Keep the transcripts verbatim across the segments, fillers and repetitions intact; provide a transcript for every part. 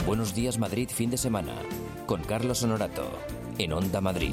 Buenos Días Madrid fin de semana, con Carlos Honorato, en Onda Madrid.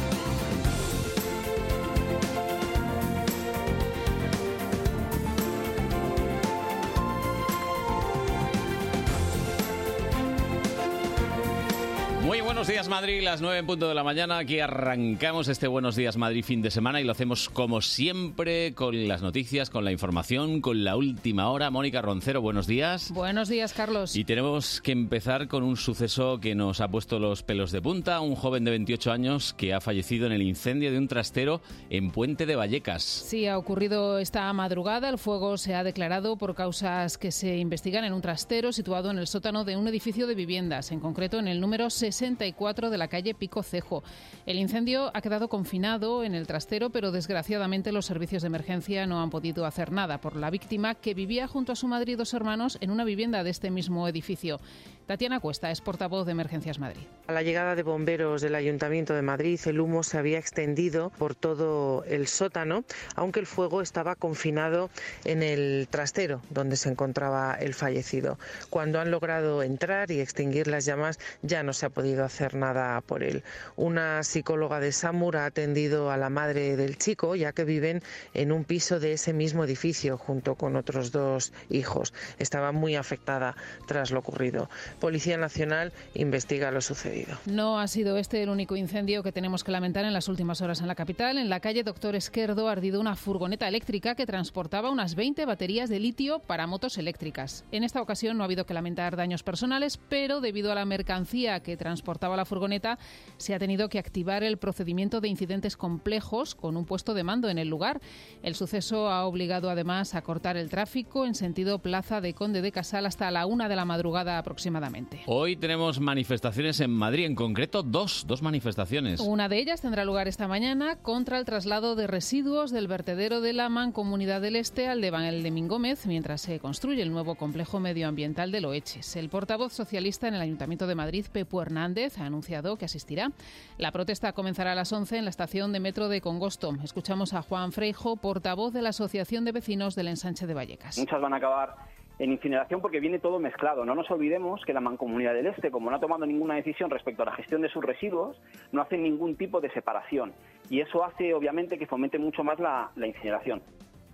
Muy buenos días Madrid, las nueve en punto de la mañana. Aquí arrancamos este Buenos Días Madrid fin de semana y lo hacemos como siempre con las noticias, con la información, con la última hora. Mónica Roncero, buenos días. Buenos días, Carlos. Y tenemos que empezar con un suceso que nos ha puesto los pelos de punta. Un joven de veintiocho años que ha fallecido en el incendio de un trastero en Puente de Vallecas. Sí, ha ocurrido esta madrugada. El fuego se ha declarado por causas que se investigan en un trastero situado en el sótano de un edificio de viviendas, en concreto en el número sesenta y cuatro de la calle Pico Cejo. El incendio ha quedado confinado en el trastero, pero desgraciadamente los servicios de emergencia no han podido hacer nada por la víctima, que vivía junto a su madre y dos hermanos en una vivienda de este mismo edificio. Tatiana Cuesta es portavoz de Emergencias Madrid. A la llegada de bomberos del Ayuntamiento de Madrid, el humo se había extendido por todo el sótano, aunque el fuego estaba confinado en el trastero donde se encontraba el fallecido. Cuando han logrado entrar y extinguir las llamas, ya no se ha podido hacer nada por él. Una psicóloga de SAMUR ha atendido a la madre del chico, ya que viven en un piso de ese mismo edificio junto con otros dos hijos. Estaba muy afectada tras lo ocurrido. Policía Nacional investiga lo sucedido. No ha sido este el único incendio que tenemos que lamentar en las últimas horas en la capital. En la calle Doctor Esquerdo ha ardido una furgoneta eléctrica que transportaba unas veinte baterías de litio para motos eléctricas. En esta ocasión no ha habido que lamentar daños personales, pero debido a la mercancía que transportaba la furgoneta, se ha tenido que activar el procedimiento de incidentes complejos con un puesto de mando en el lugar. El suceso ha obligado además a cortar el tráfico en sentido Plaza de Conde de Casal hasta la una de la madrugada aproximadamente. Hoy tenemos manifestaciones en Madrid, en concreto dos, dos manifestaciones. Una de ellas tendrá lugar esta mañana contra el traslado de residuos del vertedero de la Mancomunidad del Este al de Valdemín Gómez, mientras se construye el nuevo complejo medioambiental de Loeches. El portavoz socialista en el Ayuntamiento de Madrid, Pepu Hernández, ha anunciado que asistirá. La protesta comenzará a las once en la estación de metro de Congosto. Escuchamos a Juan Freijo, portavoz de la Asociación de Vecinos del Ensanche de Vallecas. Muchas van a acabar en incineración porque viene todo mezclado. No nos olvidemos que la Mancomunidad del Este, como no ha tomado ninguna decisión respecto a la gestión de sus residuos, no hace ningún tipo de separación. Y eso hace, obviamente, que fomente mucho más la, la incineración.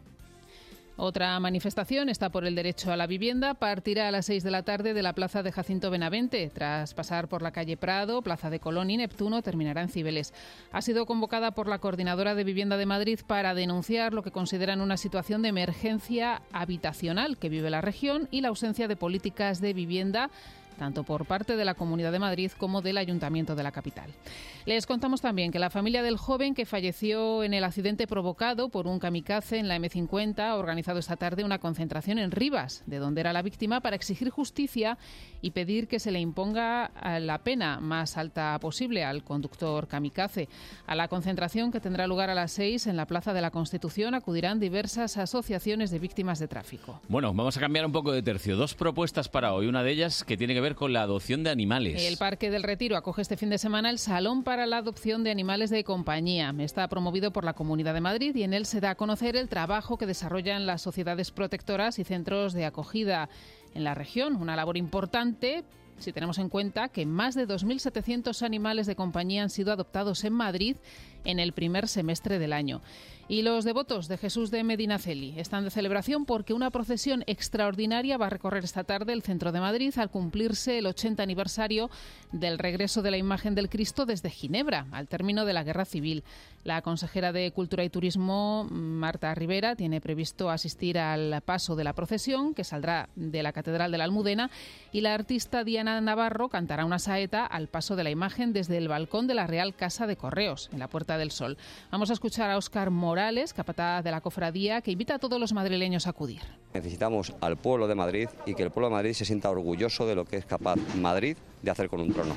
Otra manifestación está por el derecho a la vivienda. Partirá a las seis de la tarde de la plaza de Jacinto Benavente. Tras pasar por la calle Prado, Plaza de Colón y Neptuno, terminará en Cibeles. Ha sido convocada por la Coordinadora de Vivienda de Madrid para denunciar lo que consideran una situación de emergencia habitacional que vive la región y la ausencia de políticas de vivienda tanto por parte de la Comunidad de Madrid como del Ayuntamiento de la capital. Les contamos también que la familia del joven que falleció en el accidente provocado por un kamikaze en la eme cincuenta ha organizado esta tarde una concentración en Rivas, de donde era la víctima, para exigir justicia y pedir que se le imponga la pena más alta posible al conductor kamikaze. A la concentración, que tendrá lugar a las seis en la Plaza de la Constitución, acudirán diversas asociaciones de víctimas de tráfico. Bueno, vamos a cambiar un poco de tercio. Dos propuestas para hoy. Una de ellas que tiene que ver con la adopción de animales. El Parque del Retiro acoge este fin de semana el Salón para la Adopción de Animales de Compañía. Está promovido por la Comunidad de Madrid y en él se da a conocer el trabajo que desarrollan las sociedades protectoras y centros de acogida en la región. Una labor importante si tenemos en cuenta que más de dos mil setecientos animales de compañía han sido adoptados en Madrid en el primer semestre del año. Y los devotos de Jesús de Medinaceli están de celebración porque una procesión extraordinaria va a recorrer esta tarde el centro de Madrid al cumplirse el ochenta aniversario del regreso de la imagen del Cristo desde Ginebra, al término de la Guerra Civil. La consejera de Cultura y Turismo, Marta Rivera, tiene previsto asistir al paso de la procesión, que saldrá de la Catedral de la Almudena, y la artista Diana Navarro cantará una saeta al paso de la imagen desde el balcón de la Real Casa de Correos, en la Puerta del Sol. Vamos a escuchar a Óscar Morales, capataz de la cofradía, que invita a todos los madrileños a acudir. Necesitamos al pueblo de Madrid y que el pueblo de Madrid se sienta orgulloso de lo que es capaz Madrid de hacer con un trono.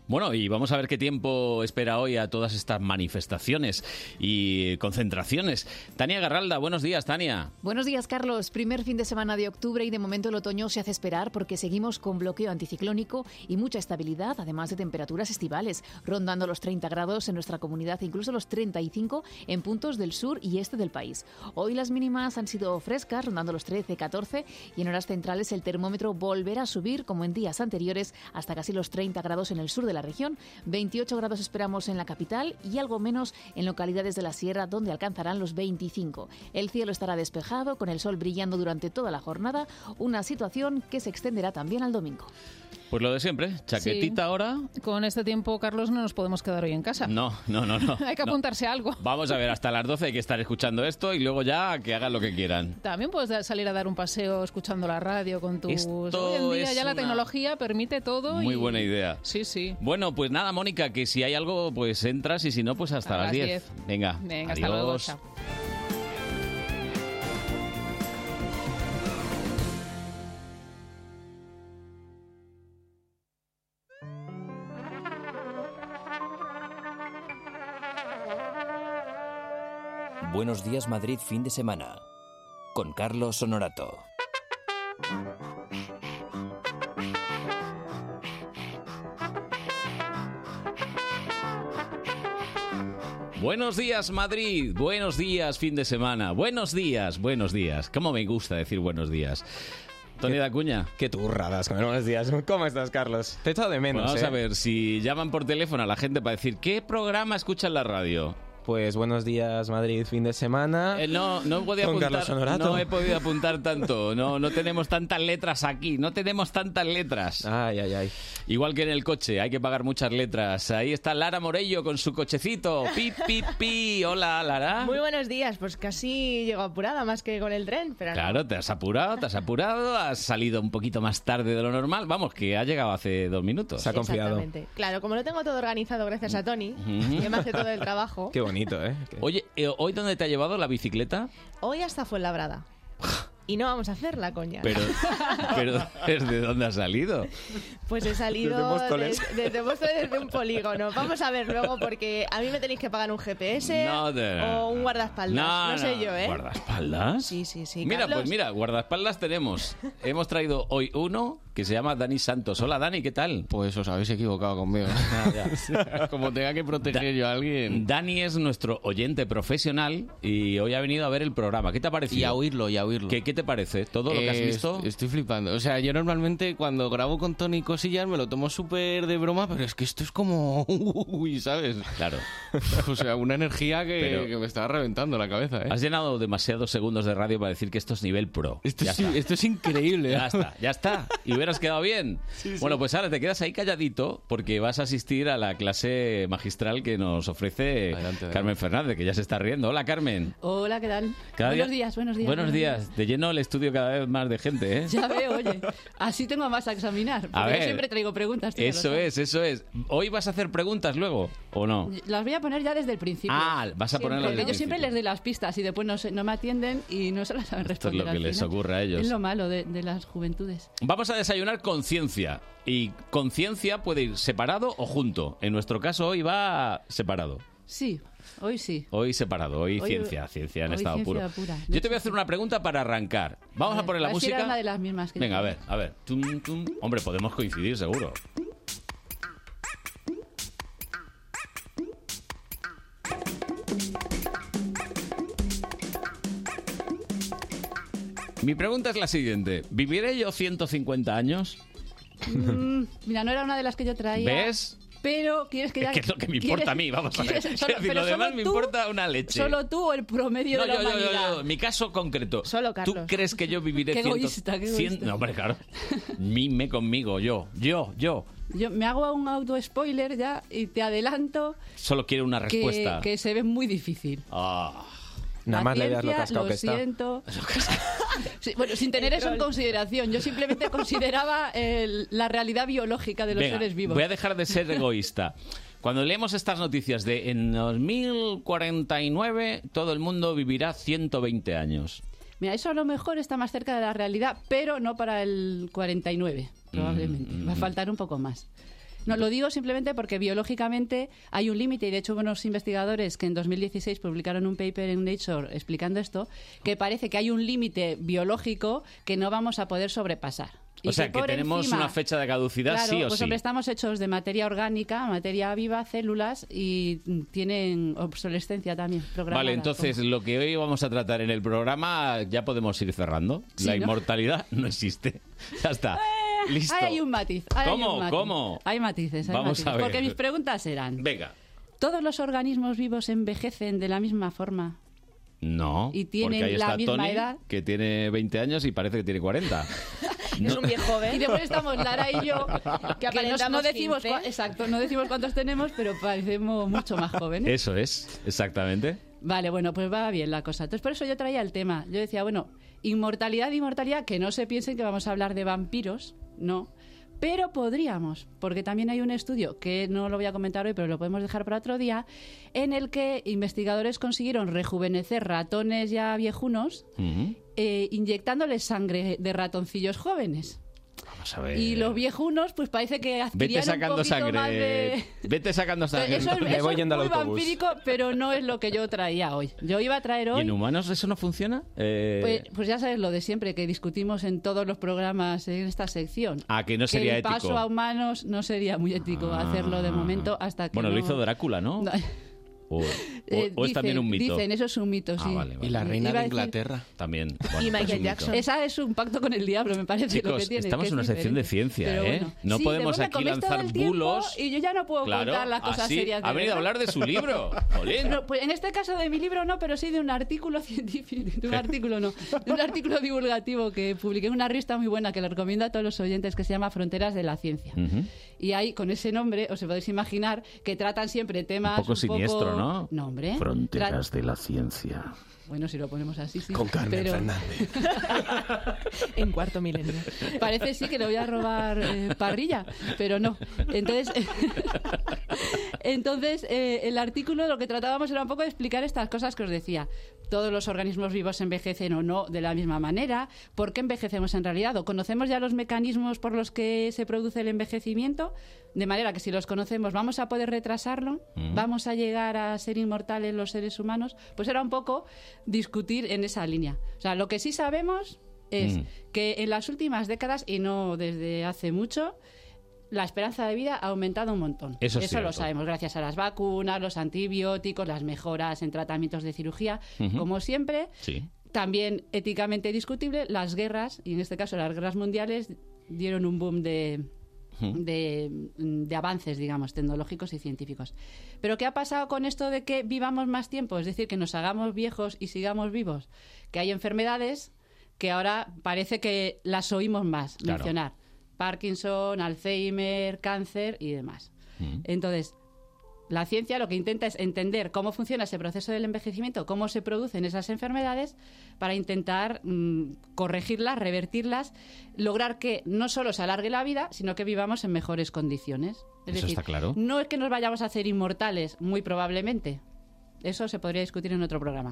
Bueno, y vamos a ver qué tiempo espera hoy a todas estas manifestaciones y concentraciones. Tania Garralda, buenos días, Tania. Buenos días, Carlos. Primer fin de semana de octubre y de momento el otoño se hace esperar porque seguimos con bloqueo anticiclónico y mucha estabilidad, además de temperaturas estivales, rondando los treinta grados en nuestra comunidad e incluso los treinta y cinco en puntos del sur y este del país. Hoy las mínimas han sido frescas, rondando los trece, catorce, y en horas centrales el termómetro volverá a subir, como en días anteriores, hasta casi los treinta grados en el sur de la región. veintiocho grados esperamos en la capital y algo menos en localidades de la sierra, donde alcanzarán los veinticinco. El cielo estará despejado, con el sol brillando durante toda la jornada, una situación que se extenderá también al domingo. Pues lo de siempre, chaquetita Sí. ahora. Con este tiempo, Carlos, no nos podemos quedar hoy en casa. No, no, no, no. Hay que no. apuntarse a algo. Vamos a ver, hasta las doce hay que estar escuchando esto y luego ya que hagan lo que quieran. También puedes da- salir a dar un paseo escuchando la radio con tus... Esto Hoy en día es ya la una tecnología permite todo. Muy y- buena idea. Sí, sí. Bueno, pues nada, Mónica, que si hay algo, pues entras y si no, pues hasta A las las diez. diez. Venga, Venga, adiós. hasta luego. Chao. Buenos días, Madrid, fin de semana. Con Carlos Honorato. Buenos días, Madrid. Buenos días, fin de semana. Buenos días, buenos días. ¿Cómo me gusta decir buenos días? Tony Dacuña. Qué turradas, con buenos días. ¿Cómo estás, Carlos? Te he echado de menos, Vamos ¿eh? a ver, si llaman por teléfono a la gente para decir ¿qué programa escucha en la radio? Pues buenos días, Madrid, fin de semana. Eh, no, no podía Con apuntar, Carlos Honorato. no he podido apuntar tanto. No, no tenemos tantas letras aquí. No tenemos tantas letras. Ay, ay, ay. Igual que en el coche, hay que pagar muchas letras. Ahí está Lara Morello con su cochecito. Pi, pi, pi. Hola, Lara. Muy buenos días, pues casi llego apurada más que con el tren, pero no. Claro, te has apurado, te has apurado, has salido un poquito más tarde de lo normal. Vamos, que ha llegado hace dos minutos. Se ha confiado. Exactamente. Claro, como lo tengo todo organizado gracias a Tony, Ujú. que me hace todo el trabajo, Qué bonito, ¿eh? Qué- Oye, eh, ¿hoy dónde te ha llevado la bicicleta? hoy hasta Fuenlabrada. Y no vamos a hacerla, coña. Pero, pero ¿desde dónde ha salido? Pues he salido Desde Móstoles. des- desde Móstoles, desde un polígono. Vamos a ver luego, porque a mí me tenéis que pagar un G P S No te- o un guardaespaldas. No, No, sé no. yo, ¿eh? ¿Guardaespaldas? Sí, sí, sí. Mira, Carlos. pues mira, guardaespaldas tenemos. Hemos traído hoy uno que se llama Dani Santos. Hola, Dani, ¿qué tal? Pues os habéis equivocado conmigo. Como tenga que proteger yo a alguien. Dani es nuestro oyente profesional y hoy ha venido a ver el programa. ¿Qué te ha parecido? Y a oírlo, y a oírlo. ¿Qué, qué te parece? ¿Todo lo que has Eh, visto? est- Estoy flipando. O sea, yo normalmente cuando grabo con Tony cosillas me lo tomo súper de broma, pero es que esto es como... Uy, ¿sabes? Claro. O sea, una energía que, Pero- que me estaba reventando la cabeza, ¿eh? Has llenado demasiados segundos de radio para decir que esto es nivel pro. Esto, Ya es, está. esto es increíble. Ya está, ya está. Y hubieras quedado bien. Bueno, pues ahora te quedas ahí calladito porque vas a asistir a la clase magistral que nos ofrece Adelante, adelante. Carmen Fernández, que ya se está riendo. Hola, Carmen. Hola, ¿qué tal? Cada buenos día- días, buenos días. Buenos días. Te lleno el estudio cada vez más de gente, ¿eh? Ya veo, oye. Así tengo más a examinar. Porque A ver. yo siempre traigo preguntas. tú ya lo Eso sabes. es, eso es. ¿Hoy vas a hacer preguntas luego o no? Las voy a poner ya desde el principio. Ah, vas a Siempre, ponerlas porque desde yo el siempre principio. les doy las pistas y después no, se- no me atienden y no se las saben Esto es responder. lo que al les final. ocurre a ellos. Es lo malo de, de las juventudes. Vamos a desayunar con ciencia. Y con ciencia puede ir separado o junto. En nuestro caso hoy va separado. Sí, hoy sí. Hoy separado, hoy, Hoy- ciencia, ciencia en hoy estado ciencia puro. pura. Yo te voy a hacer una pregunta para arrancar. Vamos a, poner la ver si era música. una de las mismas que Venga, a yo. ver, a ver. Tum, tum. Hombre, podemos coincidir, seguro. Mi pregunta es la siguiente. ¿Viviré yo ciento cincuenta años? Mm, mira, no era una de las que yo traía. ¿Ves? Pero quieres que ya... Es que es lo que me importa a mí, vamos a ver. ¿quieres- Es solo- decir, pero lo demás solo me tú- importa una leche. Solo tú o el promedio No, de la yo, yo, yo, humanidad. yo, mi caso concreto. Solo Carlos. ¿Tú crees que yo viviré Qué ciento- egoísta, qué cien- egoísta. No, hombre, claro. Mime conmigo, yo, yo, yo. Yo me hago un auto-spoiler ya y te adelanto Solo quiero una que, respuesta. que se ve muy difícil. Ah. Nada más le veas lo Paciencia, cascado lo que está. siento. Sí, bueno, sin tener eso en consideración. Yo simplemente consideraba el- la realidad biológica de los Venga, seres vivos. voy a dejar de ser egoísta. Cuando leemos estas noticias de en dos mil cuarenta y nueve todo el mundo vivirá ciento veinte años. Mira, eso a lo mejor está más cerca de la realidad, pero no para el cuarenta y nueve, probablemente. Mm, Va a faltar un poco más. No, lo digo simplemente porque biológicamente hay un límite, y de hecho unos investigadores que en dos mil dieciséis publicaron un paper en Nature explicando esto, que parece que hay un límite biológico que no vamos a poder sobrepasar. O sea, que tenemos encima, una fecha de caducidad, claro, sí o pues sí. hombre, estamos hechos de materia orgánica, materia viva, células, y tienen obsolescencia también programada. Vale, entonces como... lo que hoy vamos a tratar en el programa ya podemos ir cerrando. Sí, La ¿no? inmortalidad no existe. Ya está. Listo. Ahí hay un matiz. Ahí ¿Cómo? Hay un matiz. ¿Cómo? Hay matices. Hay Vamos matices. a ver. Porque mis preguntas eran... Venga. ¿Todos los organismos vivos envejecen de la misma forma? No, ¿Y tienen porque ahí la está misma Tony, edad? que tiene veinte años y parece que tiene cuarenta. Es un viejo joven. Y después estamos Lara y yo, Que que nos- no aparentamos decimos quince. cua- exacto, no decimos cuántos tenemos, pero parecemos mucho más jóvenes. Eso es, exactamente. Vale, bueno, pues va bien la cosa. Entonces, por eso yo traía el tema. Yo decía, bueno, inmortalidad, inmortalidad, que no se piensen que vamos a hablar de vampiros, no. Pero podríamos, porque también hay un estudio, que no lo voy a comentar hoy, pero lo podemos dejar para otro día, en el que investigadores consiguieron rejuvenecer ratones ya viejunos Ujú. eh, inyectándoles sangre de ratoncillos jóvenes. Vamos a ver. Y los viejunos, pues parece que Vete adquirían un sacando poquito sangre. más de... Vete sacando sangre. Eso es, Me eso voy es yendo al muy autobús. vampírico, pero no es lo que yo traía hoy. Yo iba a traer ¿Y hoy... en humanos eso no funciona? Eh, Pues, pues ya sabes lo de siempre, que discutimos en todos los programas en esta sección. Ah, que no sería el ético. paso a humanos no sería muy ético Ah. hacerlo de momento hasta que Bueno, lo no- hizo Drácula, ¿no? No. O, o- Eh, o es también dicen- un mito. Dicen, eso es un mito, Ah, sí. vale, vale. Y la reina Iba a de decir- Inglaterra. También. Y Bueno, Michael es un mito. Jackson. Esa es un pacto con el diablo, me parece lo que Chicos, tiene. estamos que en una es sección de diferente. ciencia, Pero ¿eh? bueno. No Sí, podemos después me aquí coméis todo lanzar el tiempo bulos. Y yo ya no puedo Claro, contar las cosas así, serias. de ha venido a verdad. hablar de su libro. Jolín. No, pues en este caso de mi libro no, pero sí de un artículo científico, de un artículo no, de un artículo divulgativo que publiqué en una revista muy buena que le recomiendo a todos los oyentes, que se llama Fronteras de la Ciencia. Ujú. Y ahí, con ese nombre, os podéis imaginar que tratan siempre temas Un poco siniestro, ¿no? No, hombre. Fronteras de la ciencia. Bueno, si lo ponemos así, sí. Con Carmen Pero Fernández. En cuarto milenio. parece sí que le voy a robar eh, parrilla, pero no. Entonces, entonces eh, el artículo lo que tratábamos era un poco de explicar estas cosas que os decía. Todos los organismos vivos envejecen o no de la misma manera. ¿Por qué envejecemos en realidad? ¿O conocemos ya los mecanismos por los que se produce el envejecimiento? De manera que si los conocemos, ¿vamos a poder retrasarlo? Mm. ¿Vamos a llegar a ser inmortales los seres humanos? Pues era un poco discutir en esa línea. O sea, lo que sí sabemos es Mm. que en las últimas décadas, y no desde hace mucho, la esperanza de vida ha aumentado un montón. Eso es lo cierto. sabemos gracias a las vacunas, los antibióticos, las mejoras en tratamientos de cirugía. Ujú. Como siempre, Sí. también éticamente discutible, las guerras, y en este caso las guerras mundiales, dieron un boom de, Ujú. de, de avances, digamos, tecnológicos y científicos. Pero ¿qué ha pasado con esto de que vivamos más tiempo? Es decir, que nos hagamos viejos y sigamos vivos. Que hay enfermedades que ahora parece que las oímos más Claro. mencionar. Parkinson, Alzheimer, cáncer y demás. Mm. Entonces, la ciencia lo que intenta es entender cómo funciona ese proceso del envejecimiento, cómo se producen esas enfermedades, para intentar mm, corregirlas, revertirlas, lograr que no solo se alargue la vida, sino que vivamos en mejores condiciones. Es Eso decir, está claro. no es que nos vayamos a hacer inmortales, muy probablemente. Eso se podría discutir en otro programa.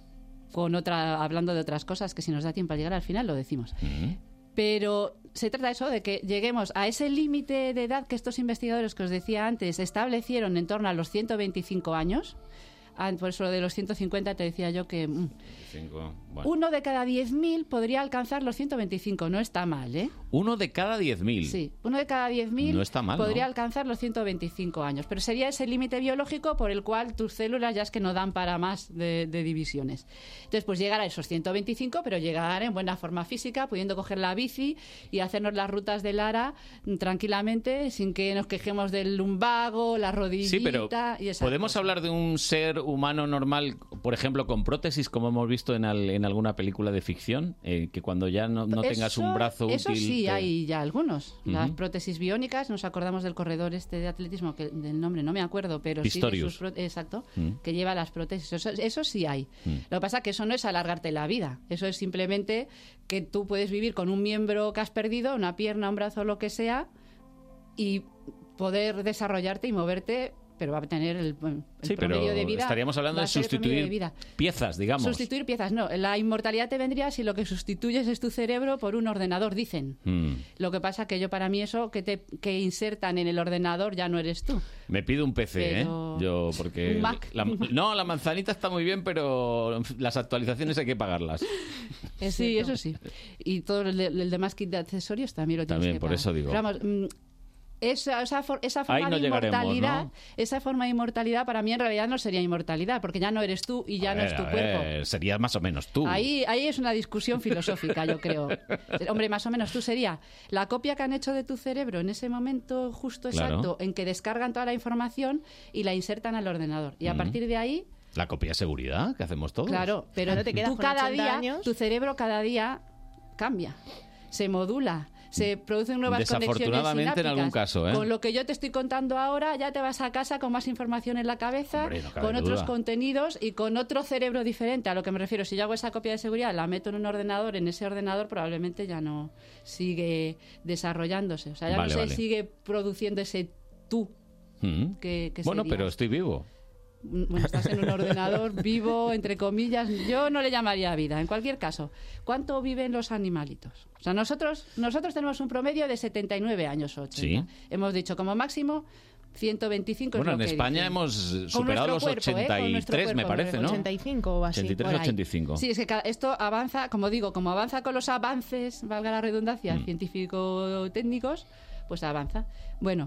Con otra, hablando de otras cosas que si nos da tiempo a llegar al final lo decimos. Mm. Pero se trata de eso, de que lleguemos a ese límite de edad que estos investigadores que os decía antes establecieron en torno a los ciento veinticinco años. Ah, por eso lo de los ciento cincuenta te decía yo que mm, Cinco. Bueno. uno de cada diez mil podría alcanzar los ciento veinticinco. No está mal, ¿eh? Uno de cada diez mil. Sí, uno de cada diez mil No está mal, podría ¿no? alcanzar los ciento veinticinco años. Pero sería ese límite biológico por el cual tus células ya es que no dan para más de, de divisiones. Entonces, pues llegar a esos ciento veinticinco, pero llegar en buena forma física, pudiendo coger la bici y hacernos las rutas de Lara mm, tranquilamente, sin que nos quejemos del lumbago, la rodillita Sí, pero y esas ¿podemos cosas. hablar de un ser humano normal, por ejemplo, con prótesis, como hemos visto en, al- en alguna película de ficción? Eh, que cuando ya no, no tengas Eso- un brazo Eso útil... sí, te- hay ya algunos. Las Ujú. prótesis biónicas, nos acordamos del corredor este de atletismo, que del nombre no me acuerdo, pero Pistorius. sí de sus pró- exacto, Mm. que lleva las prótesis. Eso, eso sí hay. Mm. Lo que pasa es que eso no es alargarte la vida. Eso es simplemente que tú puedes vivir con un miembro que has perdido, una pierna, un brazo, lo que sea, y poder desarrollarte y moverte pero va a tener el, el Sí, promedio pero de vida. estaríamos hablando va de a ser el promedio sustituir de vida. piezas, digamos. Sustituir piezas, no. La inmortalidad te vendría si lo que sustituyes es tu cerebro por un ordenador, dicen. Mm. Lo que pasa que yo, para mí, eso que te que insertan en el ordenador ya no eres tú. Me pido un P C, Pero- ¿eh? Yo, porque... Un Mac. la- no, la manzanita está muy bien, pero las actualizaciones hay que pagarlas. Sí, eso sí. Y todo el, de- el demás kit de accesorios también lo tienes También, que por pagar. eso digo. Pero vamos, mm, esa, esa, for- esa forma Ahí no de llegaremos, inmortalidad, ¿no? esa forma de inmortalidad para mí en realidad no sería inmortalidad, porque ya no eres tú y ya A no ver, es tu a cuerpo. ver, sería más o menos tú. Ahí, ahí es una discusión filosófica, yo creo. Hombre, más o menos tú sería la copia que han hecho de tu cerebro en ese momento justo Claro. exacto en que descargan toda la información y la insertan al ordenador. Y a Mm. partir de ahí, La copia de seguridad que hacemos todos. claro, pero Ahora te quedas tú con cada ochenta día, años. tu cerebro cada día cambia, se modula. Se producen nuevas conexiones Desafortunadamente, en algún sinápticas. caso, ¿eh? Con lo que yo te estoy contando ahora, ya te vas a casa con más información en la cabeza, Hombre, no cabe con otros duda. contenidos y con otro cerebro diferente. A lo que me refiero, si yo hago esa copia de seguridad, la meto en un ordenador, en ese ordenador probablemente ya no sigue desarrollándose. O sea, ya Vale, no se vale. sigue produciendo ese tú. Mm. que- que Bueno, sería. pero estoy vivo. Bueno, estás en un ordenador vivo, entre comillas. Yo no le llamaría vida. En cualquier caso, ¿cuánto viven los animalitos? O sea, nosotros, nosotros tenemos un promedio de setenta y nueve años, ochenta. Sí. Hemos dicho como máximo ciento veinticinco. Bueno, es en lo que España dicen. hemos Con superado los nuestro cuerpo, ¿eh? Con nuestro ochenta y tres, me cuerpo, parece, ¿no? ochenta y cinco o así. ochenta y tres, por ahí. ochenta y cinco. Sí, es que ca- esto avanza, como digo, como avanza con los avances, valga la redundancia, Mm. científico-técnicos, pues avanza. Bueno,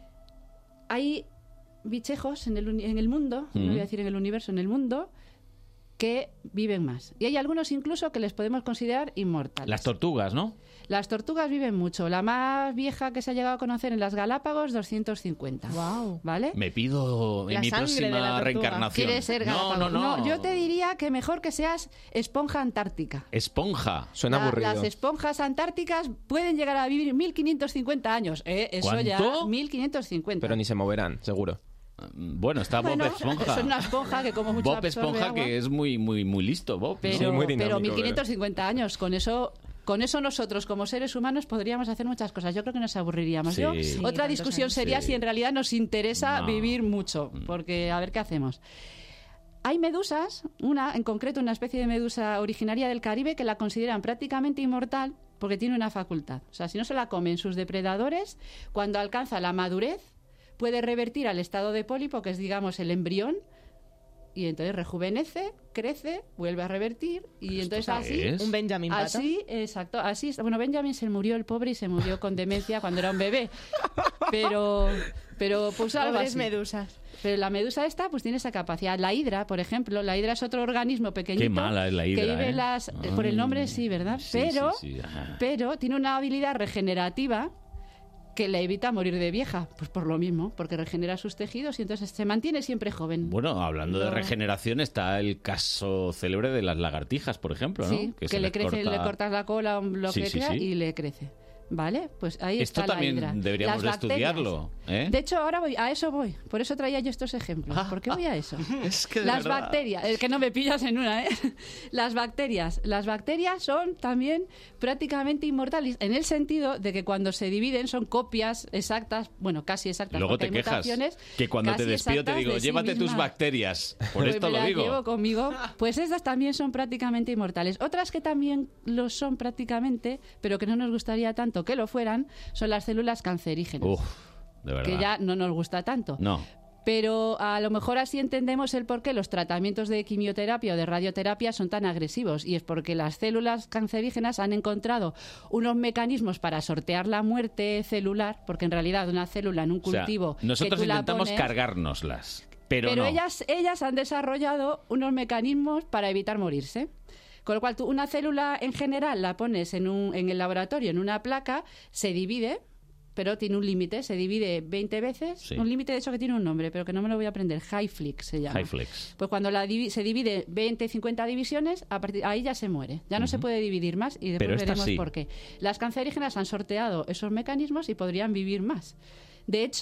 hay bichejos en el, uni- en el mundo, Mm. no voy a decir en el universo, en el mundo, que viven más. Y hay algunos incluso que les podemos considerar inmortales. Las tortugas, ¿no? Las tortugas viven mucho. La más vieja que se ha llegado a conocer en las Galápagos, doscientos cincuenta. Wow. ¿Vale? Me pido en La mi sangre de la próxima tortuga. reencarnación. ¿Quieres ser no, Galápagos? no, no, yo te diría que mejor que seas esponja antártica. Esponja. Suena La- aburrido. Las esponjas antárticas pueden llegar a vivir mil quinientos cincuenta años. ¿eh? Eso ¿Cuánto? ya, mil quinientos cincuenta. Pero ni se moverán, seguro. Bueno, está Bob Bueno, Esponja. es una esponja que como mucho Bob absorbe Esponja, agua. que es muy, muy, muy listo, Bob. ¿no? Pero, Sí, muy dinámico, pero mil quinientos cincuenta años, con eso, con eso nosotros como seres humanos podríamos hacer muchas cosas. Yo creo que nos aburriríamos. Sí. Yo- Sí, otra tantos discusión años. sería Sí. si en realidad nos interesa No. vivir mucho, porque a ver qué hacemos. Hay medusas, una en concreto, una especie de medusa originaria del Caribe que la consideran prácticamente inmortal porque tiene una facultad. O sea, si no se la comen sus depredadores, cuando alcanza la madurez puede revertir al estado de pólipo, que es, digamos, el embrión, y entonces rejuvenece, crece, vuelve a revertir, y entonces qué así... es? Un Benjamin Button. Así, exacto, así. Bueno, Benjamin se murió el pobre y se murió con demencia cuando era un bebé. Pero, pero pues algo Pobres así. medusas. Pero la medusa esta, pues tiene esa capacidad. La hidra, por ejemplo, la hidra es otro organismo pequeñito. Qué mala es la hidra, Que vive ¿eh? en las, Ah. por el nombre sí, ¿verdad? Sí, pero, sí, sí, ajá. pero tiene una habilidad regenerativa que le evita morir de vieja. Pues por lo mismo, porque regenera sus tejidos y entonces se mantiene siempre joven. Bueno, hablando de Lo- regeneración, está el caso célebre de las lagartijas, por ejemplo, ¿no? Sí, que, se le les crece, corta- le cortas la cola o lo Sí, que sí, sea sí. y le crece. ¿Vale? Pues ahí Esto está también la hidra. deberíamos Las de bacterias. estudiarlo, ¿eh? De hecho, ahora voy, a eso voy. Por eso traía yo estos ejemplos. ¿Por qué voy a eso? Es que de Las verdad. bacterias, el que no me pillas en una, ¿eh? Las bacterias. Las bacterias son también prácticamente inmortales, en el sentido de que cuando se dividen son copias exactas, bueno, casi exactas. Luego porque te hay quejas mutaciones que cuando te casi despido te exactas digo, de sí llévate tus mismas. bacterias. Por Pues esto me lo las digo. llevo conmigo. Pues estas también son prácticamente inmortales. Otras que también lo son prácticamente, pero que no nos gustaría tanto que lo fueran, son las células cancerígenas. Uf, de verdad. Que ya no nos gusta tanto. No. Pero a lo mejor así entendemos el por qué los tratamientos de quimioterapia o de radioterapia son tan agresivos. Y es porque las células cancerígenas han encontrado unos mecanismos para sortear la muerte celular, porque en realidad una célula en un O sea, cultivo... que nosotros tú la intentamos pones- cargárnoslas, pero, pero no. ellas, ellas han desarrollado unos mecanismos para evitar morirse. Con lo cual, tú una célula en general la pones en, un, en el laboratorio, en una placa, se divide, pero tiene un límite, se divide veinte veces. Sí. Un límite, de hecho, que tiene un nombre, pero que no me lo voy a aprender. Highflix se llama. Highflex. Pues cuando la divi- se divide veinte, cincuenta divisiones, a partir ahí ya se muere. Ya no se puede dividir más y Pero después esta veremos sí. por qué. Las cancerígenas han sorteado esos mecanismos y podrían vivir más. De hecho,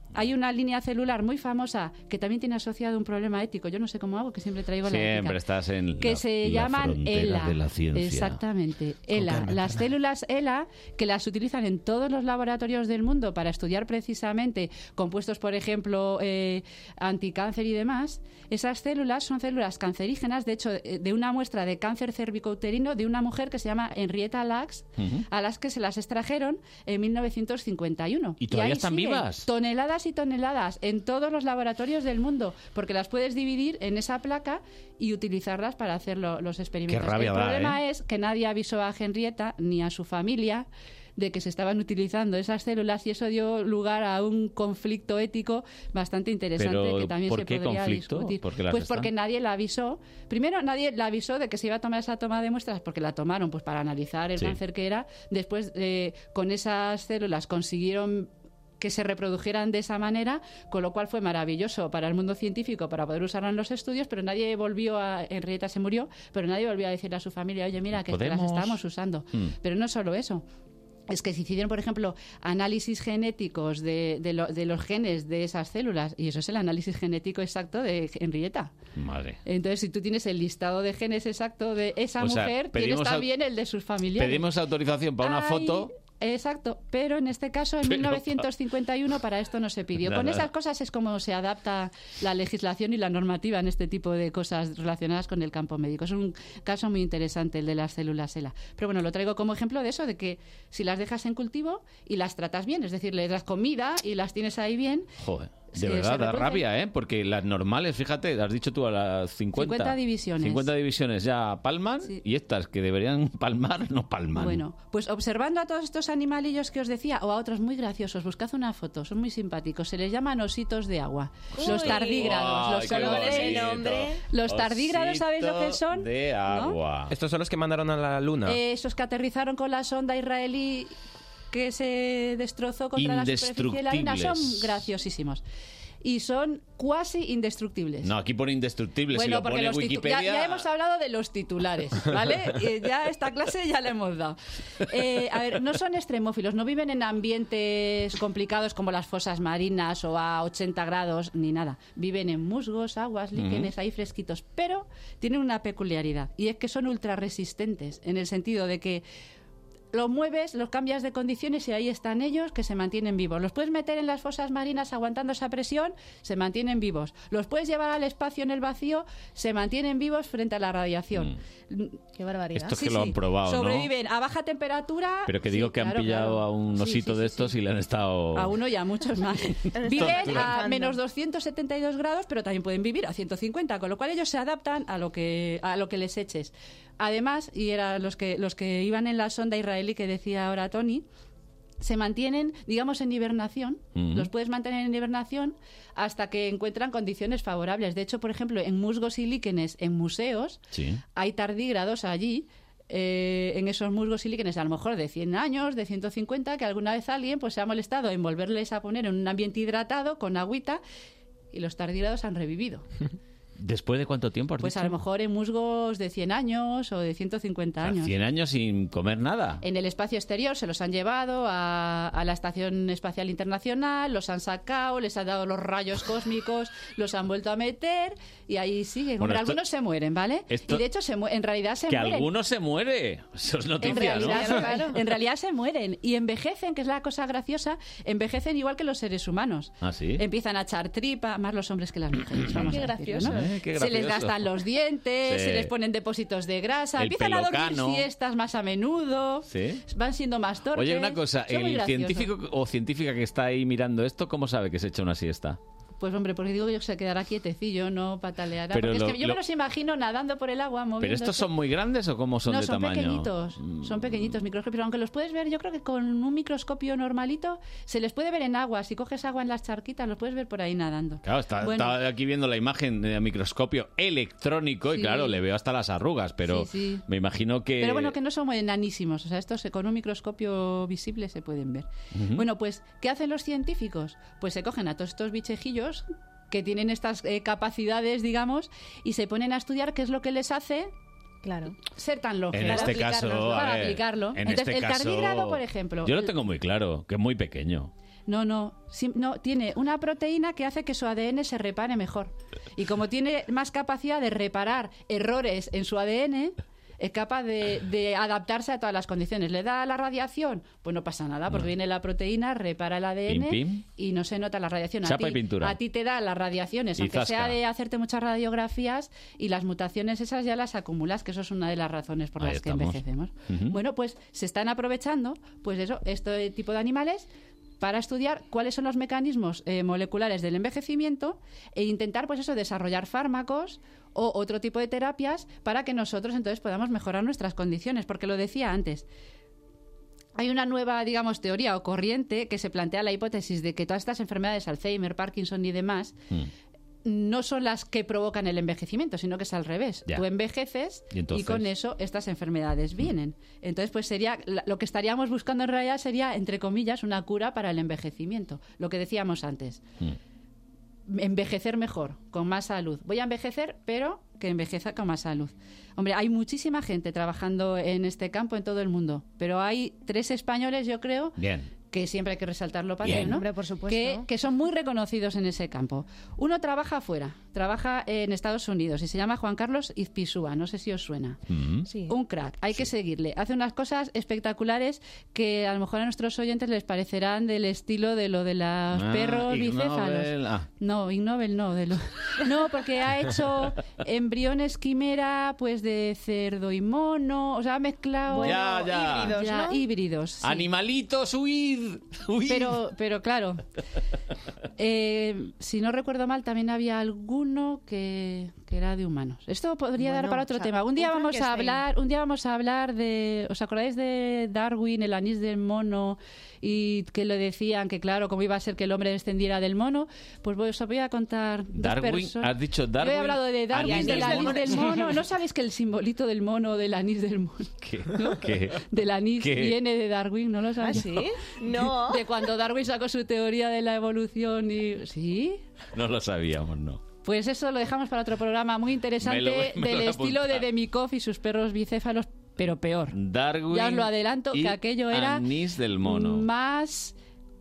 hay una línea celular muy famosa que también tiene asociado un problema ético. Yo no sé cómo hago, que siempre traigo la ética. Siempre estás en que la, se la llaman frontera ELA. de la ciencia. Exactamente, ELA. Carmen, Las Carmen. células ELA, que las utilizan en todos los laboratorios del mundo para estudiar precisamente compuestos, por ejemplo, eh, anticáncer y demás. Esas células son células cancerígenas, de hecho, de una muestra de cáncer cervicouterino de una mujer que se llama Henrietta Lacks, Ujú. a las que se las extrajeron en mil novecientos cincuenta y uno. ¿Y todavía ahí están siguen, vivas? Toneladas y toneladas en todos los laboratorios del mundo, porque las puedes dividir en esa placa y utilizarlas para hacer lo- los experimentos. Qué rabia El da, problema ¿eh? es que nadie avisó a Henrietta ni a su familia de que se estaban utilizando esas células y eso dio lugar a un conflicto ético bastante interesante. Pero, que también ¿por se qué podría conflicto? discutir. ¿Por qué las Pues están? porque nadie la avisó. Primero, nadie la avisó de que se iba a tomar esa toma de muestras porque la tomaron pues para analizar el Sí. cáncer que era. Después, eh, con esas células consiguieron que se reprodujeran de esa manera, con lo cual fue maravilloso para el mundo científico para poder usarla en los estudios, pero nadie volvió a... Henrietta se murió, pero nadie volvió a decirle a su familia, oye, mira, que, que las ¿Podemos? estamos usando. Mm. Pero no solo eso. Es que se hicieron, por ejemplo, análisis genéticos de, de, lo- de los genes de esas células, y eso es el análisis genético exacto de Henrietta. Madre. Entonces, si tú tienes el listado de genes exacto de esa O sea, mujer, pedimos tienes au- también el de sus familiares. Pedimos autorización para una Ay, foto. Exacto, pero en este caso, en Pero mil novecientos cincuenta y uno, para esto no se pidió. Nada. Con esas cosas es como se adapta la legislación y la normativa en este tipo de cosas relacionadas con el campo médico. Es un caso muy interesante el de las células ELA. Pero bueno, lo traigo como ejemplo de eso, de que si las dejas en cultivo y las tratas bien, es decir, les das comida y las tienes ahí bien, Joder. De Se- verdad, se da reproducen. rabia, ¿eh? Porque las normales, fíjate, has dicho tú a las cincuenta. cincuenta divisiones. cincuenta divisiones ya palman y estas que deberían palmar no palman. Bueno, pues observando a todos estos animalillos que os decía, o a otros muy graciosos, buscad una foto, son muy simpáticos, se les llaman ositos de agua. Los Uy. tardígrados. Ay, Los, qué conocéis. bonito. Los tardígrados, ¿sabéis lo que Osito son? de agua. Estos son los que mandaron a la luna. Eh, esos que aterrizaron con la sonda israelí que se destrozó contra la superficie de la luna, son Indestructibles. graciosísimos. Y son cuasi indestructibles. No, aquí pone indestructible. Bueno, si lo porque pone los titu- Wikipedia... ya, ya hemos hablado de los titulares, ¿vale? Y ya esta clase ya la hemos dado. Eh, a ver, no son extremófilos, no viven en ambientes complicados como las fosas marinas o a ochenta grados, ni nada. Viven en musgos, aguas, líquenes, ahí fresquitos. Pero tienen una peculiaridad, y es que son ultra resistentes, en el sentido de que los mueves, los cambias de condiciones y ahí están ellos que se mantienen vivos. Los puedes meter en las fosas marinas aguantando esa presión, se mantienen vivos. Los puedes llevar al espacio en el vacío, se mantienen vivos frente a la radiación. Qué barbaridad. Estos que lo han probado, ¿no? Sobreviven a baja temperatura. Pero que Sí, digo que claro, han pillado claro. a un Sí, osito sí, de sí, estos sí. y le han estado... A uno y a muchos más. Viven Tortura. a menos doscientos setenta y dos grados, pero también pueden vivir a ciento cincuenta, con lo cual ellos se adaptan a lo que, a lo que les eches. Además, y eran los que, los que iban en la sonda israelí que decía ahora Tony, se mantienen, digamos, en hibernación. Ujú. Los puedes mantener en hibernación hasta que encuentran condiciones favorables. De hecho, por ejemplo, en musgos y líquenes, en museos, Sí. hay tardígrados allí, eh, en esos musgos y líquenes, a lo mejor de cien años, de ciento cincuenta, que alguna vez alguien pues se ha molestado en volverles a poner en un ambiente hidratado con agüita y los tardígrados han revivido. ¿Después de cuánto tiempo has Pues dicho? a lo mejor en musgos de cien años o de ciento cincuenta años. cien años sin comer nada. En el espacio exterior se los han llevado a, a la Estación Espacial Internacional, los han sacado, les han dado los rayos cósmicos, los han vuelto a meter y ahí siguen. Bueno, Hombre, esto- algunos se mueren, ¿vale? esto- Y de hecho, se mu- en realidad se Que mueren. alguno se muere. Eso es En noticia, realidad, ¿no? en realidad se mueren y envejecen, que es la cosa graciosa, envejecen igual que los seres humanos. Ah, sí. Empiezan a echar tripa, más los hombres que las mujeres. Vamos Qué a decirlo, gracioso. ¿no? Eh, qué Se les gracioso. gastan los dientes, Sí. se les ponen depósitos de grasa, El empiezan a dormir pelocano. siestas más a menudo, Sí. van siendo más torpes. Oye, una cosa, Son muy el graciosos. científico o científica que está ahí mirando esto, ¿cómo sabe que se echa una siesta? Pues hombre, porque digo yo que se quedará quietecillo, no pataleará. Pero porque lo- es que yo lo- me los imagino nadando por el agua, moviéndose. ¿Pero estos son muy grandes o cómo son no, de son tamaño? pequeñitos, son pequeñitos, microscopios. Aunque los puedes ver, yo creo que con un microscopio normalito se les puede ver en agua. Si coges agua en las charquitas, los puedes ver por ahí nadando. Claro, está, Bueno. estaba aquí viendo la imagen de microscopio electrónico y Sí. claro, le veo hasta las arrugas, pero Sí, sí. me imagino que... Pero bueno, que no son muy enanísimos. O sea, estos eh, con un microscopio visible se pueden ver. Ujú. Bueno, pues, ¿qué hacen los científicos? Pues se cogen a todos estos bichejillos que tienen estas eh, capacidades, digamos, y se ponen a estudiar qué es lo que les hace Claro. ser tan lógicos. En este Para caso, aplicarlo, a para ver, aplicarlo. en Entonces, este el caso, tardígrado, por ejemplo. Yo lo el- tengo muy claro, que es muy pequeño. No, no, sim- no, tiene una proteína que hace que su A D N se repare mejor. Y como tiene más capacidad de reparar errores en su A D N, es capaz de, de adaptarse a todas las condiciones. ¿Le da la radiación? Pues no pasa nada, porque No. viene la proteína, repara el A D N Pim, pim. y no se nota la radiación. Chapa a y ti, pintura. A ti te da las radiaciones, Y aunque zasca. sea de hacerte muchas radiografías, y las mutaciones esas ya las acumulas, que eso es una de las razones por Ahí las estamos. que envejecemos. Ujú. Bueno, pues se están aprovechando, pues eso, este tipo de animales para estudiar cuáles son los mecanismos eh, moleculares del envejecimiento e intentar, pues eso, desarrollar fármacos o otro tipo de terapias para que nosotros entonces podamos mejorar nuestras condiciones. Porque lo decía antes, hay una nueva, digamos, teoría o corriente que se plantea la hipótesis de que todas estas enfermedades, Alzheimer, Parkinson y demás, Mm. no son las que provocan el envejecimiento, sino que es al revés. Ya. Tú envejeces Y entonces- y con eso estas enfermedades vienen. Entonces, pues sería la- lo que estaríamos buscando en realidad sería, entre comillas, una cura para el envejecimiento. Lo que decíamos antes. Envejecer mejor, con más salud. Voy a envejecer, pero que envejeza con más salud. Hombre, hay muchísima gente trabajando en este campo en todo el mundo, pero hay tres españoles, yo creo, Bien. que siempre hay que resaltarlo para Bien. él, ¿no? Hombre, por supuesto. Que, que son muy reconocidos en ese campo. Uno trabaja afuera, trabaja en Estados Unidos y se llama Juan Carlos Izpisúa, no sé si os suena. Mm. Sí. Un crack, hay que seguirle. Hace unas cosas espectaculares que a lo mejor a nuestros oyentes les parecerán del estilo de lo de los Ah, perros Ig bicéfalos. Nobel, ah. No, Ig Nobel no. De lo... No, porque ha hecho embriones quimera pues de cerdo y mono, o sea, ha mezclado... Bueno, Ya, ya. híbridos, Ya, ¿no? híbridos, sí. Animalitos, huid. huid. Pero, pero claro, eh, si no recuerdo mal, también había alguno que, que era de humanos. Esto podría dar Bueno, para otro o sea, tema. Un día un vamos a Frankenstein. hablar, un día vamos a hablar de, ¿os acordáis de Darwin, el anís del mono, y que le decían que claro, cómo iba a ser que el hombre descendiera del mono? Pues voy- os voy a contar. dos Darwin, personas. has dicho Yo Darwin. he hablado de Darwin, anís del del anís mono. del mono. ¿No sabéis que el simbolito del mono, del anís del mono, ¿Qué? ¿Qué? del anís ¿Qué? viene de Darwin? ¿No lo ¿Ah, sabéis? sí? No. De cuando Darwin sacó su teoría de la evolución y... ¿Sí? No lo sabíamos, no. Pues eso lo dejamos para otro programa muy interesante Me lo- me lo del voy a estilo de apuntar. Demikov y sus perros bicéfalos, pero peor. Darwin. Ya os lo adelanto, y que aquello era anís del mono. más...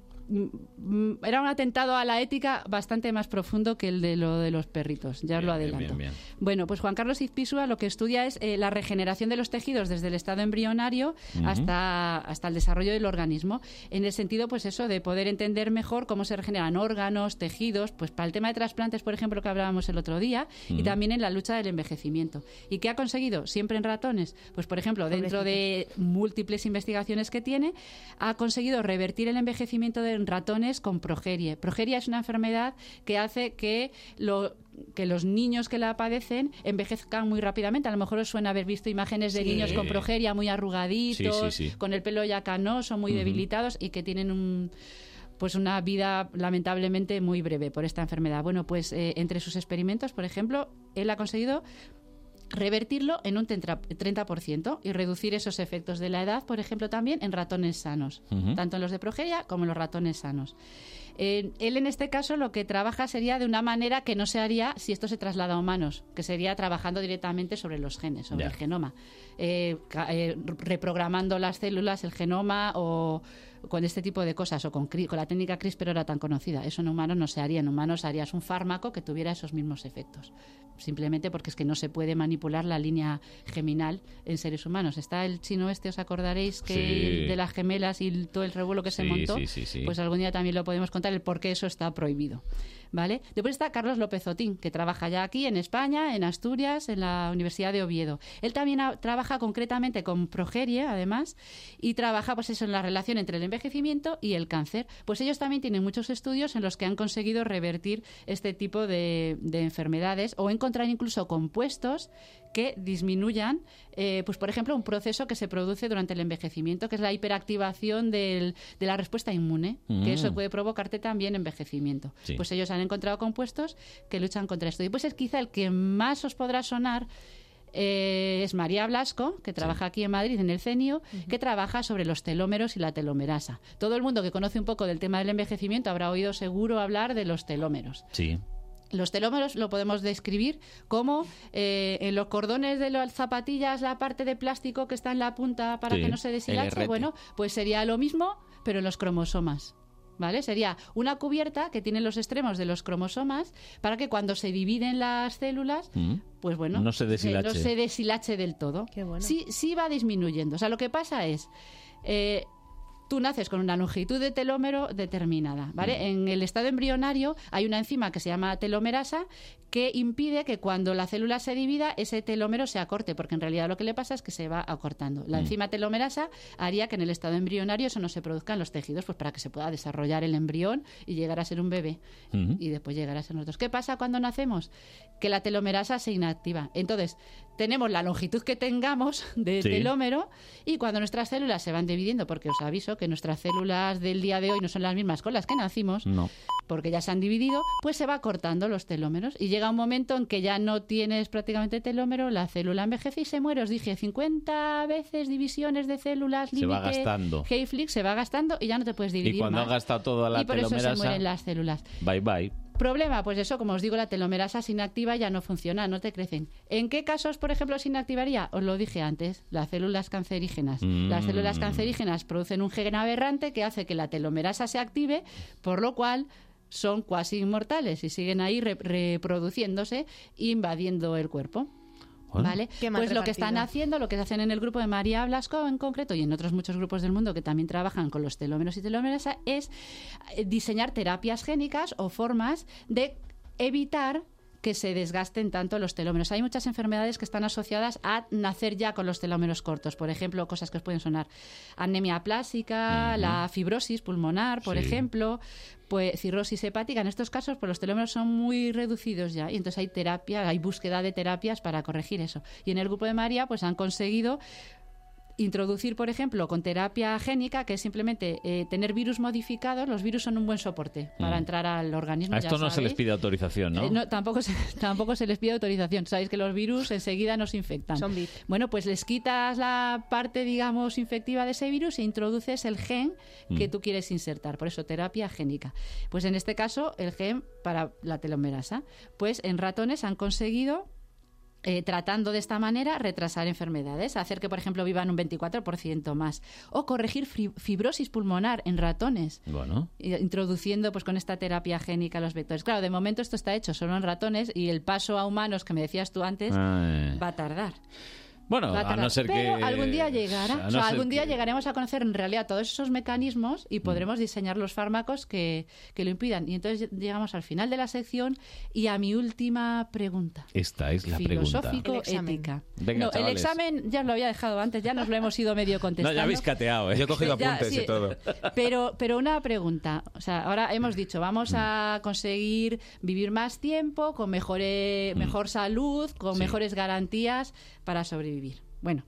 mm, Era un atentado a la ética bastante más profundo que el de lo de los perritos, ya os lo Bien, bien, adelanto. bien, bien. Bueno, pues Juan Carlos Izpisúa lo que estudia es eh, la regeneración de los tejidos desde el estado embrionario Ujú. hasta, hasta el desarrollo del organismo, en el sentido, pues eso, de poder entender mejor cómo se regeneran órganos, tejidos, pues para el tema de trasplantes, por ejemplo, que hablábamos el otro día, y Ujú. también en la lucha del envejecimiento. ¿Y qué ha conseguido? Siempre en ratones, pues por ejemplo, dentro de múltiples investigaciones que tiene, ha conseguido revertir el envejecimiento de ratones con progerie. Progeria es una enfermedad que hace que lo que los niños que la padecen envejezcan muy rápidamente. A lo mejor os suena haber visto imágenes de Sí. niños con progeria muy arrugaditos, Sí, sí, sí. con el pelo ya canoso, muy Ujú. debilitados y que tienen un pues una vida lamentablemente muy breve por esta enfermedad. Bueno, pues eh, entre sus experimentos, por ejemplo, él ha conseguido revertirlo en un treinta por ciento y reducir esos efectos de la edad, por ejemplo, también en ratones sanos, Ujú. tanto en los de progeria como en los ratones sanos. Eh, él en este caso lo que trabaja sería de una manera que no se haría si esto se traslada a humanos, que sería trabajando directamente sobre los genes, sobre Ya. el genoma, eh, ca- eh, reprogramando las células, el genoma o con este tipo de cosas o con, cri- con la técnica CRISPR ahora tan conocida. Eso en humanos no se haría. En humanos harías un fármaco que tuviera esos mismos efectos. Simplemente porque es que no se puede manipular la línea geminal en seres humanos. Está el chino este, os acordaréis, que Sí. de las gemelas y todo el revuelo que se Sí, montó. sí, sí, sí. Pues algún día también lo podemos contar el por qué eso está prohibido. ¿Vale? Después está Carlos López Otín, que trabaja ya aquí en España, en Asturias, en la Universidad de Oviedo. Él también ha- trabaja concretamente con progerie, además, y trabaja pues eso en la relación entre el envejecimiento y el cáncer. Pues ellos también tienen muchos estudios en los que han conseguido revertir este tipo de, de enfermedades o encontrar incluso compuestos que disminuyan, eh, pues por ejemplo, un proceso que se produce durante el envejecimiento, que es la hiperactivación del- de la respuesta inmune, Mm. que eso puede provocarte también envejecimiento. Sí. Pues ellos han encontrado compuestos que luchan contra esto. Y pues es quizá el que más os podrá sonar eh, es María Blasco, que trabaja aquí en Madrid, en el CENIO, que trabaja sobre los telómeros y la telomerasa. Todo el mundo que conoce un poco del tema del envejecimiento habrá oído seguro hablar de los telómeros. Sí. Los telómeros lo podemos describir como eh, en los cordones de las zapatillas, la parte de plástico que está en la punta para Sí, que no se el deshilache. herrete. Bueno, pues sería lo mismo, pero en los cromosomas. ¿vale? Sería una cubierta que tiene los extremos de los cromosomas para que cuando se dividen las células, mm. pues bueno, no se deshilache. no se deshilache del todo. Qué bueno. Sí, sí va disminuyendo. O sea, lo que pasa es... Eh, tú naces con una longitud de telómero determinada, ¿vale? Mm. En el estado embrionario hay una enzima que se llama telomerasa que impide que cuando la célula se divida ese telómero se acorte, porque en realidad lo que le pasa es que se va acortando. La mm. enzima telomerasa haría que en el estado embrionario eso no se produzca en los tejidos, pues para que se pueda desarrollar el embrión y llegar a ser un bebé mm. y después llegar a ser nosotros. ¿Qué pasa cuando nacemos? Que la telomerasa se inactiva. Entonces, tenemos la longitud que tengamos de sí. telómero y cuando nuestras células se van dividiendo, porque os aviso que nuestras células del día de hoy no son las mismas con las que nacimos, no. porque ya se han dividido, pues se va cortando los telómeros y llega un momento en que ya no tienes prácticamente telómero, la célula envejece y se muere. Os dije, cincuenta veces divisiones de células, se va gastando. Hayflick, se va gastando y ya no te puedes dividir Y cuando más. has gastado toda la y por telomerasa, eso se mueren las células. Bye bye. Problema, pues eso, como os digo, la telomerasa se inactiva, ya no funciona, no te crecen. ¿En qué casos, por ejemplo, se inactivaría? Os lo dije antes, las células cancerígenas. Mm. Las células cancerígenas producen un gen aberrante que hace que la telomerasa se active, por lo cual son cuasi inmortales y siguen ahí re- reproduciéndose e invadiendo el cuerpo. ¿Vale? Pues lo que están haciendo, lo que hacen en el grupo de María Blasco en concreto y en otros muchos grupos del mundo que también trabajan con los telómeros y telomerasa es diseñar terapias génicas o formas de evitar que se desgasten tanto los telómeros. Hay muchas enfermedades que están asociadas a nacer ya con los telómeros cortos. Por ejemplo, cosas que os pueden sonar. Anemia aplásica, uh-huh. la fibrosis pulmonar, por sí. ejemplo, pues cirrosis hepática. En estos casos, pues los telómeros son muy reducidos ya y entonces hay terapia, hay búsqueda de terapias para corregir eso. Y en el grupo de María, pues han conseguido introducir, por ejemplo, con terapia génica, que es simplemente eh, tener virus modificados. Los virus son un buen soporte para mm. entrar al organismo. A esto ya no sabéis. Se les pide autorización, ¿no? Eh, no tampoco, se, tampoco se les pide autorización. Sabéis que los virus enseguida nos infectan. Son V I P. Bueno, pues les quitas la parte, digamos, infectiva de ese virus e introduces el gen que mm. tú quieres insertar. Por eso, terapia génica. Pues en este caso, el gen para la telomerasa. Pues en ratones han conseguido... Eh, tratando de esta manera retrasar enfermedades, hacer que por ejemplo vivan un veinticuatro por ciento más o corregir fibrosis pulmonar en ratones, bueno. introduciendo pues con esta terapia génica los vectores. Claro, de momento esto está hecho solo en ratones y el paso a humanos que me decías tú antes Ay. va a tardar. Bueno, a no ser Pero que... algún día llegará. No o sea, algún día que... llegaremos a conocer en realidad todos esos mecanismos y podremos mm. diseñar los fármacos que, que lo impidan. Y entonces llegamos al final de la sección y a mi última pregunta. Esta es la pregunta. Filosófico-ética. Venga, no, chavales. el examen ya os lo había dejado antes, ya nos lo hemos ido medio contestando. No, ya habéis cateado, ¿eh? Yo he cogido apuntes ya, sí, y todo. Pero, pero una pregunta. O sea, ahora hemos dicho, vamos a conseguir vivir más tiempo, con mejor, eh, mm. mejor salud, con sí. mejores garantías para sobrevivir. Bueno,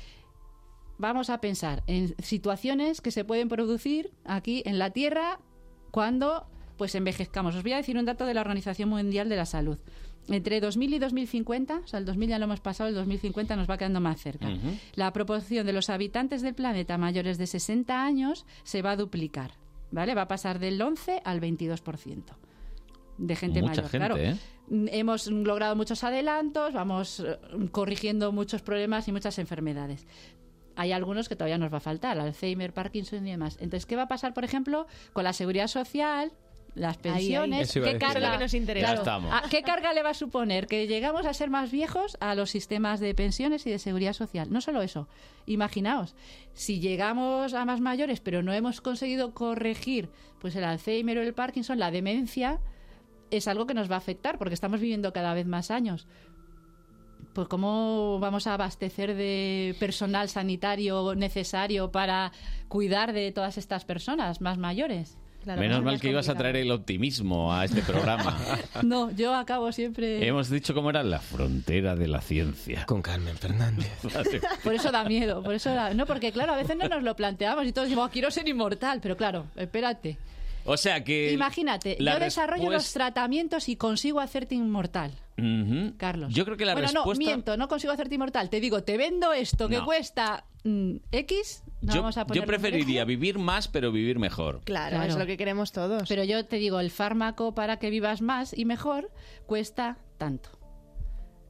vamos a pensar en situaciones que se pueden producir aquí en la Tierra cuando pues envejezcamos. Os voy a decir un dato de la Organización Mundial de la Salud. Entre dos mil y dos mil cincuenta, o sea, el dos mil ya lo hemos pasado, el dos mil cincuenta nos va quedando más cerca. Uh-huh. La proporción de los habitantes del planeta mayores de sesenta años se va a duplicar, ¿vale? Va a pasar del once al veintidós por ciento. De gente Mucha mayor, gente, claro. ¿eh? Hemos logrado muchos adelantos, vamos corrigiendo muchos problemas y muchas enfermedades. Hay algunos que todavía nos va a faltar, Alzheimer, Parkinson y demás. Entonces, ¿qué va a pasar, por ejemplo, con la seguridad social, las pensiones? Ahí, ahí. ¿Qué carga, que nos interesa? Claro, ¿qué carga le va a suponer? Que llegamos a ser más viejos a los sistemas de pensiones y de seguridad social. No solo eso. Imaginaos, si llegamos a más mayores, pero no hemos conseguido corregir pues el Alzheimer o el Parkinson, la demencia... es algo que nos va a afectar porque estamos viviendo cada vez más años. Pues ¿cómo vamos a abastecer de personal sanitario necesario para cuidar de todas estas personas más mayores? Claro, menos mal que ibas a traer el optimismo a este programa. No, yo acabo siempre... Hemos dicho cómo era la frontera de la ciencia. Con Carmen Fernández. Por eso da miedo. Por eso da... No, porque claro, a veces no nos lo planteamos y todos decimos, oh, quiero ser inmortal. Pero claro, espérate. O sea que... Imagínate, yo desarrollo respuesta... los tratamientos y consigo hacerte inmortal. Uh-huh. Carlos. Yo creo que la bueno, respuesta... no, miento, no consigo hacerte inmortal. Te digo, te vendo esto que no. cuesta mm, X, no yo, vamos a poner yo preferiría vivir más, pero vivir mejor. Claro, claro, es lo que queremos todos. Pero yo te digo, el fármaco para que vivas más y mejor cuesta tanto.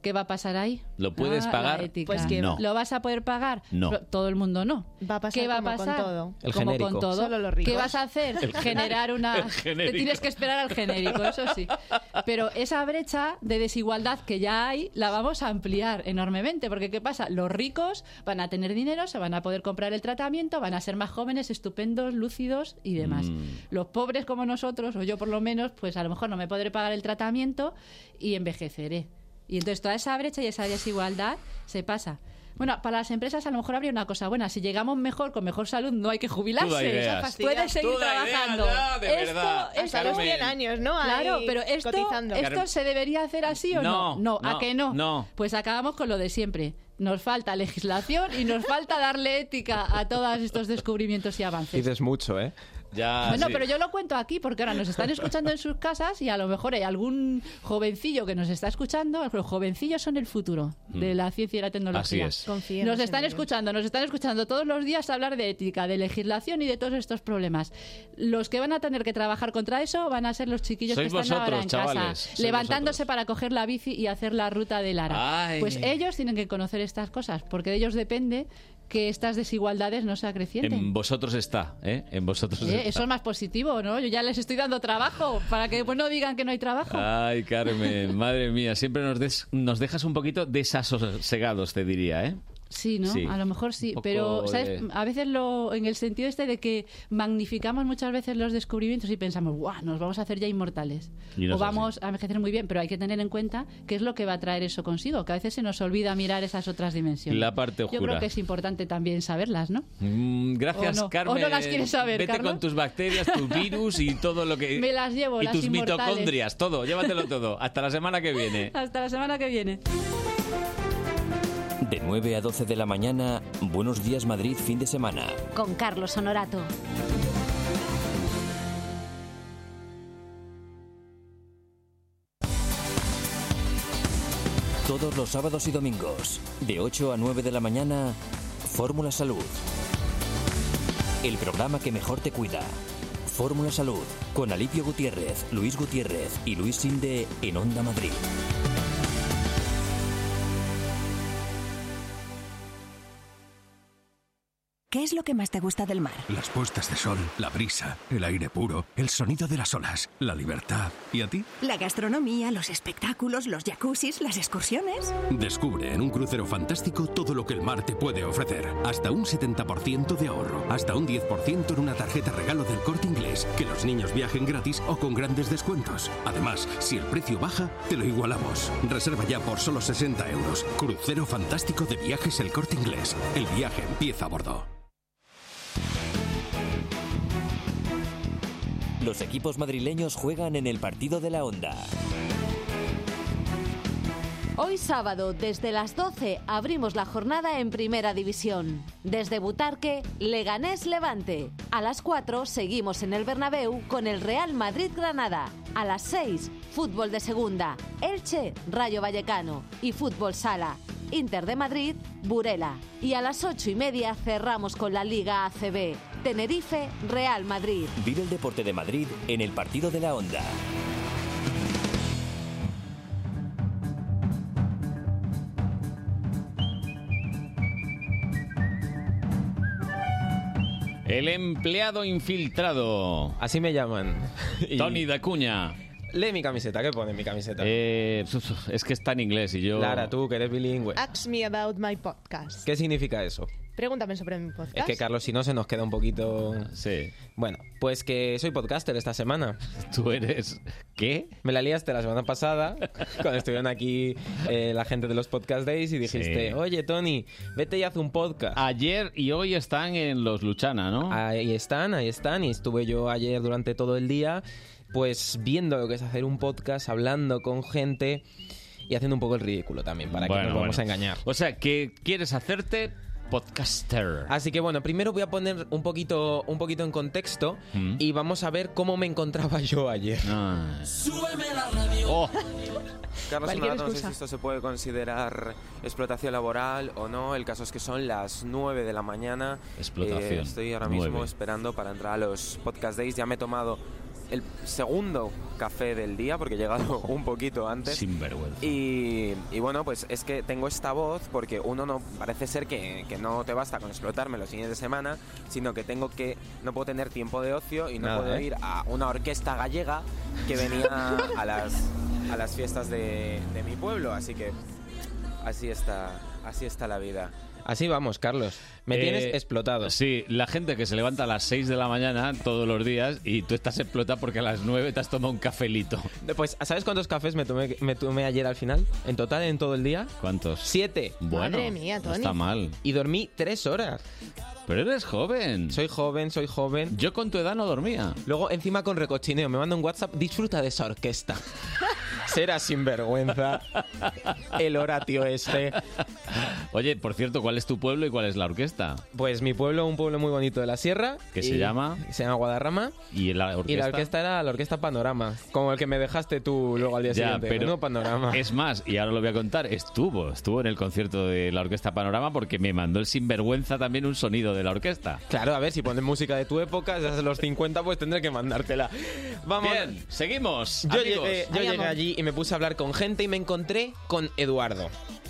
¿Qué va a pasar ahí? ¿Lo puedes Ah, pagar? la ética. Pues que no. ¿Lo vas a poder pagar? No. Todo el mundo no. Va a pasar ¿Qué va como a con pasar? todo. El Como genérico. con todo. Solo los ricos. ¿Qué vas a hacer? El Generar una... el genérico. Te tienes que esperar al genérico, eso sí. Pero esa brecha de desigualdad que ya hay, la vamos a ampliar enormemente. Porque ¿qué pasa? Los ricos van a tener dinero, se van a poder comprar el tratamiento, van a ser más jóvenes, estupendos, lúcidos y demás. Mm. Los pobres como nosotros, o yo por lo menos, pues a lo mejor no me podré pagar el tratamiento y envejeceré. Y entonces toda esa brecha y esa desigualdad se pasa. Bueno, para las empresas a lo mejor habría una cosa buena. Si llegamos mejor, con mejor salud, no hay que Tú da jubilarse. ideas. Puedes seguir Tú da ideas trabajando. ya, de esto, verdad. esto- Hasta los cien años, ¿no? Claro, Ahí pero esto, cotizando. ¿esto se debería hacer así o no? No, ¿a no, que no? no. Pues acabamos con lo de siempre. Nos falta legislación y nos falta darle ética a todos estos descubrimientos y avances. Dices mucho, ¿eh? Ya, Bueno, sí. pero yo lo cuento aquí porque ahora nos están escuchando en sus casas y a lo mejor hay algún jovencillo que nos está escuchando. Los jovencillos son el futuro de la ciencia y la tecnología. Así es. Confiemos Nos en están ellos. escuchando, nos están escuchando todos los días hablar de ética, de legislación y de todos estos problemas. Los que van a tener que trabajar contra eso van a ser los chiquillos Sois que están ahora en vosotros, chavales, casa, sois levantándose vosotros. para coger la bici y hacer la ruta de Lara. Ay. Pues ellos tienen que conocer estas cosas, porque de ellos depende que estas desigualdades no se acrecienten. En vosotros está, ¿eh? En vosotros Eh, está. Eso es más positivo, ¿no? Yo ya les estoy dando trabajo para que después no digan que no hay trabajo. Ay, Carmen, madre mía, siempre nos, des- nos dejas un poquito desasosegados, te diría, ¿eh? Sí, ¿no? Sí. A lo mejor sí, Un poco pero ¿sabes? de- A veces lo, en el sentido este de que magnificamos muchas veces los descubrimientos y pensamos, ¡guau! Nos vamos a hacer ya inmortales. Y no O es vamos a envejecer muy bien, pero hay que tener en cuenta qué es lo que va a traer eso consigo, que a veces se nos olvida mirar esas otras dimensiones. La parte Yo oscura. creo que es importante también saberlas, ¿no? Mm, gracias, ¿O no? Carmen. ¿O no las quieres saber, Vete Carlos? con tus bacterias, tus virus y todo lo que... Me las llevo, y las tus inmortales. mitocondrias, todo, llévatelo todo. Hasta la semana que viene. Hasta la semana que viene. De nueve a doce de la mañana, Buenos Días Madrid fin de semana. Con Carlos Honorato. Todos los sábados y domingos, de ocho a nueve de la mañana, Fórmula Salud. El programa que mejor te cuida. Fórmula Salud, con Alipio Gutiérrez, Luis Gutiérrez y Luis Sinde en Onda Madrid. ¿Qué es lo que más te gusta del mar? Las puestas de sol, la brisa, el aire puro, el sonido de las olas, la libertad. ¿Y a ti? La gastronomía, los espectáculos, los jacuzzis, las excursiones. Descubre en un crucero fantástico todo lo que el mar te puede ofrecer. Hasta un setenta por ciento de ahorro. Hasta un diez por ciento en una tarjeta regalo del Corte Inglés. Que los niños viajen gratis o con grandes descuentos. Además, si el precio baja, te lo igualamos. Reserva ya por solo sesenta euros. Crucero fantástico de viajes El Corte Inglés. El viaje empieza a bordo. Los equipos madrileños juegan en el partido de la Onda. Hoy sábado, desde las doce, abrimos la jornada en Primera División. Desde Butarque, Leganés Levante. A las cuatro seguimos en el Bernabéu con el Real Madrid Granada. A las seis, fútbol de segunda. Elche, Rayo Vallecano. Y fútbol sala. Inter de Madrid, Burela. Y a las ocho y media cerramos con la Liga A C B. Tenerife, Real Madrid. Vive el deporte de Madrid en el partido de la Onda. El empleado infiltrado. Así me llaman. Y- Tony Dacuña. Lee mi camiseta, ¿qué pone en mi camiseta? Eh, es que está en inglés y yo... Lara, tú que eres bilingüe. Ask me about my podcast. ¿Qué significa eso? Pregúntame sobre mi podcast. Es que, Carlos, si no, se nos queda un poquito... Sí. Bueno, pues que soy podcaster esta semana. ¿Tú eres qué? Me la liaste la semana pasada cuando estuvieron aquí eh, la gente de los Podcast Days y dijiste, Sí. oye, Tony, vete y haz un podcast. Ayer y hoy están en los Luchana, ¿no? Ahí están, ahí están. Y estuve yo ayer durante todo el día pues viendo lo que es hacer un podcast, hablando con gente y haciendo un poco el ridículo también, para que Bueno, no nos vamos bueno. a engañar. O sea, que quieres hacerte podcaster. Así que bueno, primero voy a poner un poquito, un poquito en contexto Mm. y vamos a ver cómo me encontraba yo ayer. Ah. Súbeme la radio. Oh. Carlos Cualquier Honorato, no sé excusa. si esto se puede considerar explotación laboral o no. El caso es que son las nueve de la mañana. Explotación. Eh, estoy ahora mismo Nueve. esperando para entrar a los Podcast Days. Ya me he tomado el segundo café del día porque he llegado un poquito antes. Sinvergüenza. Y, y bueno, pues es que tengo esta voz porque uno no parece ser que, que no te basta con explotarme los fines de semana, sino que tengo que no puedo tener tiempo de ocio y no Nada, puedo ¿eh? ir a una orquesta gallega que venía a las a las fiestas de, de mi pueblo, así que así está así está la vida. Así vamos, Carlos. Me Eh, tienes explotado. Sí, la gente que se levanta a las seis de la mañana todos los días y tú estás explotado porque a las nueve te has tomado un cafelito. Pues, ¿sabes cuántos cafés me tomé, me tomé ayer al final? En total, en todo el día. ¿Cuántos? Siete. Bueno, Madre mía, no Tony. está mal. Y dormí tres horas. Pero eres joven. Soy joven, soy joven. Yo con tu edad no dormía. Luego, encima con recochineo, me manda un WhatsApp, disfruta de esa orquesta. Será sinvergüenza. El Horatio este. Oye, por cierto, ¿cuál es tu pueblo y cuál es la orquesta? Pues mi pueblo, un pueblo muy bonito de la sierra. ¿Qué y- se llama? Se llama Guadarrama. ¿Y la orquesta? Y la orquesta era la Orquesta Panorama. Como el que me dejaste tú luego al día Ya, siguiente. pero No, Panorama. es más, y ahora lo voy a contar, estuvo, estuvo en el concierto de la Orquesta Panorama porque me mandó el sinvergüenza también un sonido de la orquesta. Claro, a ver, si pones música de tu época, si haces los cincuenta, pues tendré que mandártela. Vamos. Bien, seguimos. Yo amigos. llegué, yo llegué allí y me puse a hablar con gente y me encontré con Eduardo.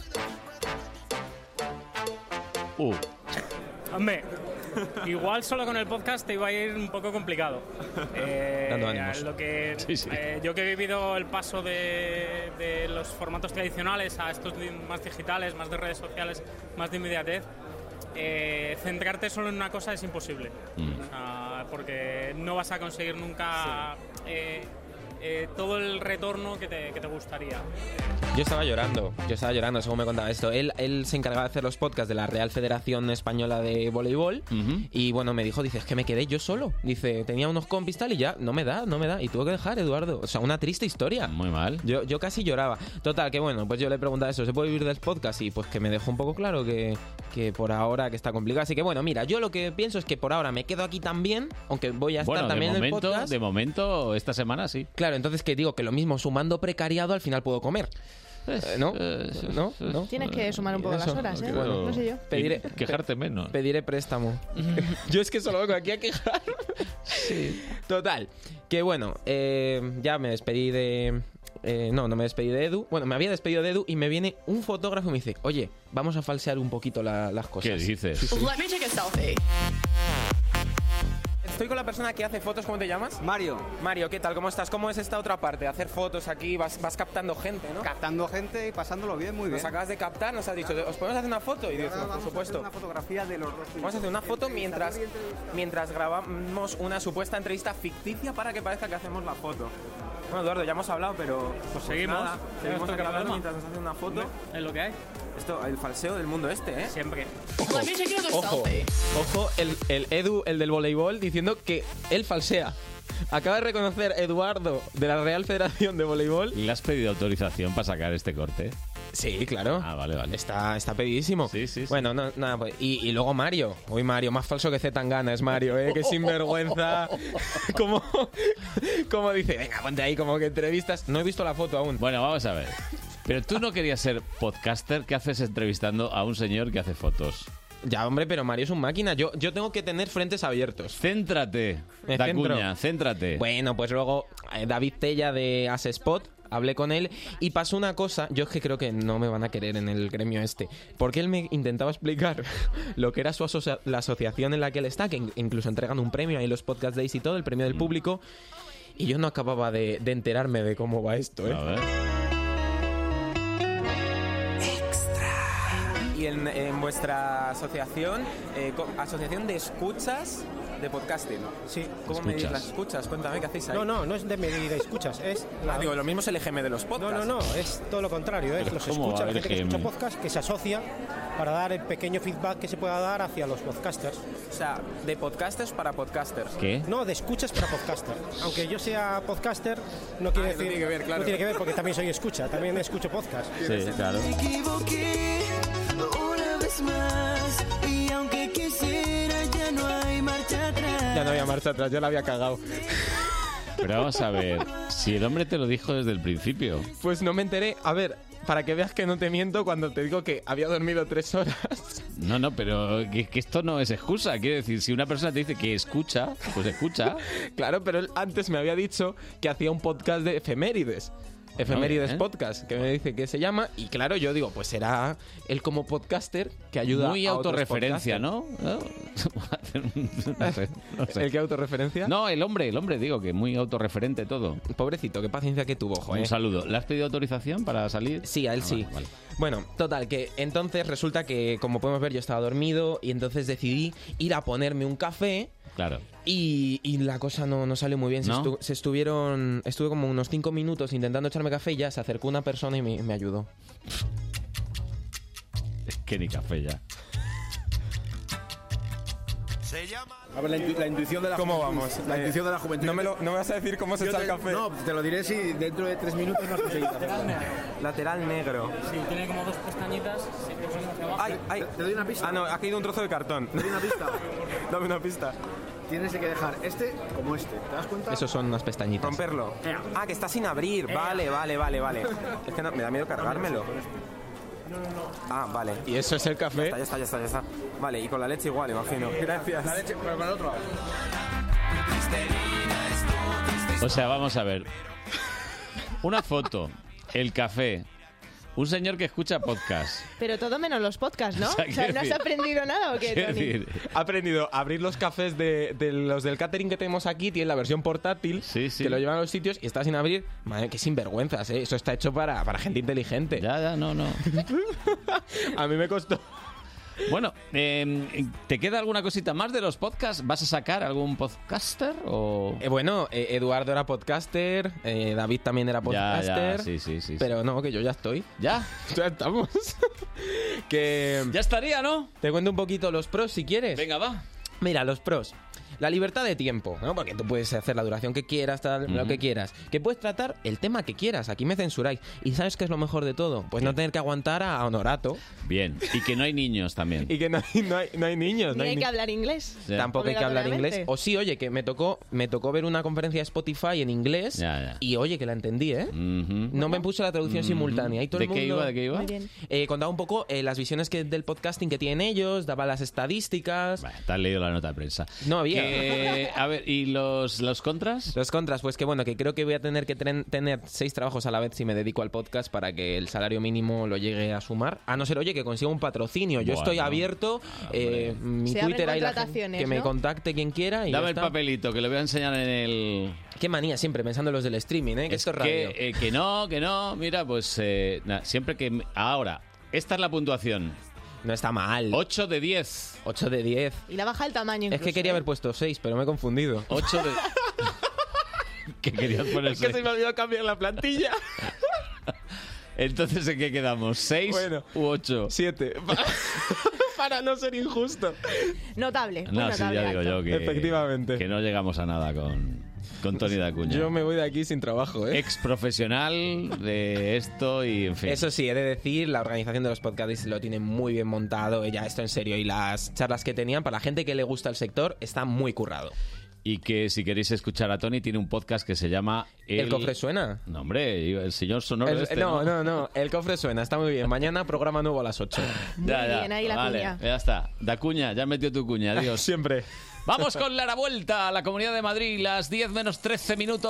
Uh. Hombre, igual solo con el podcast te iba a ir un poco complicado. Eh, Dando ánimos. Lo que, Sí, sí. eh, yo que he vivido el paso de, de los formatos tradicionales a estos di- más digitales, más de redes sociales, más de inmediatez, eh, centrarte solo en una cosa es imposible. Mm. O sea, porque no vas a conseguir nunca eh, eh, todo el retorno que te, que te gustaría. Yo estaba llorando, yo estaba llorando según me contaba esto. Él, él se encargaba de hacer los podcasts de la Real Federación Española de Voleibol y bueno, me dijo, dice, es que me quedé yo solo. Dice, tenía unos compis tal y ya, no me da, no me da. Y tuve que dejar, Eduardo. O sea, una triste historia. Muy mal. Yo, yo casi lloraba. Total, que bueno, pues yo le preguntaba eso, ¿se puede vivir del podcast? Y pues que me dejó un poco claro que, que por ahora que está complicado. Así que bueno, mira, yo lo que pienso es que por ahora me quedo aquí también, aunque voy a estar Bueno, de también en el momento, podcast. de momento, esta semana sí. Claro, entonces que digo que lo mismo, sumando precariado, al final puedo comer. Eh, ¿No? ¿No? ¿No? Tienes que sumar un poco Eso, las horas, ¿eh? bueno. No sé yo. Pediré, Y quejarte menos. Pediré préstamo. Yo es que solo vengo aquí a quejar. Total, que bueno, eh, ya me despedí de... eh, no, no me despedí de Edu. Bueno, me había despedido de Edu y me viene un fotógrafo y me dice, oye, vamos a falsear un poquito la- las cosas. ¿Qué dices? Sí, sí. Let me take a selfie. Estoy con la persona que hace fotos, ¿cómo te llamas? Mario. Mario, ¿qué tal? ¿Cómo estás? ¿Cómo es esta otra parte? Hacer fotos aquí, vas, vas captando gente, ¿no? Captando gente y pasándolo bien, muy bien. Nos acabas de captar, nos has dicho, ¿os podemos hacer una foto? Y Y dices, ahora por vamos a supuesto. hacer una fotografía de los dos. Vamos a hacer una foto mientras, mientras grabamos una supuesta entrevista ficticia para que parezca que hacemos la foto. Bueno, Eduardo, ya hemos hablado, pero... Pues seguimos. nada, seguimos Esto aquí que hablando problema. mientras nos hacen una foto. Es lo que hay. Esto, el falseo del mundo este, ¿eh? Siempre. Ojo, ojo, ojo el, el Edu, el del voleibol, diciendo que él falsea. Acaba de reconocer Eduardo de la Real Federación de Voleibol. ¿Le has pedido autorización para sacar este corte? Sí, claro. Ah, vale, vale. Está, está pedidísimo. Sí, sí, sí. Bueno, no, nada, pues. Y, y luego Mario. Uy, Mario, más falso que Zetangana es Mario, ¿eh? Que sinvergüenza. como, como dice, venga, ponte ahí, como que entrevistas. No he visto la foto aún. Bueno, vamos a ver. Pero tú no querías ser podcaster, ¿qué haces entrevistando a un señor que hace fotos? Ya, hombre, pero Mario es un máquina. Yo, yo tengo que tener frentes abiertos. Céntrate, Me Dacuña, centro. céntrate. Bueno, pues luego eh, David Tella de As Spot, hablé con él y pasó una cosa. Yo es que creo que no me van a querer en el gremio este, porque él me intentaba explicar lo que era su asocia- la asociación en la que él está, que in- incluso entregan un premio ahí los Podcast Days y todo, el premio del público, y yo no acababa de, de enterarme de cómo va esto, ¿eh? A ver. Y en, en vuestra asociación, eh, co- asociación de escuchas de podcasting. Sí. ¿Cómo Escuchas. medís las escuchas? Cuéntame, ¿qué hacéis ahí? No, no, no es de medir escuchas, es... Ah, digo, lo mismo es el E G M de los No, podcasts. no, no, es todo lo contrario, es Pero los ¿cómo va escucha, a la haber gente que E G M? escucha podcast que se asocia para dar el pequeño feedback que se pueda dar hacia los podcasters. O sea, de podcasters para podcasters. ¿Qué? No, de escuchas para podcasters. Aunque yo sea podcaster, no quiere Ah, no decir... tiene que ver, claro. No tiene que ver porque también soy escucha, también escucho podcast. Sí, claro. Me equivoqué una vez más y aunque quisiera ya no hay marcha atrás. Ya no había marcha atrás, yo la había cagado. Pero vamos a ver, si el hombre te lo dijo desde el principio. Pues no me enteré. A ver, para que veas que no te miento cuando te digo que había dormido tres horas. No, no, pero que, que esto no es excusa. Quiero decir, si una persona te dice que escucha, pues escucha. Claro, pero él antes me había dicho que hacía un podcast de efemérides. Efemérides ¿eh? Podcast, que me dice que se llama. Y claro, yo digo, pues será él como podcaster que ayuda Muy a otros autorreferencia, ¿no? podcasters. ¿no? No sé, no sé. ¿El que autorreferencia? No, el hombre, el hombre, digo, que muy autorreferente todo. Pobrecito, qué paciencia que tuvo, joder. Un saludo. ¿Le has pedido autorización para salir? Sí, a él Ah, sí. vale, vale. Bueno, total, que entonces resulta que, como podemos ver, yo estaba dormido y entonces decidí ir a ponerme un café. Claro. Y, y la cosa no, no salió muy bien. Se, ¿No? estu- se estuvieron... Estuve como unos cinco minutos intentando echarme café y ya se acercó una persona y me, me ayudó. Es que ni café ya. Se llama... A ver, la, intu- la intuición de la ¿Cómo juventud. vamos? La Eh, intuición de la juventud. no me lo- no me vas a decir cómo se Yo echa te- el café. No, te lo diré si dentro de tres minutos no has conseguido hacerlo. Lateral negro. Sí, tiene como dos pestañitas. Si pulsas hacia abajo. Ay, ay. Te doy una pista. Ah, no, ha caído un trozo de cartón. Te doy una pista. Dame una pista. Tienes que dejar este como este. ¿Te das cuenta? Esos son unas pestañitas. Romperlo. Ea. Ah, que está sin abrir. Ea. Vale, vale, vale, vale. Es que no, me da miedo cargármelo. Ah, vale. ¿Y eso es el café? Ya está, ya está, ya está. Vale, y con la leche igual, imagino. Gracias. La leche, pero con el otro lado. O sea, vamos a ver. Una foto, el café, un señor que escucha podcast. Pero todo menos los podcasts, ¿no? O O sea, sea, quiero ¿no has decir- aprendido nada o qué, Quiero Tony? decir, Ha aprendido a abrir los cafés de, de los del catering que tenemos aquí. Tiene la versión portátil que lo llevan a los sitios y está sin abrir. Madre, qué sinvergüenzas, ¿eh? Eso está hecho para, para gente inteligente. Ya, ya, no, no. A mí me costó. Bueno, eh, ¿te queda alguna cosita más de los podcasts? ¿Vas a sacar algún podcaster o...? Eh, bueno, eh, Eduardo era podcaster, eh, David también era Ya, podcaster. ya, sí, sí, sí. Pero no, que yo ya estoy. ¿Ya? Ya estamos. que... Ya estaría, ¿no? Te cuento un poquito los pros si quieres. Venga, va. Mira, los pros. La libertad de tiempo, ¿no? Porque tú puedes hacer la duración que quieras, tal, lo Ujú. que quieras. Que puedes tratar el tema que quieras. Aquí me censuráis. ¿Y sabes qué es lo mejor de todo? Pues no tener que aguantar a Honorato. Bien. Y que no hay niños también. Y que no hay, no hay, no hay niños. Ni no hay hay ni- que hablar inglés. Ya. Tampoco hay que hablar inglés. Obligatoriamente. O sí, oye, que me tocó, me tocó ver una conferencia de Spotify en inglés. Ya, ya. Y oye, que la entendí, ¿eh? Ujú. No me puse la traducción Ujú. simultánea. Y todo ¿De el qué mundo- iba? ¿De qué iba? Muy bien. Eh, contaba un poco eh, las visiones que, del podcasting que tienen ellos, daba las estadísticas. Bueno, te has leído la nota de prensa. No había. Que- a ver, ¿y los, los contras? Los contras, pues que bueno, que creo que voy a tener que tren- tener seis trabajos a la vez si me dedico al podcast para que el salario mínimo lo llegue a sumar. A no ser, oye, que consiga un patrocinio. Yo Bueno. estoy abierto. eh, mi Se abren Twitter ahí la gente contrataciones, que me ¿no? contacte quien quiera. Y Dame ya el está. papelito, que lo voy a enseñar en el... Qué manía, siempre pensando en los del streaming, ¿eh? Que esto es radio. Que, eh, que no, que no. Mira, pues eh, nada, siempre que... Ahora, esta es la puntuación. No está mal. ocho de diez. ocho de diez. Y la baja el tamaño Es incluso, que quería ¿eh? haber puesto seis, pero me he confundido. ocho de... ¿Qué querías poner? Es que se me olvidó cambiar la plantilla. Entonces, ¿en qué quedamos? ¿seis Bueno. u ocho? Siete. Para no ser injusto. Notable. muy No, sí, notable, ya digo alto. yo que... Efectivamente. Que no llegamos a nada con, con Tony Dacuña. Yo me voy de aquí sin trabajo, ¿eh? Ex profesional de esto y, en fin. Eso sí, he de decir, la organización de los podcasts lo tiene muy bien montado. Ya, esto en serio. Y las charlas que tenían, para la gente que le gusta el sector, está muy currado. Y que si queréis escuchar a Tony, tiene un podcast que se llama... ¿El cofre suena? No, hombre, el señor sonoro El- este, no, no, no. El cofre suena, está muy bien. Mañana programa nuevo a las ocho. Ya, ya. bien, ahí la vale, cuña. ya está. Da cuña, ya metió tu cuña, adiós. Siempre. Vamos con la vuelta a la Comunidad de Madrid, las diez menos trece minutos.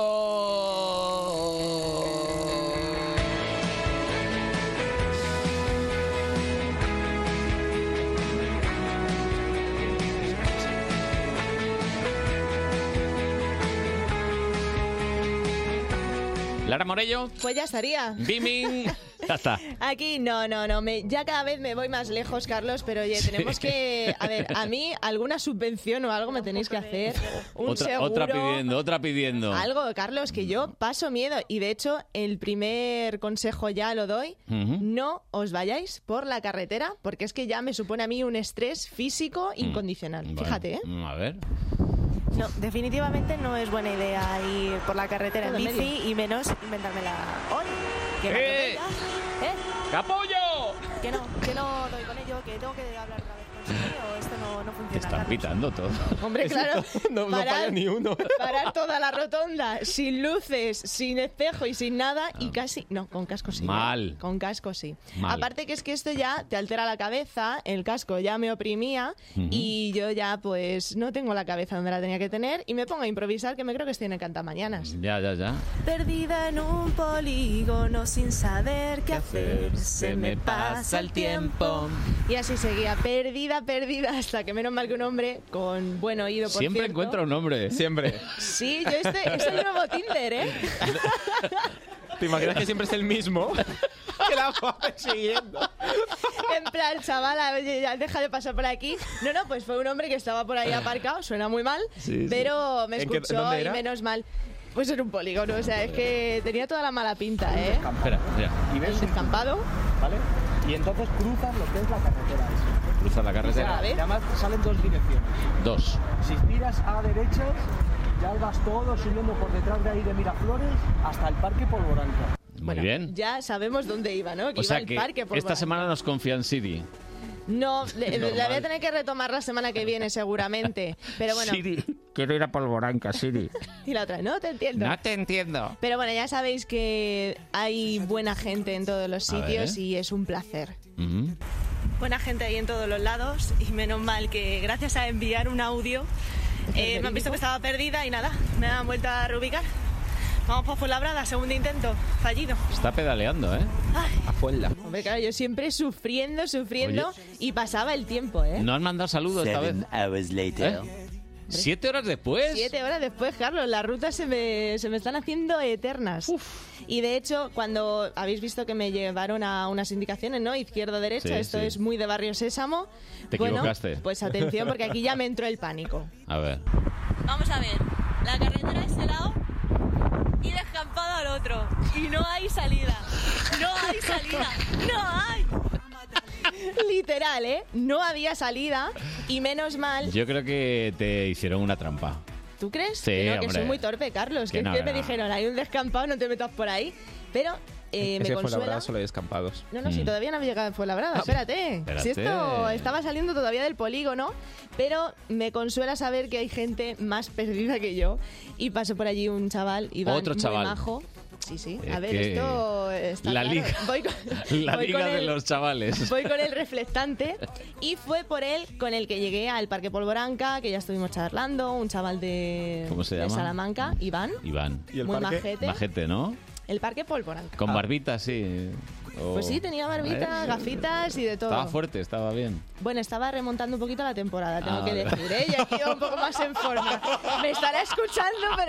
Lara Morello, Pues ya estaría. Beaming, ya está. Aquí no, no, no. Me, ya cada vez me voy más lejos, Carlos, pero oye, tenemos que... A ver, a mí alguna subvención o algo me tenéis que hacer. Un Otra, seguro. otra pidiendo, otra pidiendo. Algo, Carlos, que yo paso miedo. Y de hecho, el primer consejo ya lo doy. Ujú. No os vayáis por la carretera, porque es que ya me supone a mí un estrés físico incondicional. Bueno, Fíjate, ¿eh? A ver. No, definitivamente no es buena idea ir por la carretera en Todo en bici medio. y menos inventármela hoy. Que me ¡Eh! atropella. ¿Eh? ¡Capullo! Que no, que no doy con ello, que tengo que hablar otra vez con o esto no, no funciona. Te están Carlos? pitando todo. Hombre, claro. No, no falla ni uno. Parar toda la rotonda, sin luces, sin espejo y sin nada, y casi... No, con casco sí. ¿eh? Mal. Con casco sí. Mal. Aparte que es que esto ya te altera la cabeza, el casco ya me oprimía, Ujú. y yo ya pues no tengo la cabeza donde la tenía que tener, y me pongo a improvisar, que me creo que estoy en el Cantamañanas. Ya, ya, ya. Perdida en un polígono sin saber qué hacer, se me pasa el tiempo. Y así seguía, perdida, perdida, hasta que menos mal que un hombre con buen oído, por Siempre cierto. encuentra un hombre. Siempre. Sí, yo este es el nuevo Tinder, ¿eh? ¿Te imaginas que siempre es el mismo? Que la va persiguiendo. En plan, chavala, oye, ya deja de pasar por aquí. No, no, pues fue un hombre que estaba por ahí aparcado, suena muy mal, Sí, sí. pero me ¿En qué- escuchó dónde y era? menos mal. Pues en un polígono, o sea, es que tenía toda la mala pinta, ¿eh? Espera, mira. Y ves El descampado. ¿Vale? Y entonces cruzas lo que es la carretera esa. Cruza la Y carretera. además salen dos direcciones. Dos. Si tiras a derechas, ya vas todo subiendo por detrás de ahí de Miraflores hasta el Parque Polvoranca. Muy bien. Ya sabemos dónde iba, ¿no? Que O sea iba al que parque por esta Barranca. semana nos confía en Siri. No, le, le Normal. voy a tener que retomar la semana que viene seguramente. Pero bueno, Siri, quiero ir a Polvoranca, Siri. y la otra, no te entiendo. No te entiendo. Pero bueno, ya sabéis que hay buena gente en todos los A ver. sitios y es un placer. Ujú. Buena gente ahí en todos los lados y menos mal que gracias a enviar un audio eh, me han visto que estaba perdida y nada, me han vuelto a reubicar. Vamos por Fuenlabrada, segundo intento, fallido. Está pedaleando, ¿eh? A Fuenla. Hombre, claro, yo siempre sufriendo, sufriendo y pasaba el tiempo, ¿eh? No han mandado saludos esta vez. hours later. ¿Eh? ¿Siete horas después? Siete horas después, Carlos, las rutas se me, se me están haciendo eternas. Y de hecho, cuando habéis visto que me llevaron a unas indicaciones, ¿no? Izquierda-derecha, Sí, esto sí. es muy de Barrio Sésamo. Te bueno, equivocaste. pues atención, porque aquí ya me entró el pánico. A ver. Vamos a ver, la carretera a ese lado y descampado al otro. Y no hay salida, no hay salida, no hay. Literal, ¿eh? No había salida y menos mal. Yo creo que te hicieron una trampa. ¿Tú crees? Sí, que no, que hombre. soy muy torpe, Carlos. Que Que, no, es que que me no. dijeron, hay un descampado, no te metas por ahí. Pero eh, Es me que consuela. Fuenlabrada solo hay descampados. No, no, si Mm. todavía no había llegado a Fuenlabrada, Ah, espérate. espérate. Si esto estaba saliendo todavía del polígono, pero me consuela saber que hay gente más perdida que yo. Y pasó por allí un chaval, Iván, Otro muy chaval. majo. Sí, sí. Es A ver, que esto está la claro. liga- Voy con, La voy liga con de el- los chavales. Voy con el reflectante y fue por él con el que llegué al Parque Polvoranca, que ya estuvimos charlando, un chaval de, ¿Cómo se de llama? Salamanca, Iván. Iván. ¿Y el Muy parque? majete. Majete, ¿no? El Parque Polvoranca. Con barbita, sí. O- Pues sí, tenía barbita, Eh, gafitas y de todo. Estaba fuerte, estaba bien. Bueno, estaba remontando un poquito la temporada, tengo Ah, que vale. decir, ¿eh? Ya quedo un poco más en forma. Me estará escuchando, pero...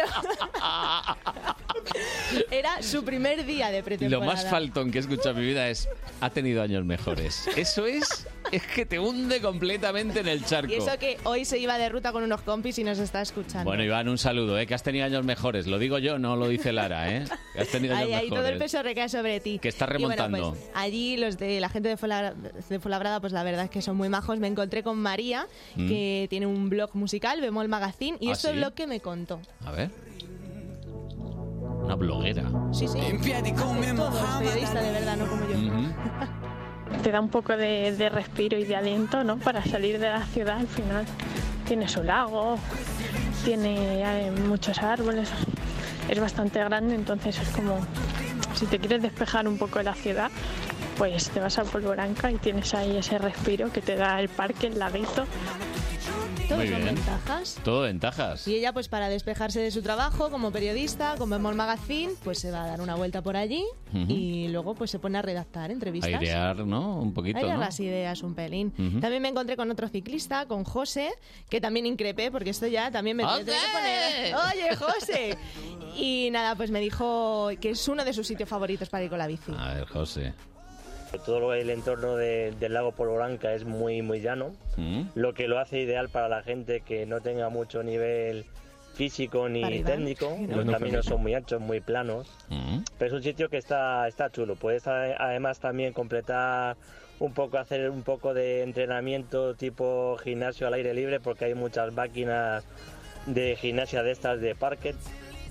Era su primer día de Lo pretemporada. más faltón que he escuchado en mi vida es ha tenido años mejores. Eso es, es que te hunde completamente en el charco. Y eso que hoy se iba de ruta con unos compis y nos está escuchando. Bueno, Iván, un saludo, ¿eh? Que has tenido años mejores. Lo digo yo, no lo dice Lara, ¿eh? Que has tenido años Ahí, ahí todo el mejores. peso recae sobre ti. Que estás Y bueno, remontando. pues, allí los de la gente de Fuenlabrada, de Fuenlabrada, pues la verdad es que son muy majos. Me encontré con María, Mm. que tiene un blog musical, Bemol Magazine, y ¿Ah, esto sí? es lo que me contó. A ver. Una bloguera. Sí, sí. Es periodista de verdad, no como yo. Ujú. Te da un poco de, de respiro y de aliento, ¿no? Para salir de la ciudad al final. Tiene su lago, tiene eh, muchos árboles, es bastante grande, entonces es como, si te quieres despejar un poco de la ciudad, pues te vas a Polvoranca y tienes ahí ese respiro que te da el parque, el laguito. Todos Muy son bien. ventajas. Todo ventajas. Y ella, pues para despejarse de su trabajo como periodista, con Bemol Magazine, pues se va a dar una vuelta por allí Ujú. y luego pues se pone a redactar entrevistas. Airear, ¿no? Un poquito, Airear ¿no? las ideas un pelín. Ujú. También me encontré con otro ciclista, con José, que también increpé, porque esto ya también me tiene que poner... ¡Oye, José! Y nada, pues me dijo que es uno de sus sitios favoritos para ir con la bici. A ver, José. Todo lo- el entorno de- del lago Polvoranca es muy muy llano, ¿Mm? lo que lo hace ideal para la gente que no tenga mucho nivel físico ni Para Iván. técnico. No, Los no, caminos Felipe. son muy anchos, muy planos, ¿Mm? pero es un sitio que está, está chulo. Puedes a- además también completar un poco, hacer un poco de entrenamiento tipo gimnasio al aire libre, porque hay muchas máquinas de gimnasia de estas de parque.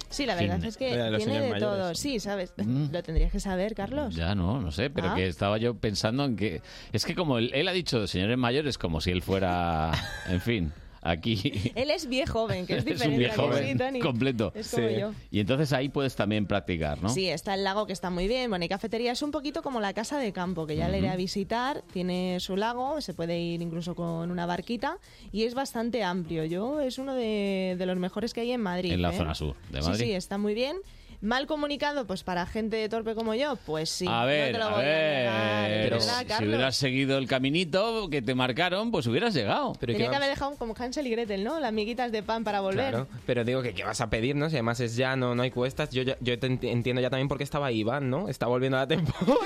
Sí, la verdad Fin. es que Mira, los tiene señores de mayores. todo. Sí, ¿sabes? Mm. Lo tendrías que saber, Carlos. Ya no, no sé, pero Ah. que estaba yo pensando en que... Es que como él, él ha dicho señores mayores, como si él fuera, en fin, aquí... Él es viejo joven, que es Es un diferente. viejo ¿a que joven sí, Tony? completo. Es como yo. Y entonces ahí puedes también practicar, ¿no? Sí, está el lago que está muy bien. Bueno, y cafetería es un poquito como la casa de campo, que ya le iré a Ujú. visitar. Tiene su lago, se puede ir incluso con una barquita y es bastante amplio. Yo es uno de, de los mejores que hay en Madrid. En la ¿eh? zona sur de Sí, Madrid. sí, está muy bien. Mal comunicado, pues para gente torpe como yo, pues sí. A ver, no te lo a voy a negar, ver, ¿es pero verdad, si Carlos? hubieras seguido el caminito que te marcaron, pues hubieras llegado. Tenía que haber dejado como Hansel y Gretel, ¿no? Las miguitas de pan para volver. Claro, pero digo que ¿qué vas a pedir, no? Si además es llano, no hay cuestas. Yo, ya- yo te enti- entiendo ya también por qué estaba Iván, ¿no? Está volviendo a la temporada.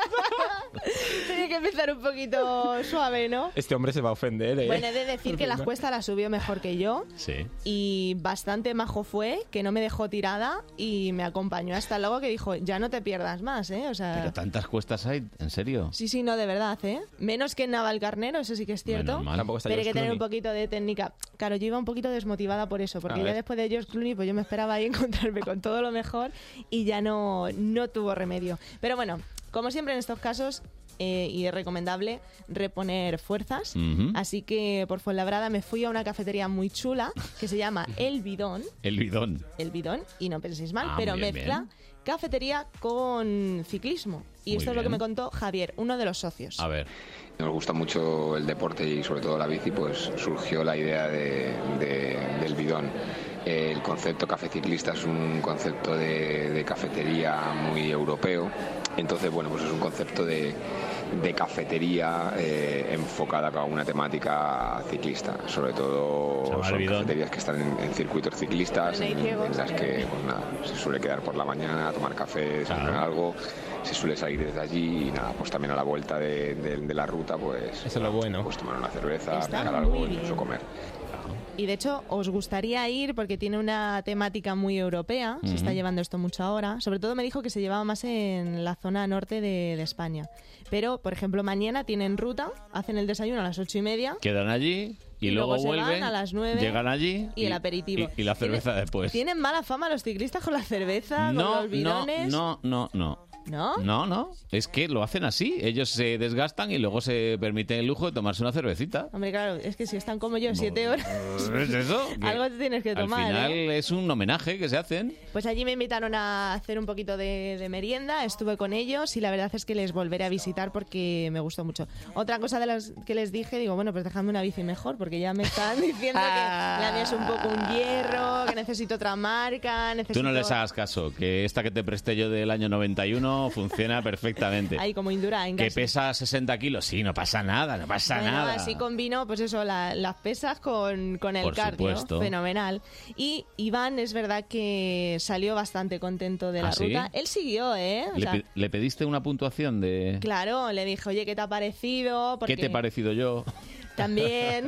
Tenía que empezar un poquito suave, ¿no? Este hombre se va a ofender, ¿eh? Bueno, he de decir que las cuestas las subió mejor que yo. Sí. Y bastante majo fue, que no me dejó tirada y me acompañó hasta luego, que dijo, ya no te pierdas más, ¿eh? O sea... Pero tantas cuestas hay, ¿en serio? Sí, sí, no, de verdad, ¿eh? Menos que en Navalcarnero, eso sí que es cierto. Menos mal. Tampoco está Pero hay que George tener un Clooney. poquito de técnica. Claro, yo iba un poquito desmotivada por eso, porque A ya ver. después de George Clooney, pues yo me esperaba ahí encontrarme con todo lo mejor y ya no, no tuvo remedio. Pero bueno, como siempre en estos casos... eh, y es recomendable reponer fuerzas. Ujú. Así que por Fuenlabrada me fui a una cafetería muy chula que se llama El Bidón. El bidón. El Bidón, y no penséis mal, Ah, pero muy bien, mezcla bien. cafetería con ciclismo. Y Muy esto es lo que bien. me contó Javier, uno de los socios. A ver. Nos gusta mucho el deporte y sobre todo la bici, pues surgió la idea de, de- del bidón. El concepto café ciclista es un concepto de, de cafetería muy europeo, entonces bueno, pues es un concepto de, de cafetería eh, enfocada a una temática ciclista, sobre todo Se llama El son Bidón. cafeterías que están en, en circuitos ciclistas, en, Tenéis ciegos. en las que pues nada, se suele quedar por la mañana a tomar café, desayunar algo, se suele salir desde allí y nada, pues también a la vuelta de, de- de la ruta pues, Eso es lo bueno. pues tomar una cerveza, Está picar algo, muy incluso bien. comer. Y de hecho, os gustaría ir porque tiene una temática muy europea. Se está Ujú. llevando esto mucho ahora. Sobre todo me dijo que se llevaba más en la zona norte de, de España. Pero, por ejemplo, mañana tienen ruta, hacen el desayuno a las ocho y media. Quedan allí y, Y luego, luego se van vuelven. a las nueve Llegan allí. y el aperitivo. Y, y la cerveza después. Tienen mala fama los ciclistas con la cerveza, con No, los no, bidones. no, no, no. ¿No? No, no. Es que lo hacen así. Ellos se desgastan y luego se permiten el lujo de tomarse una cervecita. Hombre, claro, es que si están como yo siete horas, ¿Es eso? Que algo te tienes que Al tomar. final ¿eh? es un homenaje que se hacen. Pues allí me invitaron a hacer un poquito de, de merienda, estuve con ellos y la verdad es que les volveré a visitar porque me gustó mucho. Otra cosa de las que les dije, digo, bueno, pues dejadme una bici mejor porque ya me están diciendo que la mía es un poco un hierro, que necesito otra marca, necesito... Tú no les hagas caso, que esta que te presté yo del año noventa y uno funciona perfectamente. Ahí como Indura, en Que gas. pesa sesenta kilos, sí, no pasa nada, no pasa Bueno, nada. así combino, pues eso, la- las pesas con, con el Por cardio. supuesto. Fenomenal. Y Iván es verdad que salió bastante contento de la ¿Ah, sí? ruta. Él siguió, ¿eh? O ¿Le, sea, pe- le pediste una puntuación de claro, le dije, oye, ¿qué te ha parecido? Porque qué te he parecido yo? también,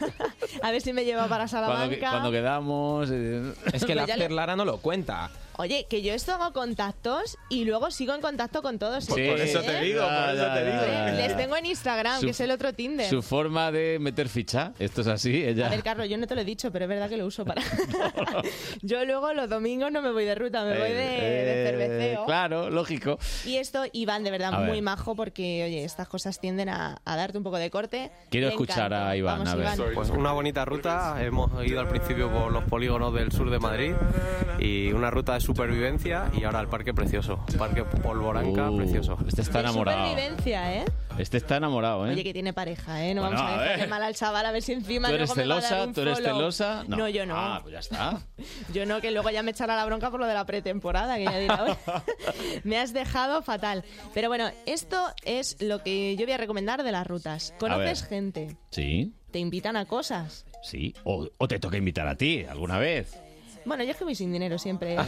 a ver si me lleva para Cuando, Salamanca. que- cuando quedamos... eh, Es que el Pues ya After le- Lara no lo cuenta. Oye, que yo esto hago contactos y luego sigo en contacto con todos. Pues ¿eh? por eso te digo, por eso te digo. Les tengo en Instagram, Su- que es el otro Tinder. Su forma de meter ficha, esto es así, ella... A ver, Carlos, yo no te lo he dicho, pero es verdad que lo uso para... Yo luego los domingos no me voy de ruta, me voy de, de Eh, cerveceo. Claro, lógico. Y esto, Iván, de verdad, A ver. muy majo porque, oye, estas cosas tienden a, a darte un poco de corte. Quiero Le escuchar encanta. a Iván, Vamos, a ver. Iván. Pues una bonita ruta, hemos ido al principio por los polígonos del sur de Madrid y una ruta de supervivencia y ahora al parque precioso, parque Polvoranca Uh, precioso. Este está De enamorado. supervivencia, ¿eh? Este está enamorado, ¿eh? Oye, que tiene pareja, ¿eh? No Bueno, vamos a a dejarle ver. mal al chaval a ver si encima ¿Tú eres luego me va a dar celosa? un ¿Tú eres follow. celosa? No. yo no. Ah, pues ya está. Yo no, que luego ya me echará la bronca por lo de la pretemporada, que ya dirá, "Oye, me has dejado fatal". Pero bueno, esto es lo que yo voy a recomendar de las rutas. ¿Conoces ver. gente? Sí, ¿Te invitan a cosas? sí. O, o te toca invitar a ti alguna vez. Bueno, yo es que voy sin dinero siempre. ¿eh?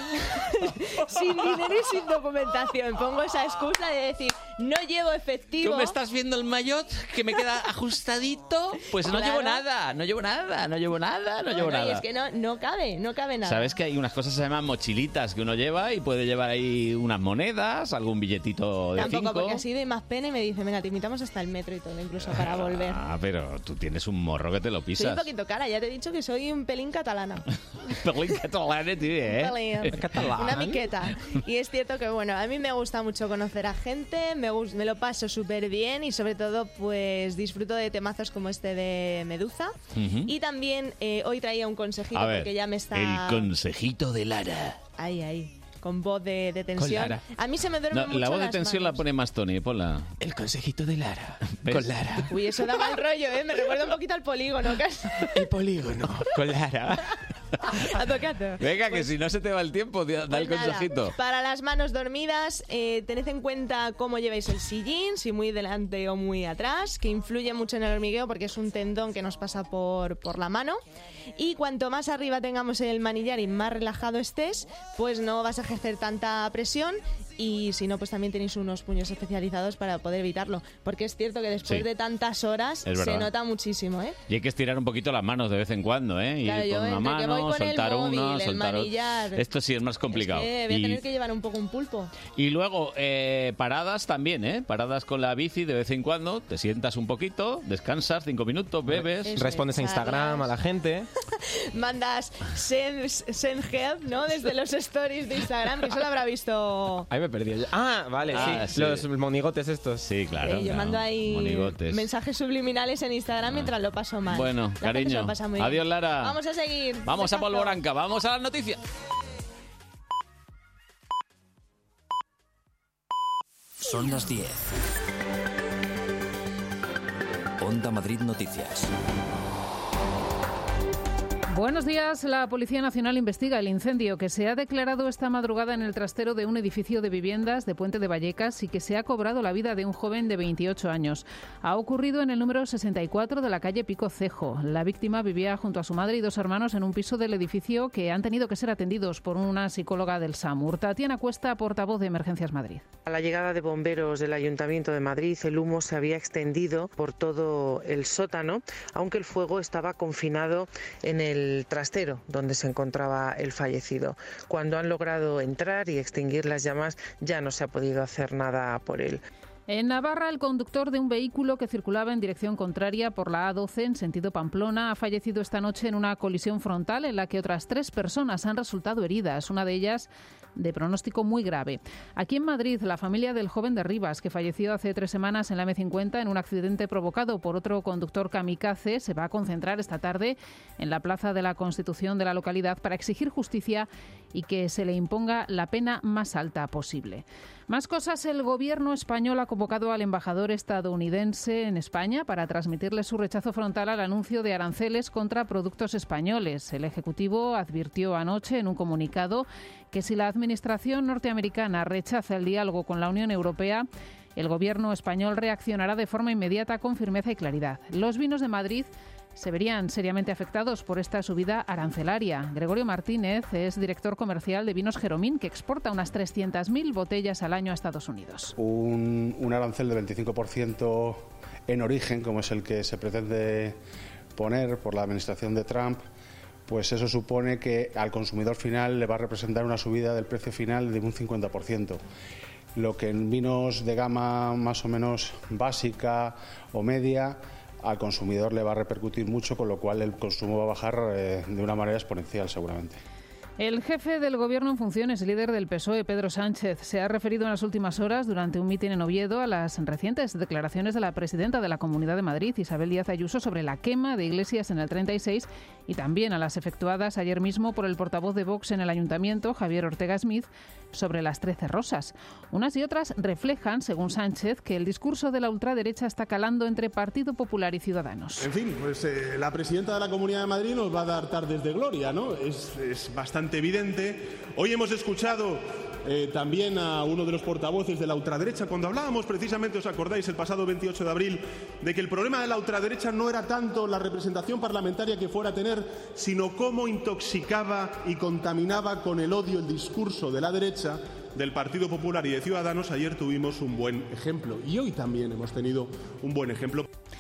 Sin dinero y sin documentación. Pongo esa excusa de decir, no llevo efectivo. ¿Tú me estás viendo el maillot que me queda ajustadito? Pues no Claro. llevo nada, no llevo nada, no llevo nada, no llevo No, y nada. es que no, no cabe, no cabe nada. ¿Sabes que hay unas cosas que se llaman mochilitas que uno lleva y puede llevar ahí unas monedas, algún billetito de Tampoco, cinco? porque así doy más pena y me dice, venga, te invitamos hasta el metro y todo, incluso para volver. Ah, pero tú tienes un morro que te lo Soy pisas. un poquito cara, ya te he dicho que soy un pelín catalana. Pelín catalán, tío, ¿eh? Catalán. Una miqueta. Y es cierto que, bueno, a mí me gusta mucho conocer a gente, me, gus- me lo paso súper bien y sobre todo, pues disfruto de temazos como este de Medusa. Ujú. Y también eh, hoy traía un consejito A ver, porque ya me está... el consejito de Lara. Ahí, ahí. Con voz de, de tensión. Lara. A mí se me duermen No, mucho la voz de las tensión manos. la pone más Tony, ponla. El consejito de Lara. ¿Ves? Con Lara. Uy, eso da mal rollo, ¿eh? Me recuerda un poquito al polígono, casi. El polígono. Con Lara. A tocato. Venga, que si no se te va el tiempo, da da el Pues nada, consejito. para las manos dormidas, eh, tened en cuenta cómo lleváis el sillín, si muy delante o muy atrás, que influye mucho en el hormigueo porque es un tendón que nos pasa por, por la mano. Y cuanto más arriba tengamos el manillar y más relajado estés, pues no vas a ejercer tanta presión. Y si no, pues también tenéis unos puños especializados para poder evitarlo. Porque es cierto que después Sí. de tantas horas Es se verdad. nota muchísimo, ¿eh? Y hay que estirar un poquito las manos de vez en cuando, ¿eh? Claro, Ir yo con una entre que voy mano, con el soltar móvil, una, el soltar otra. manillar. Esto sí es más complicado. Eh, voy a y, tener que llevar un poco un pulpo. y luego, eh, paradas también, ¿eh? Paradas con la bici de vez en cuando. Te sientas un poquito, descansas cinco minutos, bebes. Eso Respondes a es, Instagram a la gente. Mandas send, send help, ¿no? Desde los stories de Instagram, que eso lo habrá visto. Ahí me perdí yo. Ah, vale, Ah, sí. sí. Los monigotes estos. Sí, claro. Eh, yo claro. mando ahí Monigotes. mensajes subliminales en Instagram mientras lo paso mal. Bueno, La gente se cariño. lo pasa muy bien. Adiós, Lara. Vamos a seguir. Vamos a Besazo. Polvoranca, vamos a las noticias. Son las diez. Onda Madrid Noticias. Buenos días. La Policía Nacional investiga el incendio que se ha declarado esta madrugada en el trastero de un edificio de viviendas de Puente de Vallecas y que se ha cobrado la vida de un joven de veintiocho años. Ha ocurrido en el número sesenta y cuatro de la calle Pico Cejo. La víctima vivía junto a su madre y dos hermanos en un piso del edificio que han tenido que ser atendidos por una psicóloga del SAMUR. Tatiana Cuesta, portavoz de Emergencias Madrid. A la llegada de bomberos del Ayuntamiento de Madrid, el humo se había extendido por todo el sótano, aunque el fuego estaba confinado en el trastero donde se encontraba el fallecido. Cuando han logrado entrar y extinguir las llamas, ya no se ha podido hacer nada por él. En Navarra, el conductor de un vehículo que circulaba en dirección contraria por la A doce en sentido Pamplona ha fallecido esta noche en una colisión frontal en la que otras tres personas han resultado heridas, una de ellas de pronóstico muy grave. Aquí en Madrid, la familia del joven de Rivas, que falleció hace tres semanas en la eme cincuenta en un accidente provocado por otro conductor kamikaze, se va a concentrar esta tarde en la Plaza de la Constitución de la localidad para exigir justicia y que se le imponga la pena más alta posible. Más cosas. El gobierno español ha convocado al embajador estadounidense en España para transmitirle su rechazo frontal al anuncio de aranceles contra productos españoles. El Ejecutivo advirtió anoche en un comunicado que si la administración norteamericana rechaza el diálogo con la Unión Europea, el gobierno español reaccionará de forma inmediata con firmeza y claridad. Los vinos de Madrid se verían seriamente afectados por esta subida arancelaria. Gregorio Martínez es director comercial de Vinos Jeromín, que exporta unas trescientas mil botellas al año a Estados Unidos. Un, un arancel de veinticinco por ciento en origen, como es el que se pretende poner por la administración de Trump, pues eso supone que al consumidor final le va a representar una subida del precio final de un cincuenta por ciento. Lo que en vinos de gama más o menos básica o media, al consumidor le va a repercutir mucho, con lo cual el consumo va a bajar eh, de una manera exponencial seguramente. El jefe del Gobierno en funciones, líder del P S O E, Pedro Sánchez, se ha referido en las últimas horas durante un mitin en Oviedo a las recientes declaraciones de la presidenta de la Comunidad de Madrid, Isabel Díaz Ayuso, sobre la quema de iglesias en el treinta y seis y también a las efectuadas ayer mismo por el portavoz de Vox en el Ayuntamiento, Javier Ortega Smith, sobre las trece rosas. Unas y otras reflejan, según Sánchez, que el discurso de la ultraderecha está calando entre Partido Popular y Ciudadanos. En fin, pues eh, la presidenta de la Comunidad de Madrid nos va a dar tardes de gloria, ¿no? Es, es bastante evidente. Hoy hemos escuchado eh, también a uno de los portavoces de la ultraderecha cuando hablábamos precisamente, ¿os acordáis?, el pasado veintiocho de abril, de que el problema de la ultraderecha no era tanto la representación parlamentaria que fuera a tener, sino cómo intoxicaba y contaminaba con el odio el discurso de la derecha, del Partido Popular y de Ciudadanos. Ayer tuvimos un buen ejemplo y hoy también hemos tenido un buen ejemplo.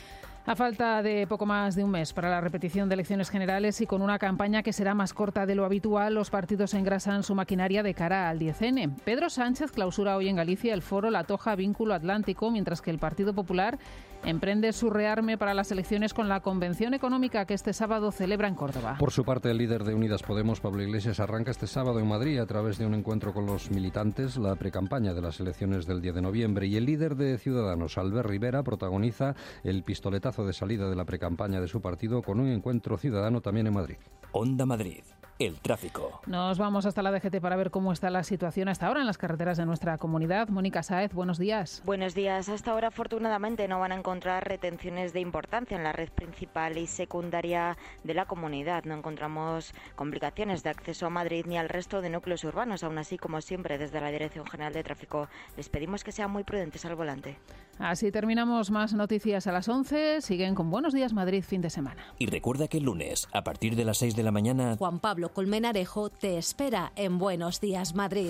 A falta de poco más de un mes para la repetición de elecciones generales y con una campaña que será más corta de lo habitual, los partidos engrasan su maquinaria de cara al diez ene. Pedro Sánchez clausura hoy en Galicia el foro La Toja Vínculo Atlántico, mientras que el Partido Popular emprende su rearme para las elecciones con la convención económica que este sábado celebra en Córdoba. Por su parte, el líder de Unidas Podemos, Pablo Iglesias, arranca este sábado en Madrid a través de un encuentro con los militantes la precampaña de las elecciones del diez de noviembre. Y el líder de Ciudadanos, Albert Rivera, protagoniza el pistoletazo de salida de la precampaña de su partido con un encuentro ciudadano también en Madrid. Onda Madrid. El tráfico. Nos vamos hasta la D G T para ver cómo está la situación hasta ahora en las carreteras de nuestra comunidad. Mónica Sáez, buenos días. Buenos días. Hasta ahora, afortunadamente, no van a encontrar retenciones de importancia en la red principal y secundaria de la comunidad. No encontramos complicaciones de acceso a Madrid ni al resto de núcleos urbanos. Aún así, como siempre, desde la Dirección General de Tráfico, les pedimos que sean muy prudentes al volante. Así terminamos. Más noticias a las once. Siguen con Buenos Días Madrid, fin de semana. Y recuerda que el lunes, a partir de las seis de la mañana, Juan Pablo Colmenarejo te espera en Buenos Días Madrid.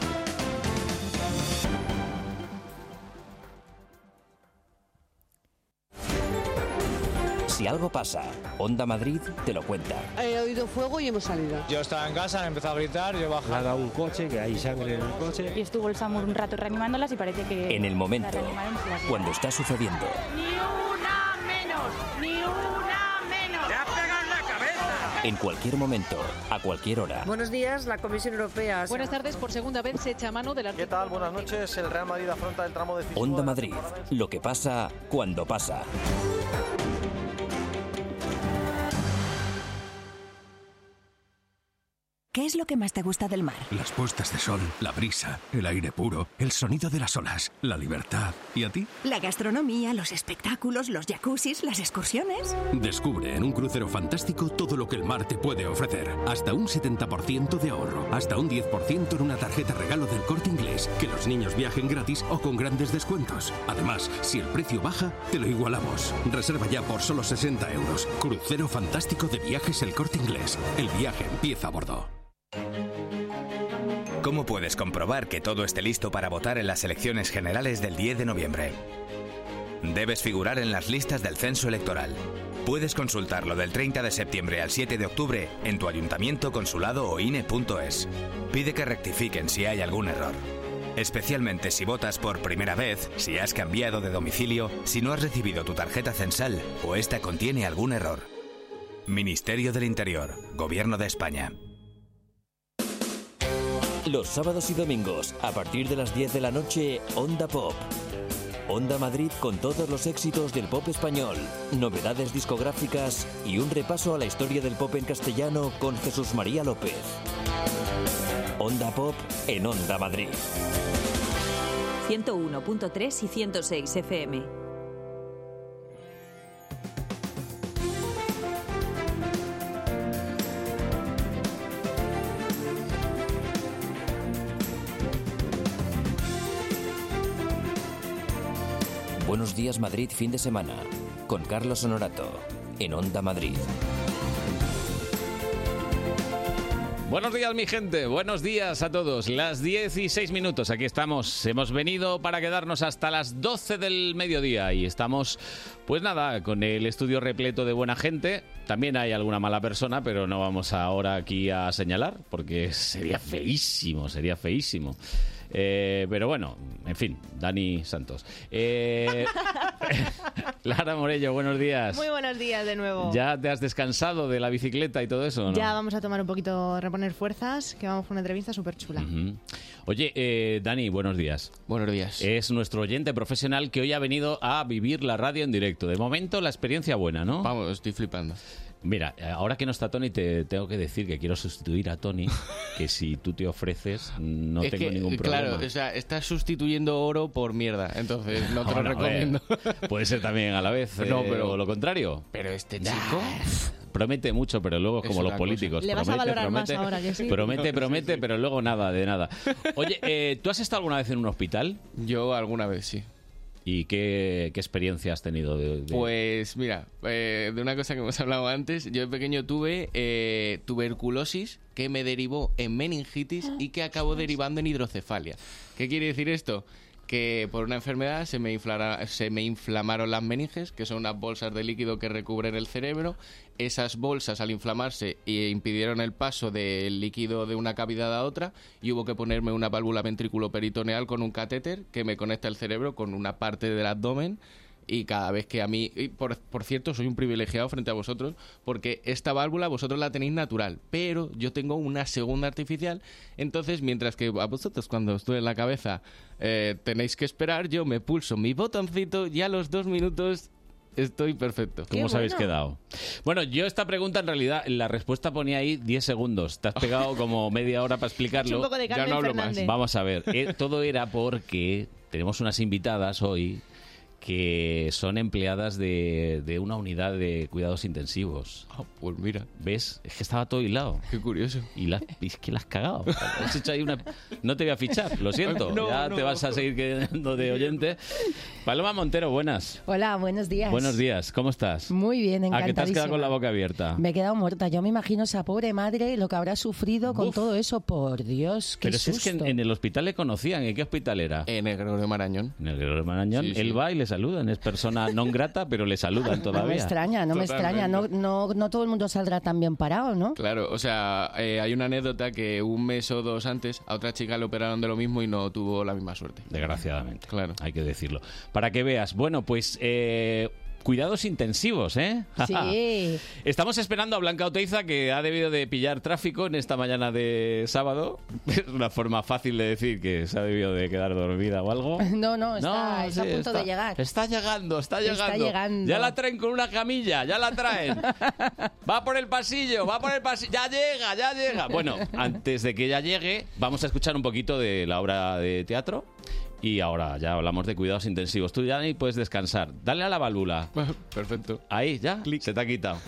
Si algo pasa, Onda Madrid te lo cuenta. He oído fuego y hemos salido. Yo estaba en casa, he empezado a gritar, yo he bajado. Ha dado un coche, que hay sangre en el coche. Y estuvo el SAMUR un rato reanimándolas y parece que... En el momento, cuando está sucediendo. ¡Ni una menos! ¡Ni una menos! ¡Te has pegado en la cabeza! En cualquier momento, a cualquier hora. Buenos días, la Comisión Europea. Buenas tardes, por segunda vez se echa mano del... ¿Qué tal? Buenas noches. El Real Madrid afronta el tramo decisivo. Onda Madrid, lo que pasa cuando pasa. ¿Qué es lo que más te gusta del mar? Las puestas de sol, la brisa, el aire puro, el sonido de las olas, la libertad. ¿Y a ti? La gastronomía, los espectáculos, los jacuzzis, las excursiones. Descubre en un crucero fantástico todo lo que el mar te puede ofrecer. Hasta un setenta por ciento de ahorro. Hasta un diez por ciento en una tarjeta regalo del Corte Inglés. Que los niños viajen gratis o con grandes descuentos. Además, si el precio baja, te lo igualamos. Reserva ya por solo sesenta euros. Crucero fantástico de viajes El Corte Inglés. El viaje empieza a bordo. ¿Cómo puedes comprobar que todo esté listo para votar en las elecciones generales del diez de noviembre? Debes figurar en las listas del censo electoral. Puedes consultarlo del treinta de septiembre al siete de octubre en tu ayuntamiento, consulado o ine punto es. Pide que rectifiquen si hay algún error. Especialmente si votas por primera vez, si has cambiado de domicilio, si no has recibido tu tarjeta censal o esta contiene algún error. Ministerio del Interior, Gobierno de España. Los sábados y domingos, a partir de las diez de la noche, Onda Pop. Onda Madrid con todos los éxitos del pop español, novedades discográficas y un repaso a la historia del pop en castellano con Jesús María López. Onda Pop en Onda Madrid. ciento uno punto tres y ciento seis F M. Buenos días Madrid, fin de semana, con Carlos Honorato, en Onda Madrid. Buenos días, mi gente. Buenos días a todos. Las diez y seis minutos. Aquí estamos. Hemos venido para quedarnos hasta las doce del mediodía. Y estamos, pues nada, con el estudio repleto de buena gente. También hay alguna mala persona, pero no vamos ahora aquí a señalar, porque sería feísimo, sería feísimo. Eh, pero bueno, en fin, Dani Santos. Eh, Lara Morello, buenos días. Muy buenos días de nuevo. ¿Ya te has descansado de la bicicleta y todo eso, no? Ya vamos a tomar un poquito, reponer fuerzas, que vamos con una entrevista súper chula. Uh-huh. Oye, eh, Dani, buenos días. Buenos días. Es nuestro oyente profesional que hoy ha venido a vivir la radio en directo. De momento, la experiencia buena, ¿no? Vamos, estoy flipando. Mira, ahora que no está Tony, te tengo que decir que quiero sustituir a Tony, que si tú te ofreces, no es tengo que, ningún problema. Claro, o sea, estás sustituyendo oro por mierda, entonces no te bueno, lo recomiendo. Ver, puede ser también a la vez, no, eh, pero, o lo contrario. Pero este chico... Promete mucho, pero luego es como los políticos. Le vas promete, a valorar promete, más ahora que sí. Promete, promete, sí, sí. pero luego nada, de nada. Oye, eh, ¿tú has estado alguna vez en un hospital? Yo alguna vez, sí. ¿Y qué, qué experiencia has tenido? De, de... Pues mira, eh, de una cosa que hemos hablado antes, yo de pequeño tuve eh, tuberculosis que me derivó en meningitis y que acabó derivando en hidrocefalia. ¿Qué quiere decir esto? que por una enfermedad se me, inflara, se me inflamaron las meninges, que son unas bolsas de líquido que recubren el cerebro. Esas bolsas, al inflamarse, impidieron el paso del líquido de una cavidad a otra y hubo que ponerme una válvula ventrículo-peritoneal con un catéter que me conecta el cerebro con una parte del abdomen. Y cada vez que a mí... Y por, por cierto, soy un privilegiado frente a vosotros porque esta válvula vosotros la tenéis natural, pero yo tengo una segunda artificial. Entonces, mientras que a vosotros cuando os duele la cabeza eh, tenéis que esperar, yo me pulso mi botoncito y a los dos minutos estoy perfecto. ¿Cómo os habéis quedado? Bueno, yo esta pregunta en realidad, la respuesta ponía ahí diez segundos. Te has pegado como media hora para explicarlo. Un poco de ya no hablo más. Vamos a ver. Eh, todo era porque tenemos unas invitadas hoy que son empleadas de, de una unidad de cuidados intensivos. Oh, pues mira. ¿Ves? Es que estaba todo hilado. Qué curioso. Y la, es que la has cagado. Has hecho ahí una... No te voy a fichar, lo siento. No, ya no. Te vas a seguir quedando de oyente. Paloma Montero, buenas. Hola, buenos días. Buenos días, ¿cómo estás? Muy bien, encantadísima. ¿A qué te has quedado con la boca abierta? Me he quedado muerta. Yo me imagino esa pobre madre lo que habrá sufrido con Uf. todo eso. Por Dios, qué Pero susto. si es que en, en el hospital le conocían. ¿En qué hospital era? En el Gregorio Marañón. En el Gregorio Marañón. Sí, sí. Él va y le saludan. Es persona non grata, pero le saludan todavía. No me extraña, no Totalmente. me extraña. No, no, no todo el mundo saldrá tan bien parado, ¿no? Claro, o sea, eh, hay una anécdota que un mes o dos antes a otra chica le operaron de lo mismo y no tuvo la misma suerte. Desgraciadamente. Claro. Hay que decirlo. Para que veas. Bueno, pues... Eh... Cuidados intensivos, ¿eh? Sí. Estamos esperando a Blanca Oteiza, que ha debido de pillar tráfico en esta mañana de sábado. Es una forma fácil de decir que se ha debido de quedar dormida o algo. No, no, está, No, está sí, a punto está- de llegar. Está llegando, está llegando. Está llegando. Ya la traen con una camilla, ya la traen. Va por el pasillo, va por el pasillo. Ya llega, ya llega. Bueno, antes de que ella llegue, vamos a escuchar un poquito de la obra de teatro. Y ahora ya hablamos de cuidados intensivos. Tú ya ni puedes descansar. Dale a la válvula. Perfecto. Ahí, ya. Se te ha quitado.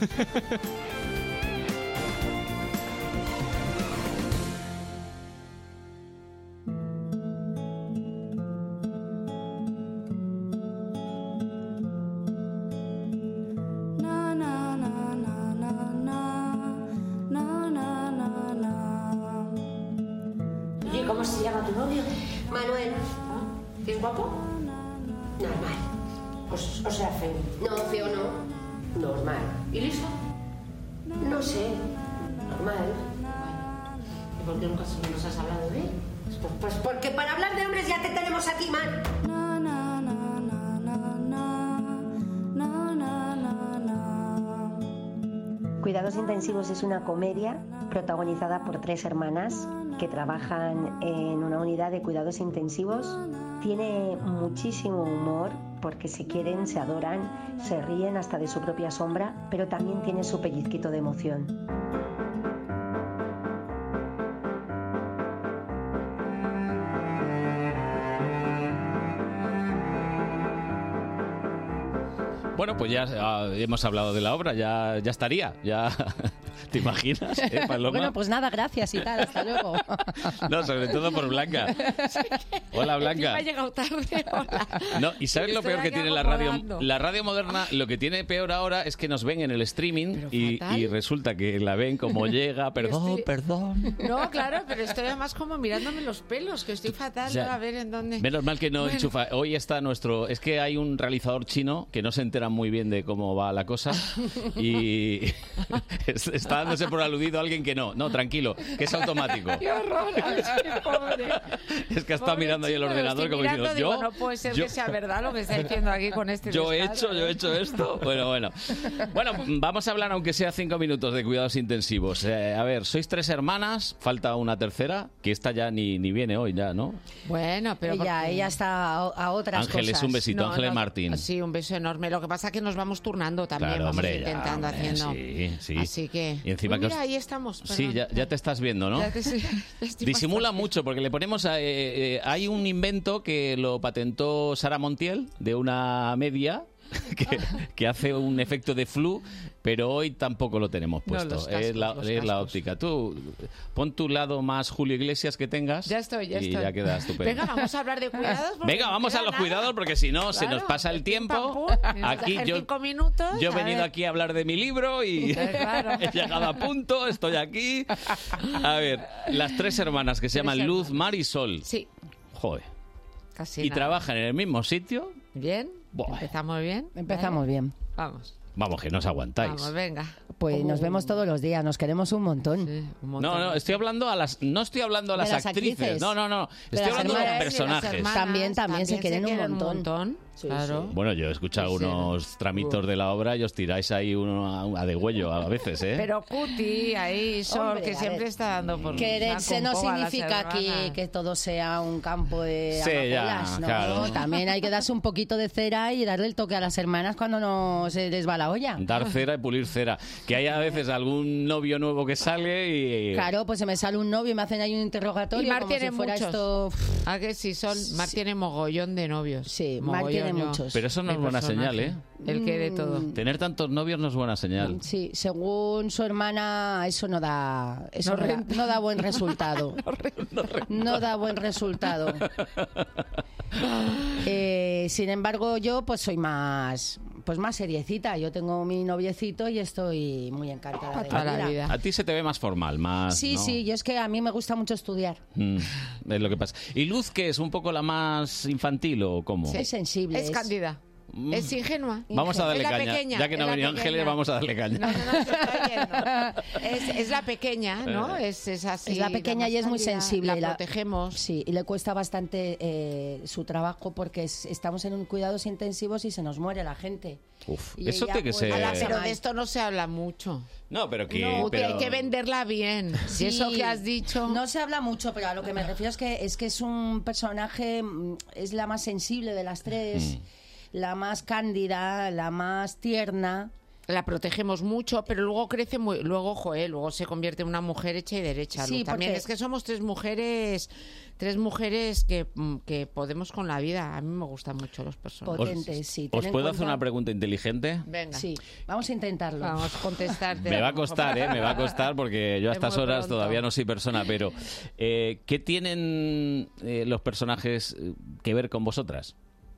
Na, na, na, na, na, na. Na, na, na, na. Oye, ¿cómo se llama tu novio? Manuel, ¿Qué es guapo? normal. Pues, o sea, feo. No, feo no. Normal. ¿Y liso? No sé. Normal. ¿Y por qué nunca nos has hablado de él? Pues, pues porque para hablar de hombres ya te tenemos aquí, man. Na, na, na, na, na, na. Na, na, na, na. Cuidados Intensivos es una comedia protagonizada por tres hermanas que trabajan en una unidad de cuidados intensivos. Tiene muchísimo humor porque se quieren, se adoran, se ríen hasta de su propia sombra, pero también tiene su pellizquito de emoción. Bueno, pues ya ah, hemos hablado de la obra, ya, ya estaría, ya... ¿Te imaginas, eh, Paloma? Bueno, pues nada, gracias y tal, hasta luego. No, sobre todo por Blanca. Hola, Blanca. Me ha llegado tarde, hola. No, ¿y sabes lo Estoy peor que aquí tiene la radio? acomodando. La radio moderna, lo que tiene peor ahora es que nos ven en el streaming y, fatal. y resulta que la ven como llega, perdón, estoy- perdón. No, claro, pero estoy además como mirándome los pelos, que estoy fatal. Ya. A ver en dónde. Menos mal que no Bueno. enchufa. Hoy está nuestro... Es que hay un realizador chino que no se entera muy bien de cómo va la cosa y está dándose por aludido a alguien que no. No, tranquilo, que es automático. ¡Qué horror! Ay, pobre. Es que está Pobre mirando ahí el chico, lo ordenador estoy como mirando, diciendo, digo, yo... no puede ser yo- que sea verdad lo que está diciendo aquí con este Yo he descaro. hecho, yo he hecho esto. Bueno, bueno. Bueno, vamos a hablar, aunque sea cinco minutos, de cuidados intensivos. Eh, a ver, sois tres hermanas, falta una tercera, que esta ya ni, ni viene hoy, ya, ¿no? Bueno, pero... Ella, porque- ella está a, a otras Ángeles, cosas. un besito. No, Ángeles no, Martín. Sí, un beso enorme. Lo que pasa es que nos vamos turnando también, Claro, vamos hombre, ya, intentando, hombre, haciendo. sí, sí. Así que... Y encima Uy, que mira, os- ahí estamos. Sí, perdón. ya, ya te estás viendo, ¿no? Ya te- sí, estoy Disimula bastante- mucho porque le ponemos a, eh, eh, hay un invento que lo patentó Sara Montiel de una media que, que hace un efecto de flu, pero hoy tampoco lo tenemos No, puesto. los cascos, es la, los es la cascos. óptica. Tú pon tu lado más Julio Iglesias que tengas Ya estoy, ya y estoy. ya queda estupendo. Venga, vamos a hablar de cuidados. porque Venga, no vamos queda a los nada. cuidados porque si no se Claro, nos pasa el pim, pam, tiempo. pum. Aquí Hacer yo, cinco minutos, yo he a venido ver. aquí a hablar de mi libro y Eh, claro. he llegado a punto, estoy aquí. A ver, las tres hermanas que se llaman Luz, Mar y Sol. Sí. Joder. casi y nada. trabajan en el mismo sitio. Bien, Buah. empezamos bien. Empezamos bien. Vamos. Vamos, que no os aguantáis. Vamos, venga. Pues Como- nos vemos todos los días, nos queremos un montón. un No, no, estoy hablando a las, no estoy hablando a ¿De las, las actrices. actrices? No, no, no. De Estoy las hablando de los hermanas y las personajes. hermanas también, también se quieren un montón. Sí, Claro. sí. Bueno, yo he escuchado Sí, sí. unos tramitos de la obra y os tiráis ahí uno a, a degüello a veces, ¿eh? Pero Cuti, ahí, Sol, Hombre, que a siempre ver. está dando por... Quererse no saco un poco a las significa aquí hermanas. que todo sea un campo de Sí, ya, amapolas, ¿no? claro. También hay que darse un poquito de cera y darle el toque a las hermanas cuando no se les va la olla. Dar cera y pulir cera. Que hay a veces algún novio nuevo que sale y... Claro, pues se me sale un novio y me hacen ahí un interrogatorio Y Mar como tiene si fuera muchos. esto... ¿A que sí, Sol? Mar tiene mogollón de novios. Sí, Mar tiene muchos. Pero eso no de es buena personaje. señal, ¿eh? El que de todo. Tener tantos novios no es buena señal. Sí, según su hermana, eso no da, eso No no, da, renta. no da buen resultado. No da buen resultado. Eh, sin embargo, yo pues soy más, pues más seriecita. Yo tengo mi noviecito y estoy muy encantada de la vida. A ti se te ve más formal, más... Sí, ¿no? sí, yo es que a mí me gusta mucho estudiar. Mm, es lo que pasa. ¿Y Luz, qué es? ¿Un poco la más infantil o cómo? Es sensible. Es cándida. Mm. Es ingenua. Vamos a darle Es la caña. pequeña, Ya que no es ha la venido pequeña. Ángeles, vamos a darle caña. No, no, no, se está yendo. Es, es la pequeña, ¿no? Eh. Es, es así. Es la pequeña más y es muy cándida, sensible. La protegemos. Sí, y le cuesta bastante eh, su trabajo porque es- estamos en un cuidados intensivos y se nos muere la gente. Uf, Y eso ella, tiene que pues, ser... Ala, pero de esto no se habla mucho. No, pero que... No, pero- hay que venderla bien. Si eso que has dicho... No se habla mucho, pero a lo que me refiero es que es que es un personaje, mm, es la más sensible de las tres, la más cándida, la más tierna. La protegemos mucho, pero luego crece muy, luego, joder, luego se convierte en una mujer hecha y derecha. Sí, Luz. También porque- es que somos tres mujeres, tres mujeres que, mm, que podemos con la vida. A mí me gustan mucho los personajes. Potentes, sí. ¿Os ten en puedo cuenta- hacer una pregunta inteligente? Venga. Sí, vamos a intentarlo. Vamos a contestarte. Me va a costar, ¿eh? Me va a costar porque yo a Es estas muy horas pronto. todavía no soy persona, pero eh, ¿qué tienen eh, los personajes eh, que ver con vosotras?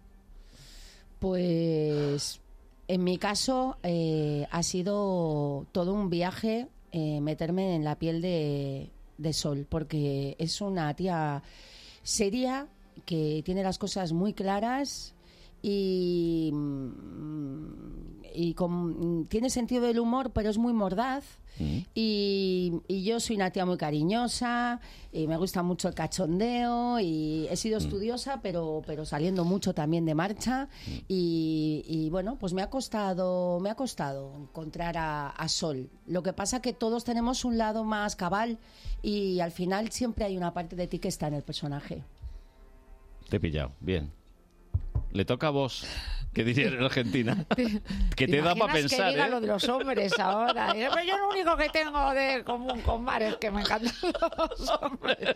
Pues en mi caso eh, ha sido todo un viaje eh, meterme en la piel de, de Sol, porque es una tía seria que tiene las cosas muy claras y, mm, y con- tiene sentido del humor, pero es muy mordaz. Y, y yo soy una tía muy cariñosa y me gusta mucho el cachondeo y he sido estudiosa pero pero saliendo mucho también de marcha y, y, bueno, pues me ha costado me ha costado encontrar a, a Sol. Lo que pasa que todos tenemos un lado más cabal y al final siempre hay una parte de ti que está en el personaje. Te he pillado, bien. Le toca a vos, que dirían en Argentina. Que te da para imaginas pensar, que diga ¿eh? lo de los hombres ahora? Y, pero yo lo único que tengo de común con Mar es que me encantan los hombres.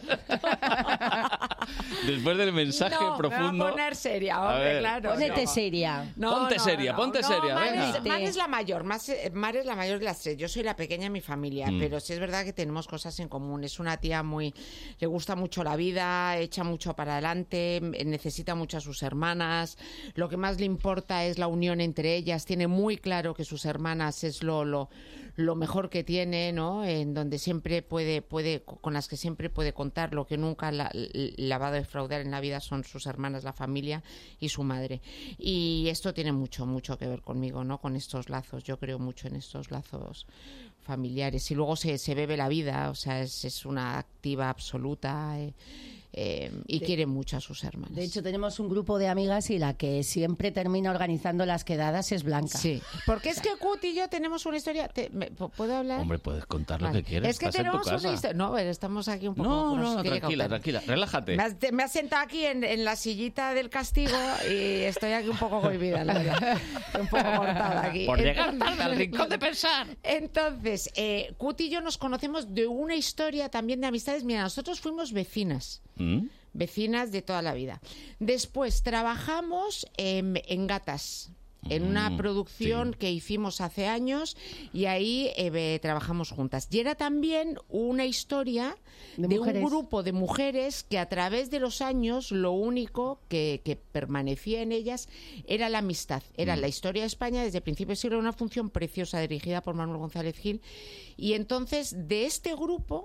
Después del mensaje no, profundo... me voy a poner seria, A hombre, ver. claro. Ponete no. seria. No, Ponte no, seria, no, ponte no, seria, Mar venga. es, Mar es la mayor, más, Mar es la mayor de las tres. Yo soy la pequeña en mi familia, Mm. pero sí es verdad que tenemos cosas en común. Es una tía muy... Le gusta mucho la vida, echa mucho para adelante, necesita mucho a sus hermanas. Lo que más le importa es la unión entre ellas. Tiene muy claro que sus hermanas es lo... lo lo mejor que tiene, ¿no? En donde siempre puede, puede, con las que siempre puede contar. Lo que nunca la, la va a defraudar en la vida son sus hermanas, la familia y su madre. Y esto tiene mucho, mucho que ver conmigo, ¿no? Con estos lazos. Yo creo mucho en estos lazos familiares. Y luego se, se bebe la vida, o sea, es, es una activa absoluta. Eh, eh, y De- quiere mucho a sus hermanas. De hecho, tenemos un grupo de amigas y la que siempre termina organizando las quedadas es Blanca. Sí, porque es que Cuti y yo tenemos una historia... te- me- ¿Puedo hablar? Hombre, puedes contar lo Vale. que quieras. Es que estás en tu tenemos una casa. historia... No, pero estamos aquí un poco... No, pues, no, que llega tranquila, un tema. tranquila. Relájate. Me has, te- me has sentado aquí en, en la sillita del castigo y estoy aquí un poco cohibida, la verdad. Un poco cortada aquí. Por llegar Entonces- tarde al rincón de pensar. Entonces, eh, Cuti y yo nos conocemos de una historia también de amistades. Mira, nosotros fuimos vecinas. ¿Mm? Vecinas de toda la vida. Después trabajamos en, en Gatas, en una Mm, producción sí. que hicimos hace años y ahí eh, ve- trabajamos juntas. Y era también una historia De de, un mujeres. grupo de mujeres que a través de los años lo único que, que permanecía en ellas era la amistad. Era Mm. la historia de España desde el principio del siglo, una función preciosa dirigida por Manuel González Gil. Y entonces de este grupo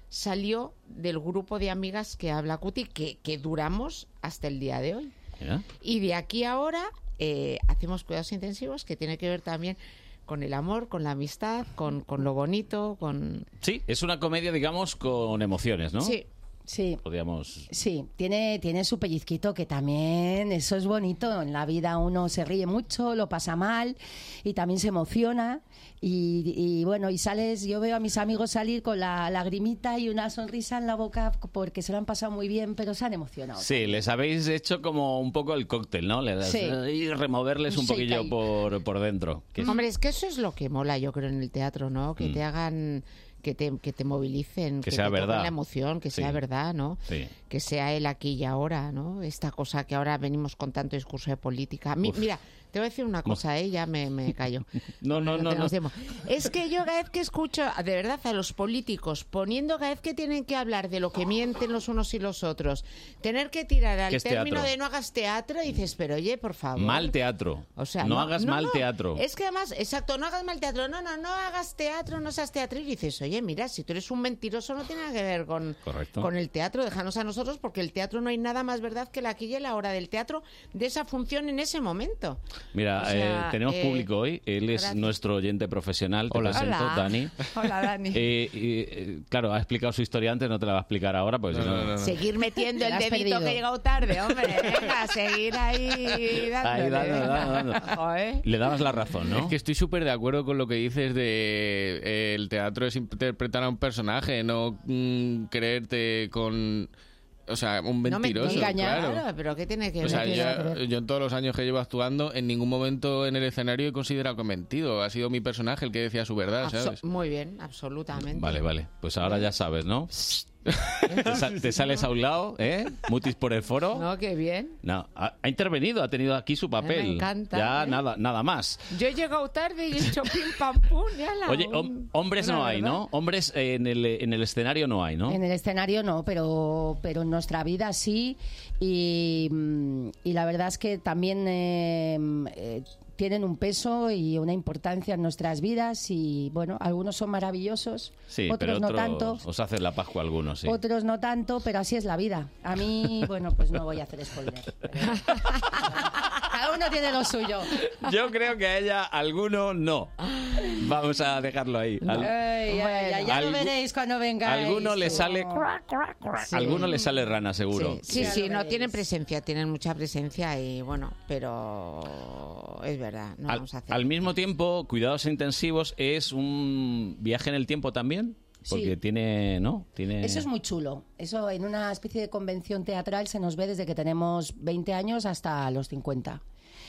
salió del grupo de amigas que habla Cuti, que, que duramos hasta el día de hoy. ¿Ya? Y de aquí a ahora eh, hacemos cuidados intensivos, que tiene que ver también con el amor, con la amistad, con, con lo bonito, con... Sí, es una comedia, digamos, con emociones, ¿no? Sí. Sí. Podríamos... Sí, tiene, tiene su pellizquito, que también eso es bonito. En la vida uno se ríe mucho, lo pasa mal y también se emociona. Y, y bueno, y sales, yo veo a mis amigos salir con la lagrimita y una sonrisa en la boca porque se lo han pasado muy bien, pero se han emocionado. Sí, les habéis hecho como un poco el cóctel, ¿no? Les, Sí. Y removerles un Sí, poquillo que- por, por dentro. Que es- Hombre, es que eso es lo que mola, yo creo, en el teatro, ¿no? Que Mm. te hagan... Que te, que te movilicen, Que que, sea te toquen verdad. la emoción, que Sí. sea verdad, ¿no? Sí. Que sea el aquí y ahora, ¿no? Esta cosa que ahora venimos con tanto discurso de política. Mi- Uf. mira, te voy a decir una cosa, ¿eh? Ya me, me callo. No, no, no. tenemos no. tiempo. Es que yo cada vez que escucho, de verdad, a los políticos poniendo cada vez que tienen que hablar de lo que mienten los unos y los otros, tener que tirar al ¿Qué es término teatro? de no hagas teatro, dices, pero oye, por favor. Mal teatro. O sea, no, hagas mal no. teatro. Es que además, exacto, no hagas mal teatro. No, no, no hagas teatro, no seas teatril. Y dices, oye, mira, si tú eres un mentiroso no tiene nada que ver con, Correcto. con el teatro. Déjanos a nosotros, porque el teatro no hay nada más verdad que la aquí y la hora del teatro, de esa función en ese momento. Mira, O sea, eh, tenemos eh, público hoy. Él es gracias. nuestro oyente profesional. Te Hola. presento, Hola. Dani. Hola, Dani. Eh, y, eh, claro, ha explicado su historia antes, no te la va a explicar ahora, pues No, si no... no, no, no. Seguir metiendo el Te has dedito perdido. que he llegado tarde, hombre. Venga, seguir ahí dándole. Ahí, dando, dando, dando. Joder. Le dabas la razón, ¿no? Es que estoy súper de acuerdo con lo que dices de eh, el teatro es interpretar a un personaje, no mm, creerte con... O sea, un No me mentiroso, engañar, claro. pero ¿qué tiene que O ver? sea, ¿Qué tiene que yo, ver? yo en todos los años que llevo actuando, en ningún momento en el escenario he considerado que he mentido. Ha sido mi personaje el que decía su verdad, Abso- ¿sabes? Muy bien, absolutamente. Vale, vale. Pues ahora ya sabes, ¿no? te, sa- te sales a un lado, ¿eh? Mutis por el foro. No, qué bien. No, ha, ha intervenido, ha tenido aquí su papel. Me encanta, Ya ¿eh? nada, nada más. Yo he llegado tarde y he hecho pim pam pum. Ya la Oye, un- hom- hombres una no hay, verdad. ¿no? Hombres eh, en el, en el escenario no hay, ¿no? En el escenario no, pero, pero en nuestra vida sí. Y, mm, y la verdad es que también eh, eh, tienen un peso y una importancia en nuestras vidas. Y bueno, algunos son maravillosos, Sí, otros pero no otros tanto. os hacen la Pascua algunos, sí. Otros no tanto, pero así es la vida. A mí, bueno, pues no voy a hacer spoiler. Cada uno tiene lo suyo. Yo creo que a ella alguno no. Vamos a dejarlo ahí. Al- Ay, ay, ay, ya lo Algu- veréis cuando vengáis. alguno le sale Sí. alguno le sale rana seguro. Sí, Ya sí, lo no veréis. tienen presencia, tienen mucha presencia y bueno, pero es verdad, no Al, vamos a hacer. al mismo tiempo, cuidados intensivos es un viaje en el tiempo también, porque Sí. tiene, ¿no? Tiene Eso es muy chulo. Eso en una especie de convención teatral se nos ve desde que tenemos veinte años hasta los cincuenta.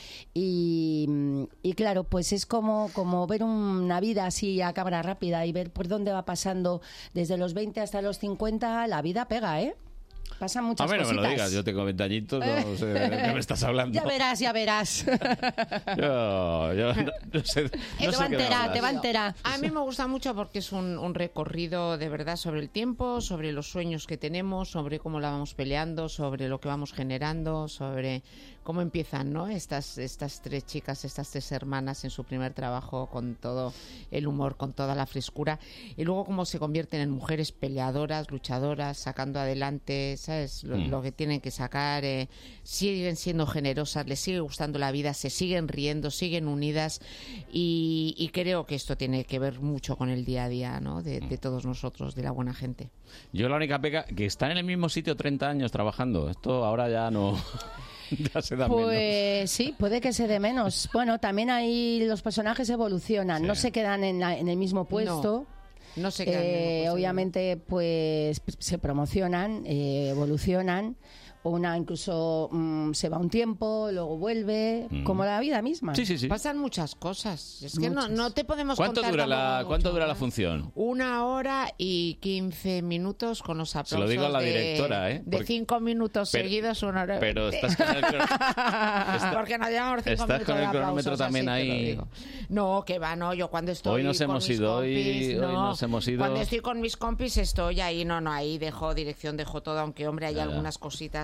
Y, y claro, pues es como, como ver una vida así a cámara rápida y ver por dónde va pasando desde los veinte hasta los cincuenta. La vida pega, ¿eh? Pasan A muchas ver, no me cositas. lo digas, yo tengo veinte añitos, no sé de qué me estás hablando. Ya verás, ya verás. Yo, yo no, no sé, no te sé va a qué me enterar, hablas. te va a enterar. A mí me gusta mucho porque es un, un recorrido de verdad sobre el tiempo, sobre los sueños que tenemos, sobre cómo la vamos peleando, sobre lo que vamos generando, sobre cómo empiezan, ¿no? Estas, estas tres chicas, estas tres hermanas en su primer trabajo con todo el humor, con toda la frescura, y luego cómo se convierten en mujeres peleadoras, luchadoras, sacando adelante, ¿sabes? Lo, Mm. lo que tienen que sacar, eh, siguen siendo generosas, les sigue gustando la vida, se siguen riendo, siguen unidas y, y creo que esto tiene que ver mucho con el día a día, ¿no? De, de todos nosotros, de la buena gente. Yo la única pega que están en el mismo sitio treinta años trabajando. Esto ahora ya no ya se da menos. Pues sí, puede que se dé menos. Bueno, también ahí los personajes evolucionan, Sí. no se quedan en, la- en el mismo puesto. No se quedan en el mismo Eh, puesto, obviamente, pues se promocionan, eh, evolucionan. Una incluso mm, se va un tiempo, luego vuelve, Mm. como la vida misma. Sí, sí, sí. Pasan muchas cosas. Es que no, Muchas. no te podemos ¿Cuánto contar dura la tampoco cuánto mucho, dura ¿no? la función? Una hora y quince minutos con los aplausos Se lo digo a la de- directora, ¿eh? de Porque- cinco minutos pero- seguidos, una hora. Pero estás con el cron- está- Porque nos llevamos cinco estás minutos con de el cronómetro aplausos, también así te lo ahí. digo. No, que va, no. Yo cuando estoy Hoy nos con hemos mis ido, hoy- compis, hoy no. nos hemos ido. Cuando estoy con mis compis estoy ahí, no, no, ahí dejo dirección, dejo todo, aunque hombre hay Ya, ya. algunas cositas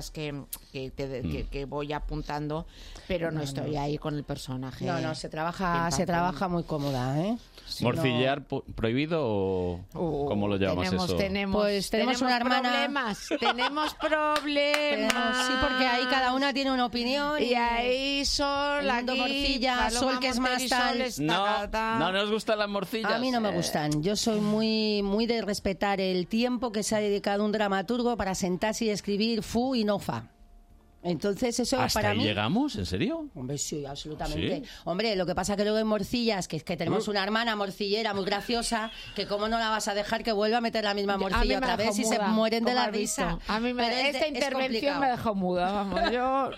cosas que, que, te- que- que voy apuntando, pero no, No, estoy no. ahí con el personaje. No, no, se trabaja, Pim, pam, se pum. trabaja muy cómoda, ¿eh? ¿Morcillar po- prohibido o Uh, cómo lo llamamos tenemos, eso? Tenemos, Pues tenemos una hermana- problemas, tenemos problemas. Tenemos- sí, porque ahí cada una tiene una opinión. Y ahí Sol, el mundo aquí, morcilla, Paloma Sol que es más Montero y tal. Sol está- No, ta- no nos gustan las morcillas. A mí no me gustan. Yo soy muy muy de respetar el tiempo que se ha dedicado un dramaturgo para sentarse y escribir fu y no fa. Entonces eso ¿Hasta para ahí mí... llegamos? ¿En serio? Hombre, sí, absolutamente. ¿Sí? Hombre, lo que pasa que luego en Morcillas, que es que tenemos Uh. una hermana morcillera muy graciosa, que cómo no la vas a dejar que vuelva a meter la misma A mí morcilla me otra dejó vez y se muda, mueren de como la has visto. risa. A mí me, Pero es de- esta es intervención complicado. me dejó muda, vamos. Yo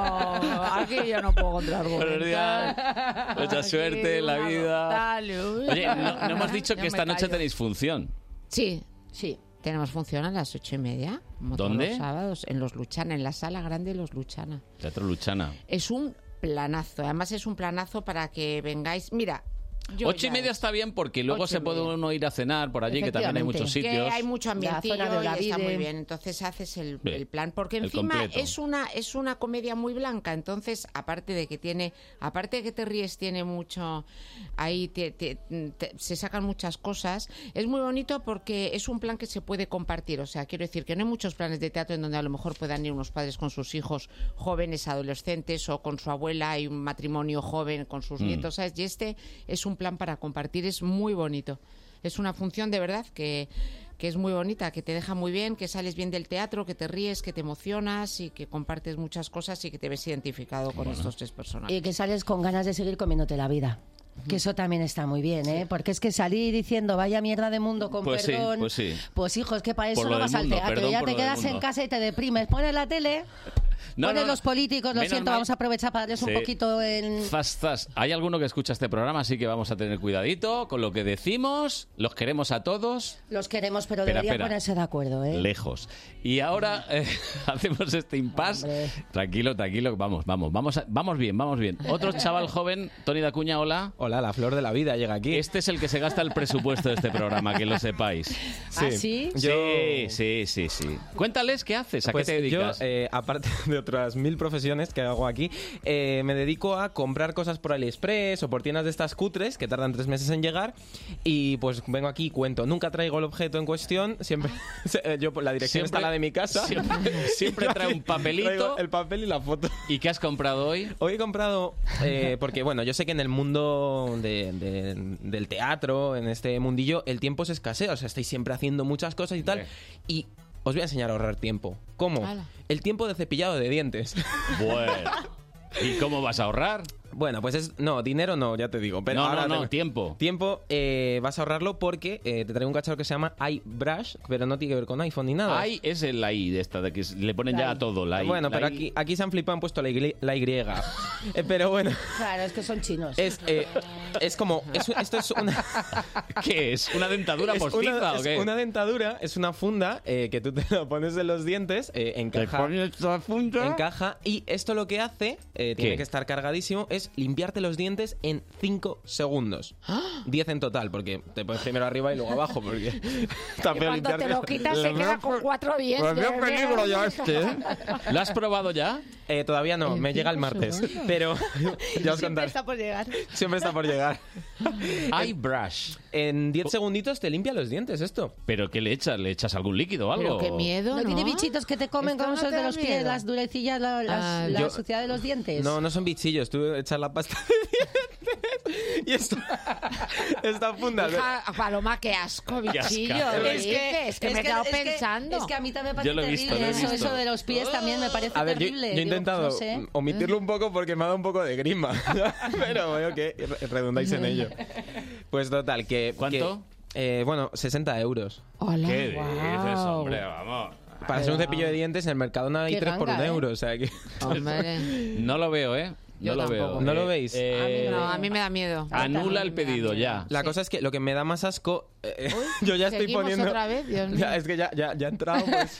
no, aquí yo no puedo encontrar Buenos días. Mucha suerte en la vida. Dale, uy. Oye, no, no hemos dicho Ya que me esta noche callo. tenéis función. Sí, sí. Tenemos función a las ocho y media. Como ¿Dónde? Todos los sábados, en los Luchana, en la sala grande de los Luchana. Teatro Luchana. Es un planazo. Además es un planazo para que vengáis. Mira, yo Ocho y ya media es- está bien porque luego Ocho y se puede media. uno ir a cenar por allí, que también hay muchos sitios. Que hay mucho ambientillo La zona de y está Olavide. muy bien. Entonces haces el, Bien. el plan. Porque El encima completo. es una es una comedia muy blanca. Entonces, aparte de que tiene, aparte de que te ríes, tiene mucho. Ahí te- te- te- se sacan muchas cosas. Es muy bonito porque es un plan que se puede compartir. O sea, quiero decir que no hay muchos planes de teatro en donde a lo mejor puedan ir unos padres con sus hijos jóvenes, adolescentes, o con su abuela, hay un matrimonio joven con sus Mm. nietos, ¿sabes? Y este es un plan para compartir. Es muy bonito. Es una función de verdad que, que es muy bonita, que te deja muy bien, que sales bien del teatro, que te ríes, que te emocionas y que compartes muchas cosas y que te ves identificado con estos tres personajes. Y que sales con ganas de seguir comiéndote la vida. Que eso también está muy bien, ¿eh? Porque es que salir diciendo vaya mierda de mundo con Pues sí, perdón. pues sí. Pues hijo, es que para eso Por lo no vas del al mundo, teatro. perdón Ya por te lo del quedas en mundo. casa y te deprimes. Pones la tele, No, pones no, no. los políticos, lo Menos siento, mal. vamos a aprovechar para darles un Sí. poquito en... Zas, zas. Hay alguno que escucha este programa, así que vamos a tener cuidadito con lo que decimos. Los queremos a todos. Los queremos, pero Espera, deberían espera. ponerse de acuerdo, ¿eh? Lejos. Y ahora eh, hacemos este impasse. Tranquilo, tranquilo. Vamos, vamos, vamos, a- vamos bien, vamos bien. Otro chaval joven, Tony Dacuña, hola. Hola, la flor de la vida llega aquí. Este es el que se gasta el presupuesto de este programa, que lo sepáis. ¿Ah, sí? Sí, sí, sí, sí. Cuéntales qué haces, a Pues qué te dedicas. Yo, eh, aparte de otras mil profesiones que hago aquí, eh, me dedico a comprar cosas por AliExpress o por tiendas de estas cutres que tardan tres meses en llegar, y pues vengo aquí y cuento. Nunca traigo el objeto en cuestión, siempre yo la dirección Siempre- está la de mi casa. siempre- siempre trae un papelito. Traigo el papel y la foto. ¿Y qué has comprado hoy? Hoy he comprado, eh, porque bueno, yo sé que en el mundo de- de- del teatro, en este mundillo, el tiempo se escasea, o sea, estáis siempre haciendo muchas cosas y tal, Hombre. y os voy a enseñar a ahorrar tiempo. ¿Cómo? Hala. El tiempo de cepillado de dientes. Bueno. ¿Y cómo vas a ahorrar? Bueno, pues es... No, dinero no, ya te digo. Pero No, ahora no, no, te- tiempo. Tiempo, eh, vas a ahorrarlo porque eh, te traigo un cacharro que se llama iBrush, pero no tiene que ver con iPhone ni nada. Ay, es el I de esta, de que le ponen ya a todo, la I. Bueno, La pero I. aquí, aquí se han flipado, han puesto la Y. La y. Eh, pero bueno, Claro, es que son chinos. es, eh, es como... es- esto es una... ¿Qué es? ¿Una dentadura Es postiza una, o es qué? una dentadura, es una funda eh, que tú te lo pones en los dientes, eh, encaja, pones la funda? encaja, y esto lo que hace, eh, tiene ¿Qué? que estar cargadísimo, es limpiarte los dientes en cinco segundos. diez en total, porque te pones primero arriba y luego abajo, porque está Y feo cuando limpiarte. te lo quitas se queda con cuatro dientes. Pues veo peligro ya este, ¿eh? ¿Lo has probado ya? Eh, todavía no, me llega el martes, pero ya os Siempre contaré. está por llegar. Siempre está por llegar. iBrush. En diez segunditos te limpia los dientes esto. ¿Pero qué le echas? ¿Le echas algún líquido o algo? Pero qué miedo, ¿No, ¿no? tiene bichitos que te comen Esto como no esos te de da los pies, miedo. las durecillas, la, las- Ah, la yo- suciedad de los dientes? No, no son bichillos, tú echas la pasta de dientes y esto, esta funda. Hija, Paloma, qué asco, bichillo. asco. ¿qué Es que- dices? Que me he que- quedado es que- pensando. Es que a mí también me Yo parece lo he visto, terrible lo he eso, visto. eso de los pies también me parece A ver, yo, terrible. yo he Digo, intentado pues no sé. omitirlo un poco porque me ha dado un poco de grima, pero veo que re- redundáis en ello. Pues total, que... ¿Cuánto? que, eh, bueno, sesenta euros. Hola, ¿Qué dices, guau. hombre? Vamos. Para hacer un cepillo de dientes en el Mercadona hay Qué tres por un ganga, ¿eh? euro, o sea que... Hombre. No lo veo, ¿eh? No Yo lo tampoco. veo. ¿No Eh, lo veis? eh, No, a mí me da miedo. Anula el pedido ya. La cosa es que lo que me da más asco, eh, yo ya estoy ¿seguimos poniendo... otra vez? Dios mío. Ya, es que ya, ya, ya he entrado, pues...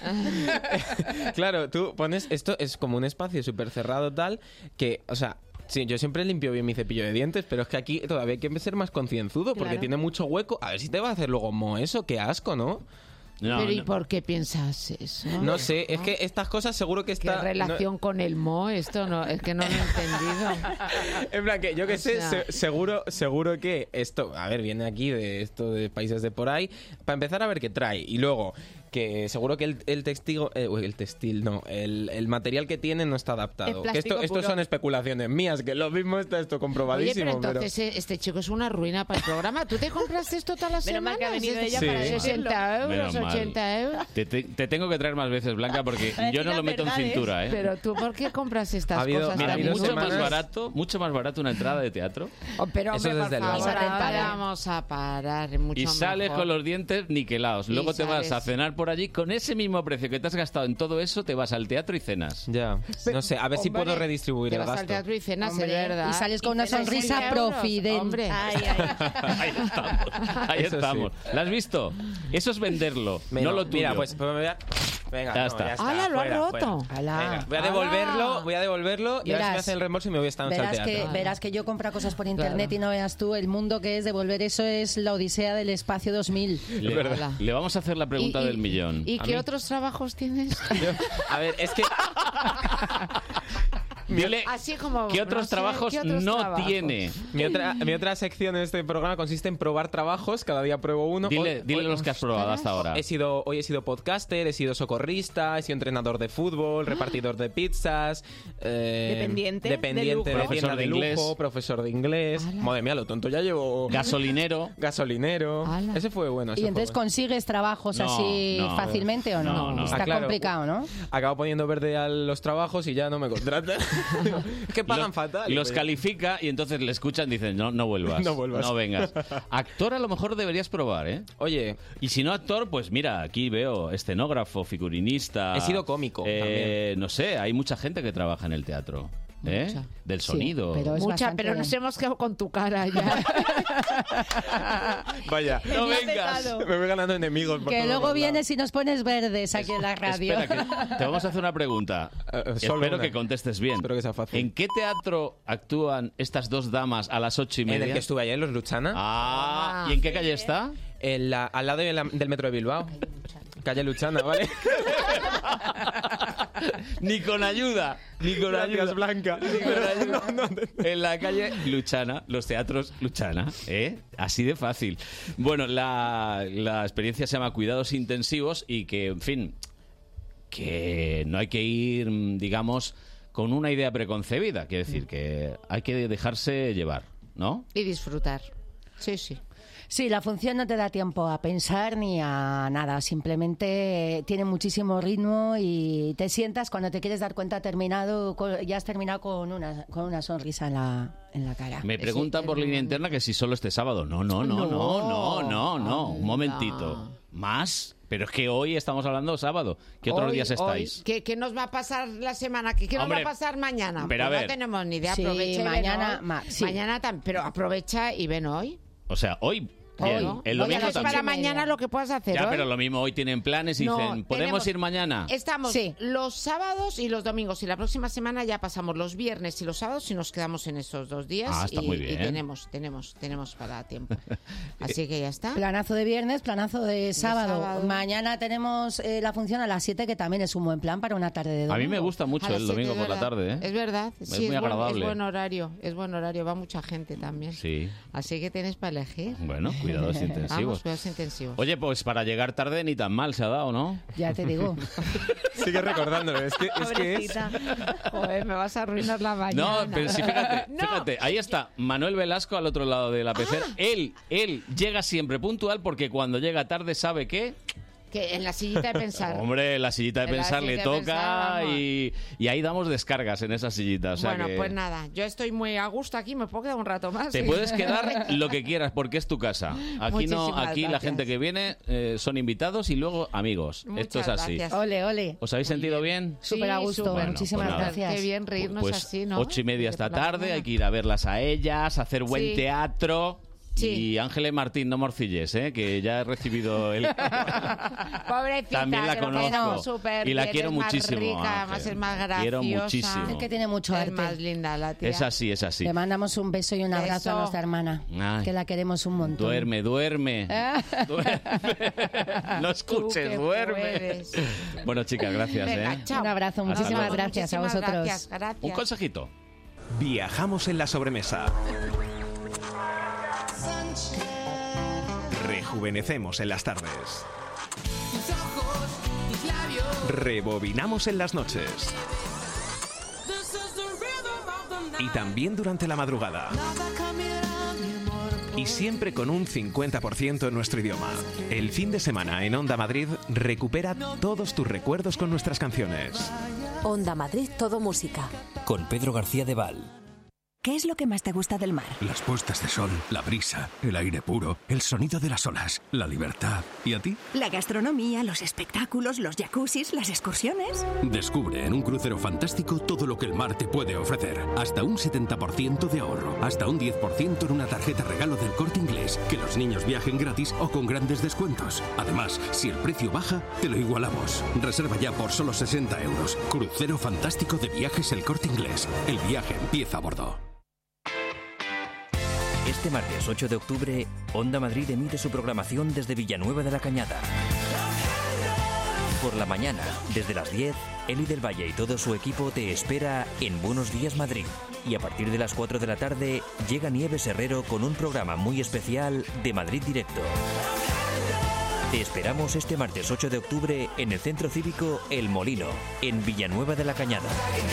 claro, tú pones... Esto es como un espacio súper cerrado tal, que, o sea... Sí, yo siempre limpio bien mi cepillo de dientes, pero es que aquí todavía hay que ser más concienzudo porque Claro. tiene mucho hueco. A ver si te va a hacer luego mo eso, qué asco, ¿no? No, Pero ¿y no. por qué piensas eso? No sé, es que estas cosas seguro que ¿Qué está... relación no- con el Mo? Esto no, es que no lo he entendido. En plan, que yo que O sé, sea- se- seguro, seguro que esto, a ver, viene aquí de esto de países de por ahí, para empezar a ver qué trae. Y luego, que seguro que el, el testigo, eh, uy, el textil, no, el, el material que tiene no está adaptado. Es Que esto, plástico esto puro. son especulaciones mías, que lo mismo está esto Oye, comprobadísimo. pero entonces eh, este chico es una ruina para el programa. ¿Tú te compraste esto todas las Menos mal semanas? que ha venido ella Sí. para sesenta euros, Menos mal. ochenta euros. Te, te- te tengo que traer más veces, Blanca, porque Para yo decir no lo las meto en verdades. cintura, ¿eh? Pero tú, ¿por qué compras estas Ha habido- cosas? Mira, tan habido mucho más inútiles? barato, mucho más barato una entrada de teatro. Oh, pero Eso hombre, desde por luego. favor, Vamos a ahora parar. vamos a parar. Mucho Y sales mejor. con los dientes niquelados. Y Luego te vas sales- a cenar por allí con ese mismo precio que te has gastado en todo eso, te vas al teatro y cenas. Ya, no sé, a ver si Hombre, puedo redistribuir te el vas al gasto. teatro y cenas, Hombre, es verdad. y sales con una cenas sonrisa sesenta euros, profidente. Hombre. Ay, ay. Ahí estamos. Ahí Eso estamos. ¿La has visto? Eso es venderlo, Venga, no lo tuyo. Mira, pues, pues me voy a... Venga, Ya no, está. ya está. ¡Hala, lo has fuera, roto! fuera. Ala. Venga, voy a ¡Hala! devolverlo, voy a devolverlo y a ver si me Verás. hacen el reembolso y me voy esta noche al Verás teatro. que, verás que yo compro cosas por internet Claro. y no veas tú el mundo que es devolver eso, es la odisea del espacio dos mil. Le, verdad. le vamos a hacer la pregunta ¿Y- y- del millón. ¿Y ¿A qué mí? otros trabajos tienes? A ver, es que... Dile, Así como... ¿qué no otros sé, trabajos ¿qué otros no trabajos? tiene? Mi otra, mi otra sección en este programa consiste en probar trabajos. Cada día pruebo uno. Dile, Hoy- dile hoy- los que has probado hasta ahora. He sido, hoy he sido podcaster, he sido socorrista, he sido entrenador de fútbol, repartidor de pizzas, eh, Dependiente de dependiente de, lujo. tienda Profesor de de lujo, inglés. profesor de inglés. Madre mía, lo tonto ya llevo. Gasolinero. Gasolinero. Ala. Ese fue bueno. ese Y fue entonces bueno. consigues trabajos No, así no. fácilmente o no. No, no. Está Ah, claro. complicado, ¿no? Acabo poniendo verde a los trabajos y ya no me contratan. Es que pagan Lo- fatal. Los pues. califica y entonces le escuchan y dicen, no, no vuelvas. No vuelvas. No vengas. Actor a lo mejor deberías probar, ¿eh? Oye, Y si no actor, pues mira, aquí veo escenógrafo, figurinista. He sido cómico eh, No sé, hay mucha gente que trabaja en el teatro. ¿eh? Mucha. Del Sí, sonido. pero es Mucha, bastante- pero nos hemos quedado con tu cara ya. vaya. No Me ha vengas. petado. Me voy ganando enemigos. por Que todos luego los vienes y nos pones verdes aquí en la radio. Espera, que te vamos a hacer una pregunta. Eh, eh, solo Espero una. que contestes bien. Espero que sea fácil. ¿En qué teatro actúan estas dos damas a las ocho y media? En el que estuve ayer, los Luchana. Ah, ¿y en qué calle está? En la- al lado de la- del metro de Bilbao. Calle Luchana, ¿vale? Ni con ayuda, ni con Gracias, ayuda. Blanca. Ni con ayuda. En la calle Luchana, los teatros Luchana, ¿eh? Así de fácil. Bueno, la, la experiencia se llama Cuidados Intensivos y que, en fin, que no hay que ir, mm, digamos, con una idea preconcebida. Quiere decir que hay que dejarse llevar, ¿no? Y disfrutar. Sí, sí. Sí, la función no te da tiempo a pensar ni a nada, simplemente tiene muchísimo ritmo y te sientas cuando te quieres dar cuenta terminado, co- ya has terminado con una, con una sonrisa en la, en la cara. Me preguntan por línea interna que si solo este sábado. No, no, no, no, no, no, no. Un momentito. ¿Más? Pero es que hoy estamos hablando sábado. ¿Qué otros Hoy- días estáis? hoy, ¿qué, qué nos va a pasar la semana? ¿Qué, qué nos Hombre, va a pasar mañana? pero a Pues ver. no tenemos ni idea. Sí, Aprovecha y ven mañana- hoy. ma- sí. Mañana tam- pero aprovecha y ven hoy. O sea, hoy. Hoy. Bien. ¿no? El Oye, domingo no es para también. mañana lo que puedas hacer Ya, hoy. pero lo mismo hoy tienen planes y No, dicen, ¿podemos tenemos- ir mañana? Estamos Sí. los sábados y los domingos y la próxima semana ya pasamos los viernes y los sábados y nos quedamos en esos dos días. Ah, está y, muy y bien. tenemos, tenemos, tenemos para tiempo. Así que ya está. Planazo de viernes, planazo de sábado. sábado. Mañana tenemos eh, la función a las siete, que también es un buen plan para una tarde de domingo. A mí me gusta mucho A las el siete, domingo es por la verdad. tarde, ¿eh? Es verdad. Es Sí, muy buen- agradable. es buen horario. Es buen horario. Va mucha gente también. Sí. Así que tienes para elegir. Bueno, cuidados intensivos. Vamos, cuidados intensivos. Oye, pues para llegar tarde ni tan mal se ha dado, ¿no? Ya te digo. Sigue recordándolo. Es que es, que es... Joder, me vas a arruinar la mañana. No, pero sí, fíjate, No. fíjate, ahí está Manuel Velasco al otro lado de la pecera. Ah. Él, él llega siempre puntual porque cuando llega tarde sabe que, Que en la sillita de pensar. hombre, la sillita de En la pensar le sillita de toca pensar, vamos. y, y ahí damos descargas en esa sillita. O sea Bueno, que pues nada, yo estoy muy a gusto aquí, me puedo quedar un rato más. te ¿sí? puedes quedar lo que quieras porque es tu casa. Aquí no, Muchísimas aquí la gracias. gente que viene eh, son invitados y luego amigos. Muchas Esto es así. gracias. Ole, ole. ¿Os habéis sentido bien? Sí, Súper a gusto. súper. Muchísimas pues nada. gracias. Qué bien reírnos Pues así, ¿no? ocho y media De esta por la tarde, mañana. hay que ir a verlas a ellas, hacer buen Sí. teatro. Sí. Y Ángeles Martín, no morcilles, ¿eh? Que ya he recibido el... Pobrecita, También la que conozco. bueno, súper Y la bien, quiero es más muchísimo, rica, Ángel. además es más graciosa. Quiero muchísimo. Es que tiene mucho arte. Es más linda la tía. Es así, es así. Le mandamos un beso y un abrazo Beso. a nuestra hermana, Ay. que la queremos un montón. Duerme, duerme. duerme. No escuches, que duerme. puedes. Bueno, chicas, gracias, Venga, ¿eh? chao. Un abrazo, Hasta muchísimas luego. gracias a Muchísimas vosotros. gracias, gracias. Un consejito. Viajamos en la sobremesa. Rejuvenecemos en las tardes. Tus ojos, tus labios. Rebobinamos en las noches. This is the rhythm of the night. Y también durante la madrugada. Y siempre con un cincuenta por ciento en nuestro idioma. El fin de semana en Onda Madrid recupera todos tus recuerdos con nuestras canciones. Onda Madrid, todo música. Con Pedro García de Val. ¿Qué es lo que más te gusta del mar? Las puestas de sol, la brisa, el aire puro, el sonido de las olas, la libertad. ¿Y a ti? La gastronomía, los espectáculos, los jacuzzis, las excursiones. Descubre en un crucero fantástico todo lo que el mar te puede ofrecer. Hasta un setenta por ciento de ahorro. Hasta un diez por ciento en una tarjeta regalo del Corte Inglés. Que los niños viajen gratis o con grandes descuentos. Además, si el precio baja, te lo igualamos. Reserva ya por solo sesenta euros. Crucero fantástico de viajes El Corte Inglés. El viaje empieza a bordo. Este martes ocho de octubre, Onda Madrid emite su programación desde Villanueva de la Cañada. Por la mañana, desde las diez, Eli del Valle y todo su equipo te espera en Buenos Días Madrid. Y a partir de las cuatro de la tarde, llega Nieves Herrero con un programa muy especial de Madrid Directo. Te esperamos este martes ocho de octubre en el Centro Cívico El Molino, en Villanueva de la Cañada.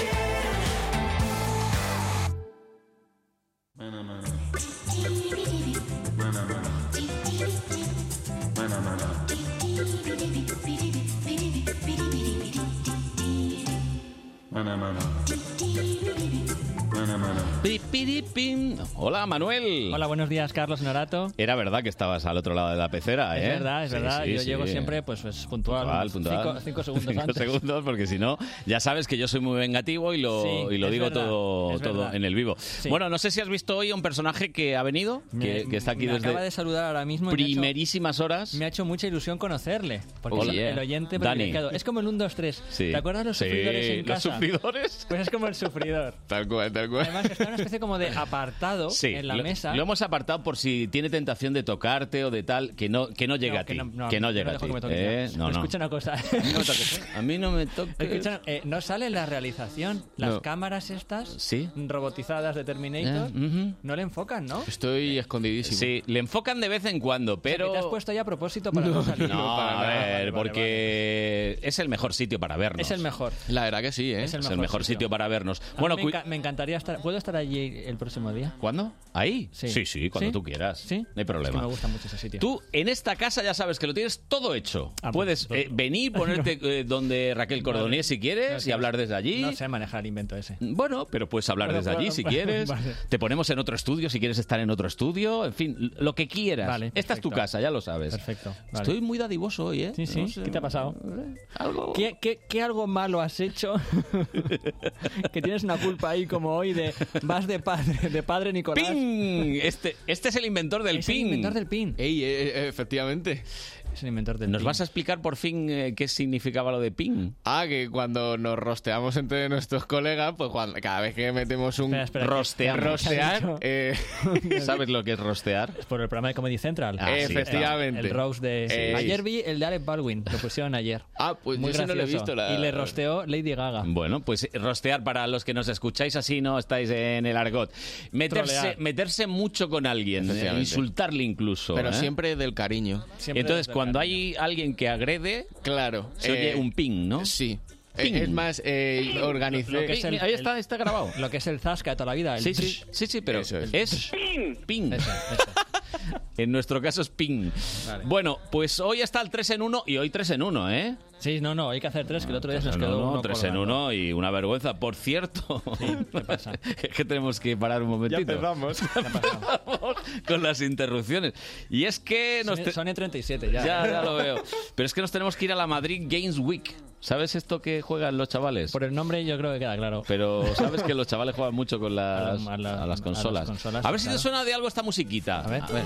Hola, Manuel. Hola, buenos días, Carlos Norato. Era verdad que estabas al otro lado de la pecera, ¿eh? Es verdad, es Sí, verdad. sí, Yo sí. llego siempre pues, pues puntual. Puntual, puntual. Cinco, cinco segundos Cinco antes. segundos, porque si no, ya sabes que yo soy muy vengativo y lo, Sí, y lo es digo verdad, todo, es todo verdad. en el vivo. Sí. Bueno, no sé si has visto hoy a un personaje que ha venido, que, que está aquí me desde acaba de saludar ahora mismo. y me ha hecho- primerísimas horas. Me ha hecho mucha ilusión conocerle. Porque Hola. es el oyente Dani. privilegiado. Es como el uno, dos, tres. Sí. ¿Te acuerdas los Sí, sufridores en los casa? sufridores. Pues es como el sufridor. Tal cual, tal cual. Además, está en una especie como de apartado Sí, en la lo, mesa. lo hemos apartado por si tiene tentación de tocarte o de tal, que no, que no llegue No, a ti. que no- no, que no yo llegue no a dejo ti. que me toquen ¿eh? ya. No, Pero no. escucha una cosa. No me toques, ¿eh? A mí no me toques. Escucha, eh, no sale en la realización. Las No. cámaras estas Sí. robotizadas de Terminator Eh, ujú. no le enfocan, ¿no? Estoy escondidísimo. Sí, le enfocan de vez en cuando, O sea, que pero... te has puesto ya a propósito para no, salir. No, para a nada. ver, Vale, vale, porque es el mejor sitio para vernos. Es el mejor. La verdad que sí, ¿eh? Es el Es mejor, el mejor sitio. sitio para vernos. A mí Bueno, me, cu- enca- me encantaría estar. ¿Puedo estar allí el próximo día? ¿cuándo? ¿Ahí? Sí. sí, sí, cuando ¿Sí? tú quieras. ¿Sí? No hay Es problema. que me gusta mucho ese sitio. Tú en esta casa ya sabes que lo tienes todo hecho. Ah, Puedes pues, eh, venir, ponerte eh, donde Raquel Cordonier si quieres No sé, y hablar desde allí. No sé manejar el invento ese. Bueno, pero puedes hablar Bueno, desde allí bueno, si bueno, quieres. vale. Te ponemos en otro estudio si quieres estar en otro estudio. En fin, lo que quieras. Vale, Esta es tu perfecto. casa, ya lo sabes. Perfecto. vale. Estoy muy dadivoso hoy, ¿eh? Sí, sí. No sé. ¿Qué te ha pasado? Algo... ¿Qué, qué, qué algo malo has hecho? Que tienes una culpa ahí como hoy de vas de padre, de padre Nicolás. ¡Ping! Este, este es el inventor del Es ping. el inventor del pin. Ey, eh, eh, efectivamente. Es el inventor del ¿Nos pin. vas a explicar por fin eh, qué significaba lo de ping? Ah, que cuando nos rosteamos entre nuestros colegas, pues cuando, cada vez que metemos un Espera, espera, Rosteamos. ¿qué ha rostear, dicho? eh, ¿Sabes lo que es rostear? Es por el programa de Comedy Central. Ah, sí, efectivamente. El roast de... Sí. Ayer vi el de Alec Baldwin. Lo pusieron ayer. Ah, pues Muy yo ese no lo he gracioso. visto. La... Y le rosteó Lady Gaga. Bueno, pues eh, rostear para los que nos escucháis así, no estáis en el argot. Meterse, Trolear. meterse mucho con alguien, eh, Efectivamente. insultarle incluso. Pero ¿eh? siempre del cariño. Siempre Entonces, desde cuando la- hay alguien que agrede, Claro. se oye eh, un ping, ¿no? Sí. Ping. Eh, Es más, eh, organicé... Lo que es el- Ahí está, está grabado. Lo que es el zasca de toda la vida. El Sí, sí, sí, sí, pero Eso es. es ping. Eso, eso. En nuestro caso es ping. Vale. Bueno, pues hoy está el tres en uno y hoy tres en uno, ¿eh? Sí, no, no, hay que hacer tres, que el otro día se nos No, quedó no, uno tres en colgando. uno y una vergüenza. Por cierto, ¿qué pasa? es que tenemos que parar un momentito. empezamos. Con las interrupciones. Y es que nos Son, te- son en treinta y siete ya. ya, ya lo veo. Pero es que nos tenemos que ir a la Madrid Games Week. ¿Sabes esto que juegan los chavales? Por el nombre yo creo que queda claro. Pero sabes que los chavales juegan mucho con las, a, la, a las consolas. A, consolas, a ver si claro. te suena de algo esta musiquita. A ver. A ver.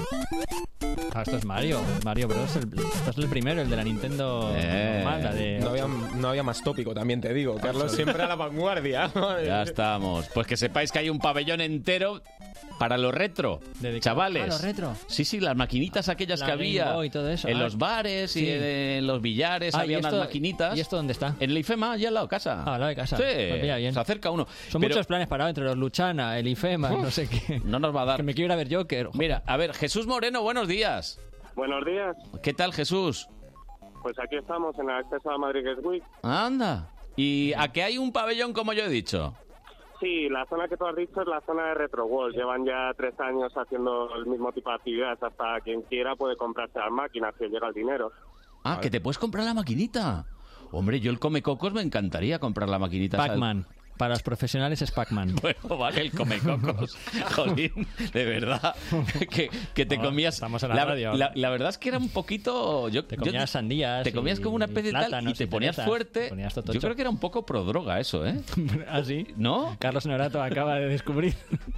Ah, esto es Mario. Mario Bros. El, esto es el primero, el de la Nintendo Eh. normal, la de... No había, no había más tópico, también te digo. Carlos siempre a la vanguardia. Ya estamos. Pues que sepáis que hay un pabellón entero para lo retro, chavales. Ah, lo retro. Sí, sí, las maquinitas aquellas La que Game había Boy y todo eso. en Ah, los bares sí. y en los billares Ah, había ¿y unas esto- maquinitas. ¿Y esto dónde está? En el IFEMA, allá al lado de casa. Ah, al lado de casa. Sí, Pues mira, bien. se acerca uno. Son Pero muchos planes parados entre los Luchana, el IFEMA, no sé qué. no nos va a dar. Que me quiero ir a ver Joker. Mira, a ver, Jesús Moreno, buenos días. Buenos días. ¿Qué tal, Jesús? Pues aquí estamos en el acceso a Madrid Games Week. Anda. ¿Y a qué hay un pabellón, como yo he dicho? Sí, la zona que tú has dicho es la zona de Retro World. Llevan ya tres años haciendo el mismo tipo de actividades. Hasta quien quiera puede comprarse las máquinas si llega el dinero. Ah, que te puedes comprar la maquinita. Hombre, yo el Come Cocos me encantaría comprar la maquinita. Pac-Man. Para los profesionales es Pac-Man. Bueno, vale, el Come Cocos. Jolín, de verdad. Que, que te No, comías... estamos en la radio. La, la verdad es que era un poquito... Yo, Te yo- comías sandías Te comías y como una especie de tal y plátanos te y ponías cerezas. fuerte. Te ponías totocho. Yo creo que era un poco prodroga eso, ¿eh? ¿Ah, sí? ¿No? Carlos Norato acaba de descubrir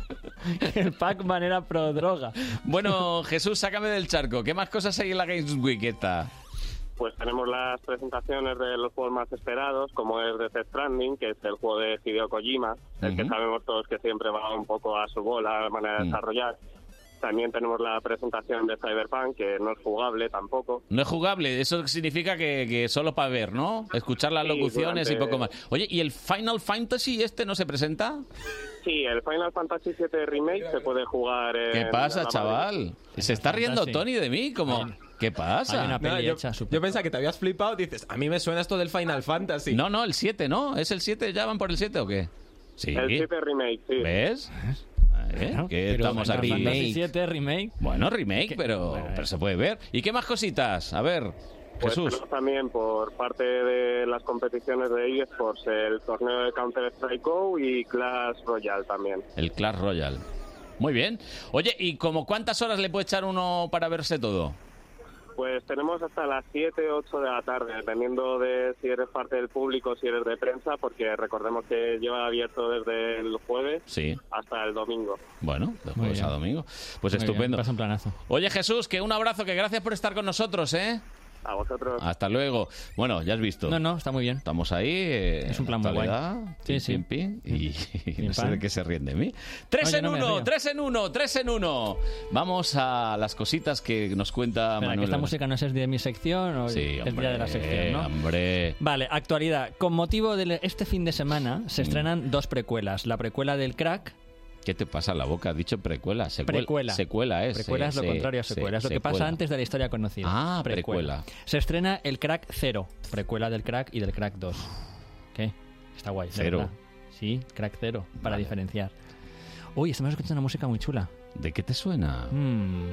que el Pac-Man era pro droga. Bueno, Jesús, sácame del charco. ¿Qué más cosas hay en la Games Week esta? Pues tenemos las presentaciones de los juegos más esperados, como es Death Stranding, que es el juego de Hideo Kojima, el que Ujú. sabemos todos que siempre va un poco a su bola, la manera de Mm. desarrollar. También tenemos la presentación de Cyberpunk, que no es jugable tampoco. No es jugable, eso significa que, que solo para ver, ¿no? Escuchar las Sí, locuciones y durante- poco más. Oye, ¿y el Final Fantasy este no se presenta? Sí, el Final Fantasy siete Remake se puede jugar en... ¿Qué pasa, la chaval? Se está riendo Fantasy. Tony de mí, como... ¿Qué pasa? No, yo, yo pensaba que te habías flipado. Dices, a mí me suena esto del Final Fantasy. No, no, el siete, ¿no? ¿Es el siete? ¿Ya van por el siete o qué? Sí. El siete Remake, sí. ¿Ves? ¿Eh? Claro, Que pero estamos Final aquí. Fantasy siete remake. Bueno, remake, pero, pero se puede ver. ¿Y qué más cositas? A ver, Pues Jesús. tenemos también por parte de las competiciones de eSports el torneo de Counter-Strike Go y Clash Royale también. El Clash Royale. Muy bien. Oye, ¿y como cuántas horas le puede echar uno para verse todo? Pues tenemos hasta las siete, ocho de la tarde, dependiendo de si eres parte del público, si eres de prensa, porque recordemos que lleva abierto desde el jueves Sí. hasta el domingo. Bueno, de Muy jueves a bien. domingo. Pues Muy bien, estupendo. pasa un planazo. Oye, Jesús, que un abrazo, que gracias por estar con nosotros, ¿eh? A vosotros. Hasta luego. Bueno, ya has visto. No, no, está muy bien. Estamos ahí. eh, Es un plan en la muy guay. actualidad, Sí, pim, sí. pim, pim, y, y Pim, no sé pam. de qué se ríen de mí. Tres No, yo en no me uno, río. tres en uno, tres en uno. Vamos a las cositas que nos cuenta Espera, que Manuel. esta música no es de mi sección o Sí, es hombre, ya de la sección, ¿no? hombre. Vale, actualidad. Con motivo de este fin de semana se estrenan dos precuelas. La precuela del Crack. ¿Qué te pasa en la boca? Has dicho precuela. Secuela. Precuela. Secuela es. Precuela sí, es lo sí, contrario a sí, secuela. Es lo que pasa secuela. antes de la historia conocida. Ah, precuela. Se estrena el Crack Cero. Precuela del Crack y del Crack dos. ¿Qué? Está guay. de Cero. verdad. Sí, Crack Cero. Para Vale. diferenciar. Uy, estamos escuchando una música muy chula. ¿De qué te suena? Mm.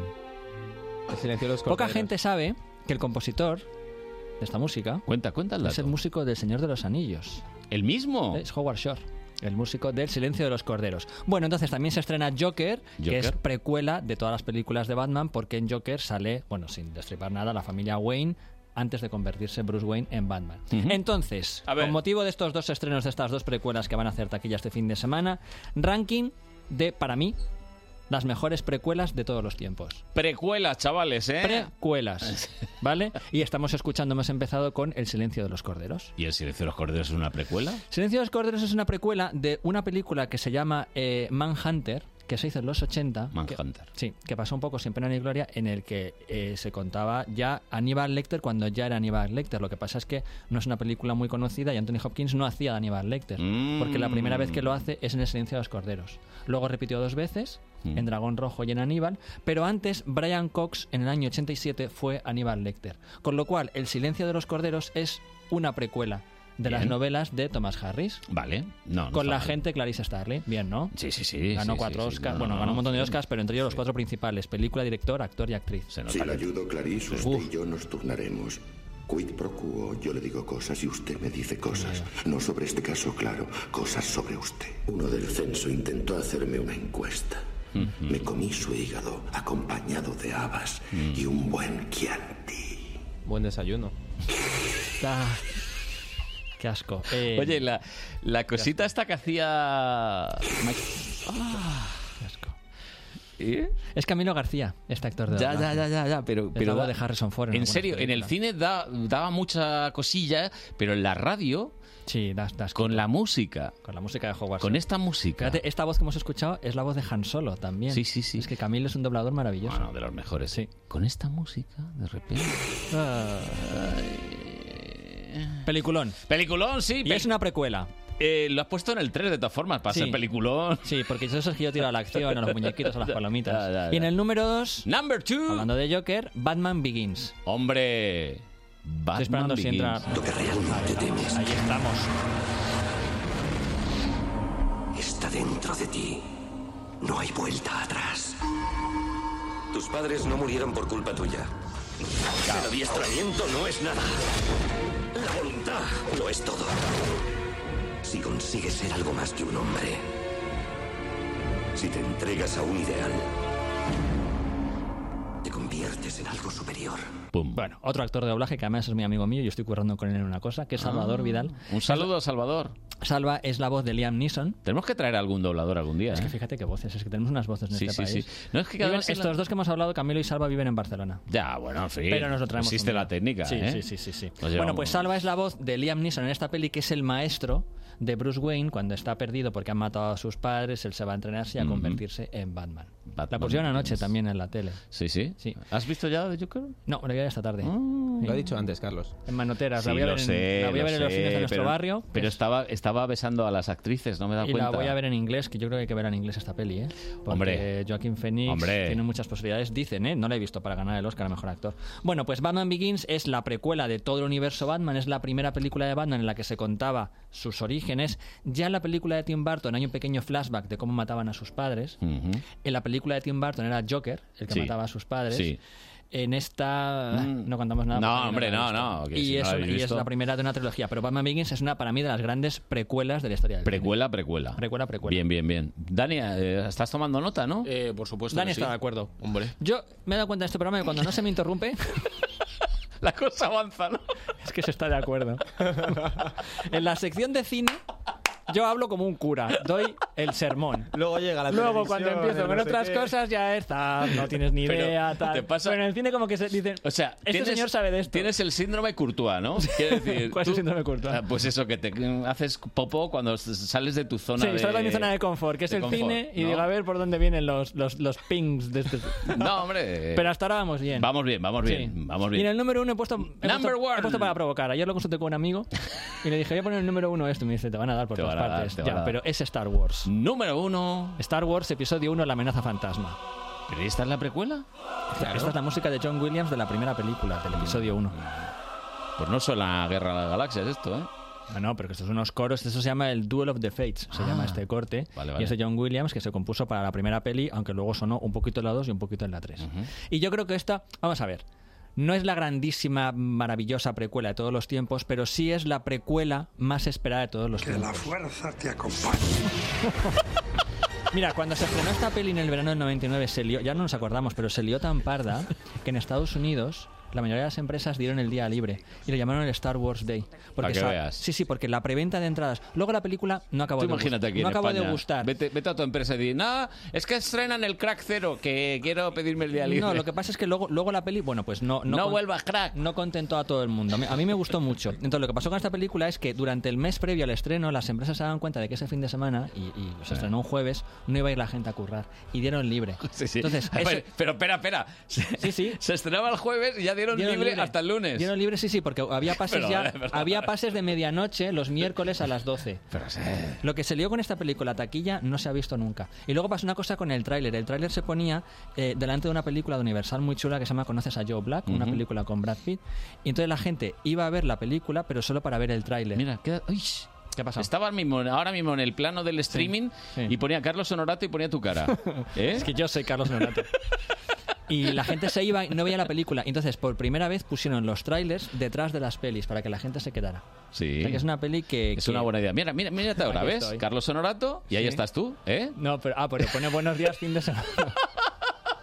El silencio de los Poca corderos. gente sabe que el compositor de esta música Cuenta, cuenta el es el dato. músico del Señor de los Anillos. ¿El mismo? Es Howard Shore, el músico del Silencio de los Corderos. Bueno, entonces también se estrena Joker, que es Joker. precuela de todas las películas de Batman, porque en Joker sale, bueno, sin destripar nada, la familia Wayne antes de convertirse Bruce Wayne en Batman. Ujú. Entonces, A ver. con motivo de estos dos estrenos de estas dos precuelas que van a hacer taquilla este fin de semana, ranking de, para mí, las mejores precuelas de todos los tiempos. Precuelas, chavales, ¿eh? Precuelas, ¿vale? Y estamos escuchando, hemos empezado con El Silencio de los Corderos. ¿Y El silencio de los corderos es una precuela? Silencio de los Corderos es una precuela de una película que se llama eh, Manhunter, que se hizo en los ochenta. Manhunter. Que, sí, que pasó un poco sin pena ni gloria, en el que eh, se contaba ya Aníbal Lecter cuando ya era Aníbal Lecter. Lo que pasa es que no es una película muy conocida y Anthony Hopkins no hacía de Aníbal Lecter, Mm. porque la primera vez que lo hace es en El Silencio de los Corderos. Luego repitió dos veces, Mm. en Dragón Rojo y en Aníbal, pero antes Brian Cox en el año ochenta y siete fue Aníbal Lecter. Con lo cual, El Silencio de los Corderos es una precuela de las Bien. novelas de Thomas Harris. Vale. No, no Con está la mal. gente Clarice Starling. Bien, ¿no? Sí, sí, sí. Ganó sí, cuatro sí, sí. Oscars. No, bueno, no, ganó un montón de sí. Oscars, pero entre ellos los cuatro principales. Película, director, actor y actriz. Se nota Si que- le ayudo, Clarice, usted Uf. y yo nos turnaremos. Quid pro quo, yo le digo cosas y usted me dice cosas. No sobre este caso, claro, cosas sobre usted. Uno del censo intentó hacerme una encuesta. Me comí su hígado acompañado de habas y un buen Chianti. Buen desayuno. Está... Qué asco. Eh, Oye, la, la cosita esta que hacía... Ah, qué asco. ¿Eh? Es Camilo García, este actor de Ya, doblaje. ya, ya, ya, ya, pero... Es pero la voz da- de Harrison Ford. En algunas serio, en el películas. cine da- daba mucha cosilla, pero en la radio... Sí, das, das con la música. Con la música de Hogwarts. Con esta música. Fíjate, esta voz que hemos escuchado es la voz de Han Solo también. Sí, sí, sí. Es que Camilo es un doblador maravilloso. Bueno, de los mejores. Sí. Con esta música, de repente... Peliculón. Peliculón, sí. Y es una precuela. Eh, lo has puesto en el tres de todas formas, para Sí. ser peliculón. Sí, porque eso es que yo tiro a la acción, a los muñequitos, a las palomitas. Ya, ya, ya. Y en el número dos, Number two. hablando de Joker, Batman Begins. Hombre, Batman Estoy esperando si entra... Begins. Lo que realmente temes Ahí estamos. está dentro de ti. No hay vuelta atrás. Tus padres no murieron por culpa tuya. El adiestramiento no es nada. La voluntad lo es todo. Si consigues ser algo más que un hombre, si te entregas a un ideal, te conviertes en algo superior. Pum. Bueno, otro actor de doblaje que además es mi amigo mío y yo estoy currando con él en una cosa, que es Salvador Ah. Vidal. Un saludo a Salvador. Salva es la voz de Liam Neeson. Tenemos que traer algún doblador algún día. Es que ¿eh? fíjate qué voces, es que tenemos unas voces en Sí, este sí, país. sí. No, es que cada Viven- vez en estos la- dos que hemos hablado, Camilo y Salva, viven en Barcelona. Ya, bueno, sí. Pero nos lo traemos Existe un la día. técnica, Sí, ¿eh? sí, sí, sí, sí. Nos Bueno, llevamos- pues Salva es la voz de Liam Neeson en esta peli, que es el maestro de Bruce Wayne cuando está perdido porque han matado a sus padres, él se va a entrenarse y a Ujú. convertirse en Batman. La Batman pusieron anoche Begins. también en la tele. Sí, sí. Sí. ¿Has visto ya de Joker? No, me la voy a ver esta tarde. Lo ha dicho antes, Carlos. En Manoteras. la Sí, voy a lo ver en, sé, la voy a lo ver en los sé, cines de nuestro pero- barrio. Pero Es- estaba, estaba besando a las actrices, no me he dado y cuenta. la voy a ver en inglés, que yo creo que hay que ver en inglés esta peli, ¿eh? Porque Hombre. Joaquín Phoenix Hombre. tiene muchas posibilidades, dicen, ¿eh? No la he visto para ganar el Oscar a Mejor Actor. Bueno, pues Batman Begins es la precuela de todo el universo Batman, es la primera película de Batman en la que se contaba sus orígenes. Ya en la película de Tim Burton hay un pequeño flashback de cómo mataban a sus padres. Ujú. En la película de Tim Burton era Joker, el que Sí. mataba a sus padres. Sí. En esta Mm. no contamos nada. No, porque hombre, la he no, visto. no, que Y, si no es, la habéis y es visto. la primera de una trilogía. Pero Batman Begins es una, para mí, de las grandes precuelas de la historia del cine. Precuela, precuela. Precuela, precuela. Bien, bien, bien. Dani, eh, estás tomando nota, ¿no? Eh, por supuesto. Dani que sí. está de acuerdo. Hombre. Yo me he dado cuenta de este programa que cuando no se me interrumpe, La cosa avanza, ¿no? es que se está de acuerdo. En la sección de cine, yo hablo como un cura, doy el sermón. Luego llega la Luego, cuando televisión, empiezo el con no sé otras qué. cosas, ya está, no tienes ni Pero, idea, tal. ¿te pasa? Pero en el cine como que se dicen, O sea, este tienes- señor sabe de esto. Tienes el síndrome Courtois, ¿no? Quiere decir, ¿Cuál es el tú- síndrome Courtois? Ah, Pues eso, que te mm, haces popó cuando s- sales de tu zona Sí, de... salgo de mi zona de confort, que es de el confort, cine, y ¿no? digo, a ver por dónde vienen los, los, los pings de este... No, hombre. Pero hasta ahora vamos bien. Vamos bien, vamos bien, Sí. vamos Y en bien. el número uno he puesto, he Number puesto, one. he puesto para provocar. Ayer lo consulté con un amigo y le dije, voy a poner el número uno esto. Y me dice, te van a dar por Te todas van a dar, partes. te van a Ya, dar. pero es Star Wars. Número uno. Star Wars, episodio uno, La amenaza fantasma. ¿Pero esta es la precuela? Esta es la música de John Williams de la primera película, del episodio uno. Pues no son la Guerra de las Galaxias esto, ¿eh? No, no, pero que estos son unos coros. Eso se llama el Duel of the Fates, se Ah. llama este corte. Vale, Y vale. es de John Williams, que se compuso para la primera peli, aunque luego sonó un poquito en la dos y un poquito en la tres. Y yo creo que esta, vamos a ver, no es la grandísima, maravillosa precuela de todos los tiempos, pero sí es la precuela más esperada de todos los Que tiempos. la fuerza te acompañe. Mira, cuando se estrenó esta peli en el verano del noventa y nueve, se lió, ya no nos acordamos, pero se lió tan parda que en Estados Unidos la mayoría de las empresas dieron el día libre y lo llamaron el Star Wars Day. Para que sa- veas. Sí, sí, porque la preventa de entradas. Luego la película no acabó Tú de imagínate gust- aquí no en acabó España. de gustar. Vete, vete a tu empresa y di, nada, es que estrenan el Crack Cero, que quiero pedirme el día libre. No, lo que pasa es que luego, luego la peli, bueno, pues no... No con- vuelvas, crack. No contentó a todo el mundo. A mí, a mí me gustó mucho. Entonces, lo que pasó con esta película es que durante el mes previo al estreno, las empresas se daban cuenta de que ese fin de semana, y, y se estrenó un jueves, no iba a ir la gente a currar. Y dieron libre. Sí, sí. Entonces, A eso- ver, pero espera, espera. Sí, sí. Se estrenaba el jueves y ya dieron, Dieron libre, libre. hasta el lunes. Dieron libre, sí, sí, porque había pases Pero, ya, de verdad. había pases de medianoche los miércoles a las doce. Pero sí. Lo que se lió con esta película, taquilla, no se ha visto nunca. Y luego pasó una cosa con el tráiler. El tráiler se ponía eh, delante de una película de Universal muy chula que se llama Conoces a Joe Black, una Ujú. película con Brad Pitt. Y entonces la gente iba a ver la película, pero solo para ver el tráiler. Mira, queda... Uy. ¿Qué pasa? Estaba mismo, ahora mismo en el plano del streaming sí. y ponía Carlos Honorato y ponía tu cara. ¿Eh? Es que yo soy Carlos Norato. Y la gente se iba y no veía la película. Entonces, por primera vez pusieron los trailers detrás de las pelis para que la gente se quedara. Sí. O sea, que es una peli que... Es que- una buena idea. Mira, mira, mírate ahora, Aquí ¿ves? estoy. Carlos Honorato y ahí Sí. estás tú, ¿eh? No, pero, ah, pero pone buenos días fin de semana.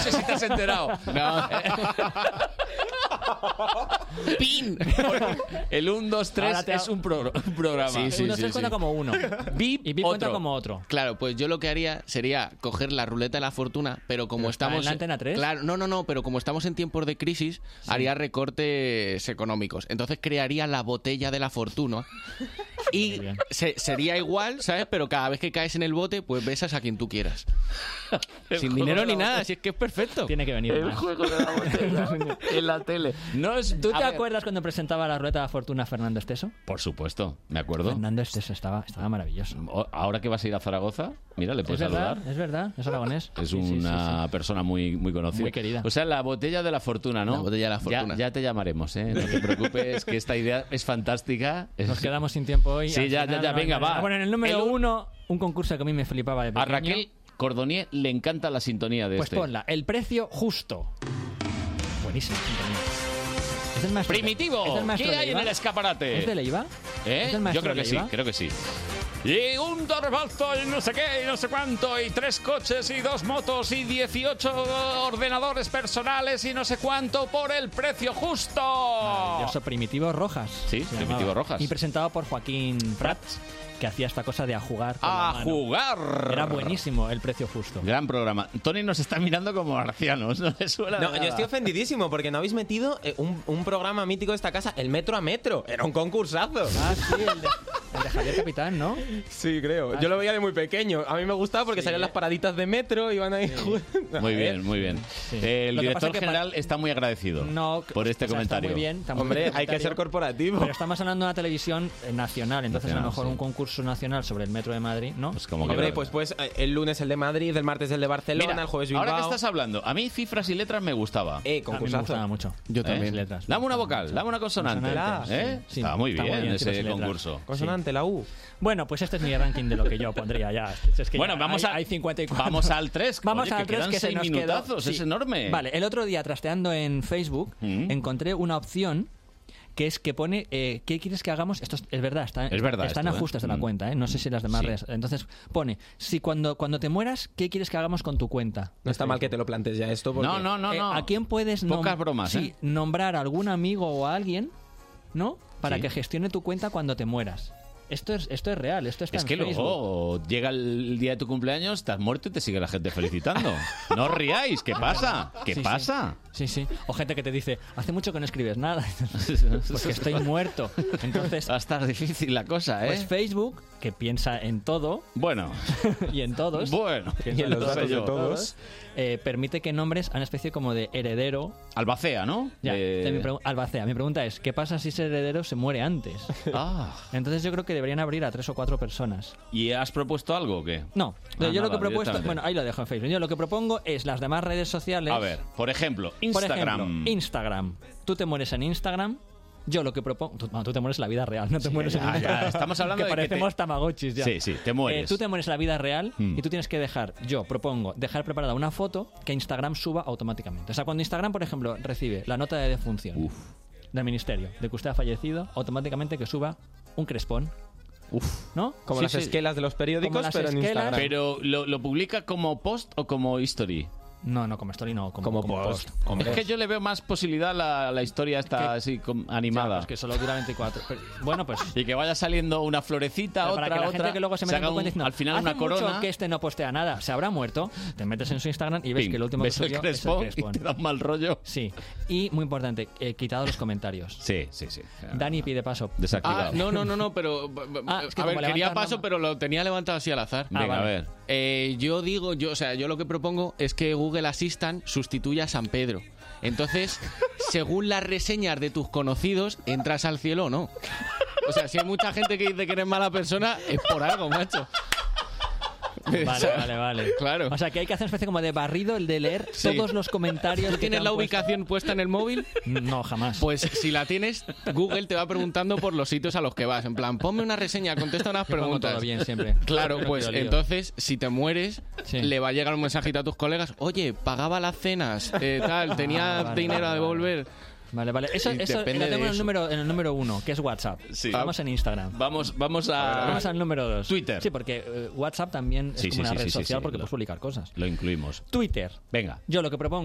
sé si te has enterado. No. ¡Pin! El uno, dos, tres Ahora te- es un, pro- un programa. Sí, sí, uno sí, se sí. cuenta como uno. Bip, Y Bip cuenta otro. como otro. Claro, pues yo lo que haría sería coger la ruleta de la fortuna, pero como ¿Pero está estamos en la Antena tres? Claro, no, no, no, pero como estamos en tiempos de crisis, haría recortes económicos. Entonces crearía la botella de la fortuna. Y se- sería igual, ¿sabes? Pero cada vez que caes en el bote, pues besas a quien tú quieras. Sin dinero ni nada, si es que es perfecto. Tiene que venir más. juego de la botella en la tele. No es, ¿Tú a te ver, acuerdas cuando presentaba la Rueda de la Fortuna Fernando Esteso? Por supuesto, me acuerdo. Fernando Esteso estaba, estaba maravilloso. O- Ahora que vas a ir a Zaragoza, mira, le Es puedes verdad, saludar. es verdad, es aragonés. Es Sí, sí, sí, una persona muy, muy conocida. Muy querida. O sea, la botella de la fortuna, ¿no? La botella de la Ya- fortuna. Ya, te llamaremos, ¿eh? No te preocupes, que esta idea es fantástica. Es- Nos quedamos sin tiempo hoy. Sí, al ya, final ya, ya, no hay venga, manera. va. Bueno, en el número El- uno, un concurso que a mí me flipaba de A pequeño. Raquel Cordonier le encanta la sintonía de Pues este. ponla, el precio justo. Buenísima sintonía. ¿Es del maestro Primitivo, ¿Es del maestro ¿qué hay en Leiva? el escaparate? ¿Es de Leiva? ¿Eh? ¿Es del Yo maestro creo que sí, Leiva? creo que sí. Y un torbalzo y no sé qué y no sé cuánto y tres coches y dos motos y dieciocho ordenadores personales y no sé cuánto por el precio justo. Maravilloso, Primitivo Rojas. Sí, se Primitivo llamaba. Rojas. Y presentado por Joaquín Prats, que hacía esta cosa de a jugar. con ¡A la mano. jugar! Era buenísimo el precio justo. Gran programa. Tony nos está mirando como marcianos, no le suena No, nada. yo estoy ofendidísimo porque no habéis metido eh, un, un programa mítico de esta casa, el Metro a Metro. Era un concursazo. Ah, sí, el de, el de Javier Capitán, ¿no? Sí, creo. Yo lo veía de muy pequeño. A mí me gustaba porque Sí, salían ¿eh? las paraditas de metro, iban ahí jugando. Muy bien, muy bien. Sí. El Lo que pasa director es que general está muy agradecido No, por este o sea, comentario. Está muy bien. Está muy Hombre, bien el hay que ser comentario, corporativo. Pero estamos hablando de una televisión eh, nacional, entonces a Nacional, lo mejor sí. un concurso nacional sobre el metro de Madrid, ¿no? Pues como que Hombre, no. pues, pues eh, el lunes el de Madrid, el martes el de Barcelona, Mira, el jueves Bilbao. ahora que estás hablando, a mí cifras y letras me gustaba. Eh, A mí me concursazo. gustaba mucho. Yo ¿Eh? también. Letras. Dame una vocal, dame una consonante. Consonante, ¿Eh? sí. Sí, Estaba muy está bien, muy bien, cifras y ese letras. concurso. Consonante, la U. Bueno, pues este es mi ranking de lo que yo pondría ya. Es que Bueno, ya vamos hay, a- hay cincuenta y cuatro. Vamos al tres. Vamos Oye, al que tres quedan que se seis nos quedó. minutazos, Sí. es enorme. Vale, el otro día trasteando en Facebook Mm. encontré una opción que es que pone eh, ¿qué quieres que hagamos? Esto es, es verdad, está, Es verdad están esto, ¿eh? ajustes de la Mm. cuenta, ¿eh? No sé si las demás Sí. redes. Entonces pone, si cuando, cuando te mueras, ¿qué quieres que hagamos con tu cuenta? No está mal que te lo plantees ya esto. Porque... No, no, no, Eh, no. ¿A quién puedes nom- Pocas bromas, sí, ¿eh? nombrar a algún amigo o a alguien, ¿no? Para Sí. que gestione tu cuenta cuando te mueras. Esto es, esto es real, esto está Es en que Facebook. luego llega el día de tu cumpleaños, estás muerto y te sigue la gente felicitando. No os riáis, ¿qué pasa? ¿Qué Sí, sí. pasa? Sí, sí. O gente que te dice, hace mucho que no escribes nada. Pues que estoy muerto. Entonces, Va a estar difícil la cosa, ¿eh? pues Facebook, que piensa en todo Bueno, y en todos, bueno. piensa Y en los no sé datos de yo. todos. eh, permite que nombres a una especie como de heredero. Albacea, ¿no? Ya, De- de mi pregu- Albacea. Mi pregunta es, ¿qué pasa si ese heredero se muere antes? Ah. Entonces yo creo que deberían abrir a tres o cuatro personas. ¿Y has propuesto algo o qué? No, Ah, yo lo que nada, he propuesto, directamente. bueno, ahí lo dejo en Facebook. Yo lo que propongo es las demás redes sociales. A ver, por ejemplo, Por Instagram. ejemplo, Instagram. Tú te mueres en Instagram. Yo lo que propongo... Tú, no, tú te mueres en la vida real, no te mueres en ya, Instagram. ya, estamos hablando que de que parecemos te- tamagotchis ya. Sí, sí, te mueres. Eh, tú te mueres en la vida real Mm. y tú tienes que dejar, yo propongo, dejar preparada una foto que Instagram suba automáticamente. O sea, cuando Instagram, por ejemplo, recibe la nota de defunción del ministerio de que usted ha fallecido, automáticamente que suba un crespón. Uf. ¿No? Como Sí, las sí. esquelas de los periódicos, Como las pero en esquelas. Instagram. Pero, ¿lo, lo publica como post o como history? No, no, como story no, como, Como como post. post. Hombre. Es que yo le veo más posibilidad a la, la historia esta ¿Qué? así com- Ya, animada. pues que solo dura veinticuatro. Pero, bueno, pues... Y que vaya saliendo una florecita, Pero otra, para que la otra. gente que luego se meta en haga tu cuenta un- diciendo, al final hace una corona. mucho que este no postea nada, se habrá muerto, te metes en su Instagram y ves pim, que el último ves que el subió crespón es el crespón. y te da un mal rollo. Sí, y muy importante, eh, quitado los comentarios. Sí, sí, sí. Dani pide paso. Desactivado. Ah, no, no, no, no, pero... b- b- Ah, es que a como ver, quería levantas paso, la- pero lo tenía levantado así al azar. Ah, Venga, vale. a ver. Eh, yo digo, yo, o sea, yo lo que propongo es que Google Assistant sustituya a San Pedro. Entonces, según las reseñas de tus conocidos, entras al cielo o no. O sea, si hay mucha gente que dice que eres mala persona, es por algo, macho. Vale, vale, vale. Claro. O sea, que hay que hacer una especie como de barrido, el de leer Sí. todos los comentarios. ¿Tú que te tienes han la puesto. ubicación puesta en el móvil? No, jamás. Pues si la tienes, Google te va preguntando por los sitios a los que vas. En plan, ponme una reseña, contesta unas Yo pongo preguntas. todo bien siempre. Claro, No pues quiero lío. entonces, si te mueres, Sí. le va a llegar un mensajito a tus colegas. Oye, pagaba las cenas, eh, tal, tenía Ah, vale, dinero vale, a devolver. Vale, vale. Eso, Y eso depende lo tengo de en el, eso. número, en el número uno, que es WhatsApp. Sí. Vamos en Instagram. Vamos, vamos a... Vamos al número dos. Twitter. Sí, porque eh, WhatsApp también es Sí, como sí, una sí, red sí, sí, social sí, porque lo- puedes publicar cosas. Lo incluimos. Twitter. Venga. Yo lo que propongo,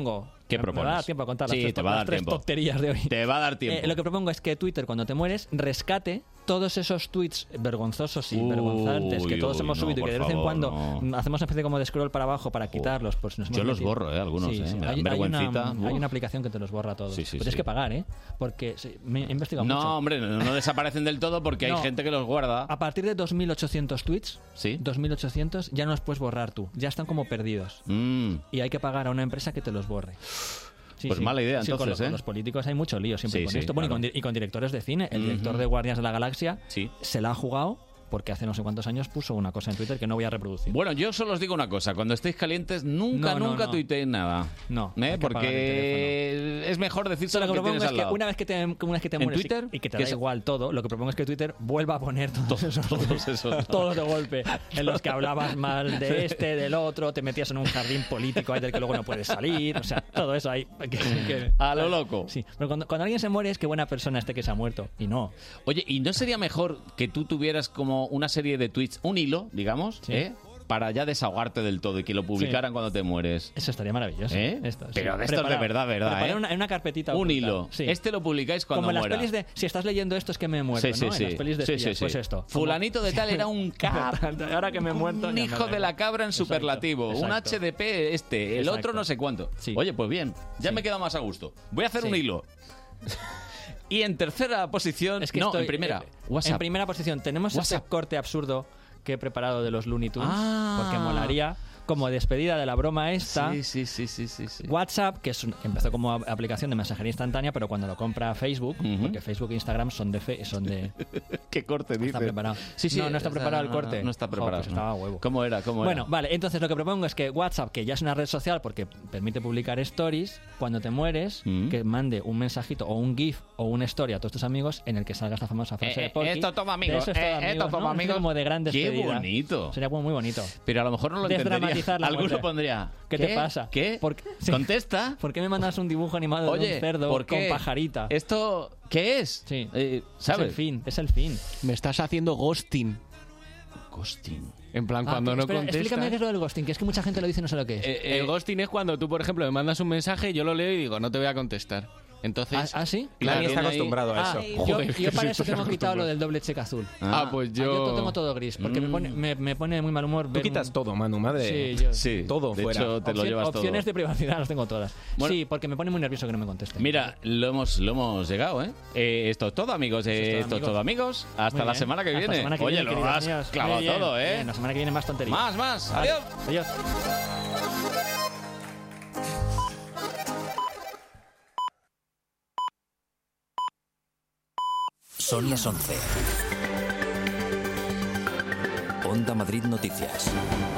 ¿Qué Me- propones? Me va a dar tiempo a contar Sí, las tres, te va a las dar tres tiempo. tonterías de hoy. Te va a dar tiempo. Eh, lo que propongo es que Twitter, cuando te mueres, rescate todos esos tweets vergonzosos y Uy, vergonzantes que todos uy, hemos no, subido y por que de vez en favor, cuando no. hacemos una especie como de scroll para abajo para quitarlos. Pues nos Yo hemos los metido. borro, ¿eh? Algunos, Sí, ¿eh? sí. Me dan Hay, hay una, vergüencita. hay Uf. una aplicación que te los borra todos. Sí, sí, Pero sí. tienes que pagar, ¿eh? Porque sí, me he investigado mucho. No, hombre, no, no desaparecen del todo porque No. hay gente que los guarda. A partir de dos mil ochocientos tweets, ¿Sí? dos mil ochocientos, ya no los puedes borrar tú. Ya están como perdidos. Mm. Y hay que pagar a una empresa que te los borre. Sí, Pues sí. mala idea, Sí, con, entonces, lo- ¿eh? con los políticos hay mucho lío siempre Sí, con sí, esto. Bueno, y, claro. con, di- y con directores de cine. El Ujú. director de Guardianes de la Galaxia Sí. se la ha jugado porque hace no sé cuántos años puso una cosa en Twitter que no voy a reproducir. Bueno, yo solo os digo una cosa. Cuando estéis calientes, nunca, No, no, nunca no. tuiteéis nada. No, ¿Eh? hay que apagar el Porque es mejor decir Solo lo lo que que propongo tienes es al que lado. una vez que te, una vez que te ¿En mueres y- Twitter? y, que te ¿Qué da es? igual todo, lo que propongo es que Twitter vuelva a poner todos esos Todos esos. todos de golpe, en los que hablabas mal de este, del otro, te metías en un jardín político ahí del que luego no puedes salir, o sea, todo eso ahí. que- que- A lo loco. Sí, pero cuando, cuando alguien se muere es que buena persona este que se ha muerto, y no. Oye, ¿y no sería mejor que tú tuvieras como una serie de tweets, un hilo, digamos, Sí. ¿eh? Para ya desahogarte del todo y que lo publicaran Sí. cuando te mueres? Eso estaría maravilloso. ¿Eh? Esto, sí. Pero de estos de Preparar- verdad, verdad, preparar ¿eh? una, en una carpetita. Un oculta. hilo. Sí. Este lo publicáis cuando Como en las muera. pelis de, si estás leyendo esto es que me he muerto, Sí, sí, ¿no? sí. En las pelis de Sí, espías, sí, pues sí. esto. Fulanito de tal era un cap. Ahora que me he muerto... Un ya hijo me- de la cabra en superlativo. Un exacto. H D P este. El Exacto. otro no sé cuánto. Oye, pues bien. Ya Sí. me he quedado más a gusto. Voy a hacer Sí. un hilo. Y en tercera posición... Es que no, estoy- en primera. eh, WhatsApp. En primera posición tenemos WhatsApp. ese corte absurdo que he preparado de los Looney Tunes, Ah. porque molaría como despedida de la broma esta. Sí, sí, sí, sí, sí, sí. WhatsApp, que, es un- que empezó como a- aplicación de mensajería instantánea, pero cuando lo compra Facebook, porque Facebook e Instagram son de fe, son de... ¿Qué corte dices? Está preparado. Sí, sí. No, no está preparado el corte. No está Jo, preparado. pues estaba a huevo. ¿Cómo era? ¿Cómo era? Bueno, vale, entonces lo que propongo es que WhatsApp, que ya es una red social porque permite publicar stories, cuando te mueres, Mm. que mande un mensajito o un GIF o una story a todos tus amigos en el que salga esta famosa frase Eh, de Porky. esto toma amigos, De eso es todo eh, amigos, esto toma ¿no? Una especie amigos. como de gran Qué despedida. bonito. Sería como muy bonito. Pero a lo mejor no lo entendería. Desdramatizar la Alguno muerte. pondría... ¿Qué, te pasa? ¿Qué? ¿Por qué? Sí. ¿Contesta? ¿Por qué me mandas un dibujo animado de Oye, un cerdo ¿por qué? con pajarita? ¿Esto qué es? Sí. Eh, Es ¿Sabes? el fin, es el fin. Me estás haciendo ghosting. Ghosting. En plan, Ah, cuando pero no espera, contestas. explícame qué es lo del ghosting, que es que mucha gente lo dice y no sé lo que es. Eh, el ghosting es cuando tú, por ejemplo, me mandas un mensaje, yo lo leo y digo, no te voy a contestar. Entonces, ¿Ah, ah, sí? Claro, Nadie está viene ahí- acostumbrado a Ah, eso. yo, Joder, yo que para sí, eso estoy tengo quitado acostumbrado. lo del doble check azul. Ah, pues yo... yo tengo todo gris, porque me, pone, me, me pone de muy mal humor Tú ver quitas un- todo, Manu, madre. Sí, yo- Sí, Todo de fuera. hecho te lo Opción- llevas todo. opciones de privacidad las tengo todas. Bueno. Sí, porque me pone muy nervioso que no me contesten. Mira, lo hemos, lo hemos llegado, ¿eh? Eh, Esto es todo, amigos. Eh, Esto esto es todo, es todo, amigos. Hasta Muy la bien. semana que Hasta viene. la semana que Oye, viene, lo queridos has míos. clavado Muy bien, todo, ¿eh? bien, la semana que viene más tonterías. Más, más. Vale, Adiós. Adiós. Son las once. Onda Madrid Noticias.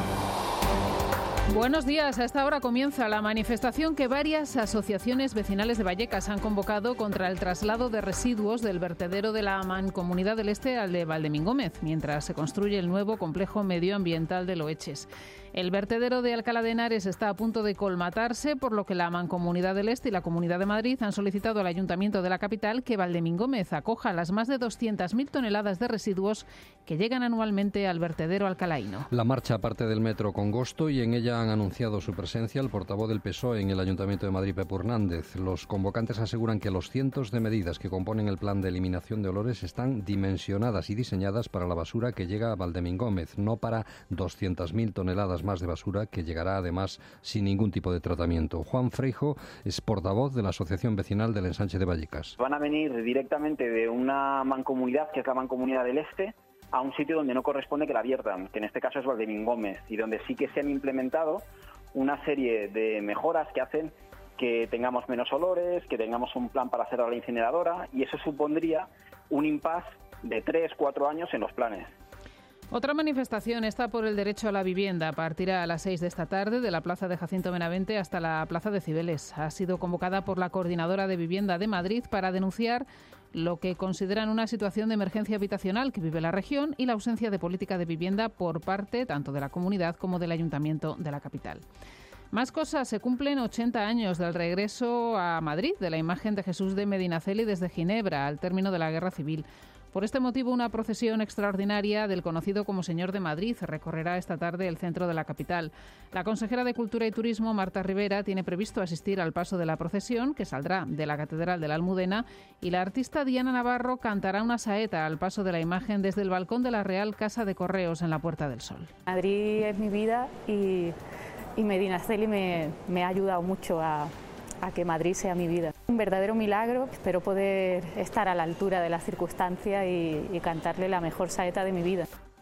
Buenos días. A esta hora comienza la manifestación que varias asociaciones vecinales de Vallecas han convocado contra el traslado de residuos del vertedero de la Mancomunidad del Este al de Valdemingómez, mientras se construye el nuevo complejo medioambiental de Loeches. El vertedero de Alcalá de Henares está a punto de colmatarse, por lo que la Mancomunidad del Este y la Comunidad de Madrid han solicitado al Ayuntamiento de la capital que Valdemingómez acoja las más de doscientas mil toneladas de residuos que llegan anualmente al vertedero alcalaíno. La marcha parte del metro Congosto y en ella han anunciado su presencia el portavoz del P S O E en el Ayuntamiento de Madrid, Pepe Hernández. Los convocantes aseguran que los cientos de medidas que componen el plan de eliminación de olores están dimensionadas y diseñadas para la basura que llega a Valdemingómez, no para doscientas mil toneladas más de basura que llegará además sin ningún tipo de tratamiento. Juan Freijo es portavoz de la Asociación Vecinal del Ensanche de Vallecas. Van a venir directamente de una mancomunidad, que es la Mancomunidad del Este, a un sitio donde no corresponde que la viertan, que en este caso es Valdemingómez, y donde sí que se han implementado una serie de mejoras que hacen que tengamos menos olores, que tengamos un plan para hacer a la incineradora, y eso supondría un impasse de tres, cuatro años en los planes. Otra manifestación está por el derecho a la vivienda. Partirá a las seis de esta tarde de la Plaza de Jacinto Benavente hasta la Plaza de Cibeles. Ha sido convocada por la Coordinadora de Vivienda de Madrid para denunciar lo que consideran una situación de emergencia habitacional que vive la región y la ausencia de política de vivienda por parte tanto de la comunidad como del Ayuntamiento de la capital. Más cosas. Se cumplen ochenta años del regreso a Madrid de la imagen de Jesús de Medinaceli desde Ginebra al término de la Guerra Civil. Por este motivo, una procesión extraordinaria del conocido como Señor de Madrid recorrerá esta tarde el centro de la capital. La consejera de Cultura y Turismo, Marta Rivera, tiene previsto asistir al paso de la procesión, que saldrá de la Catedral de la Almudena, y la artista Diana Navarro cantará una saeta al paso de la imagen desde el balcón de la Real Casa de Correos en la Puerta del Sol. Madrid es mi vida y, y Medinaceli me, me ha ayudado mucho a, a que Madrid sea mi vida. Un verdadero milagro, espero poder estar a la altura de las circunstancias y, y cantarle la mejor saeta de mi vida.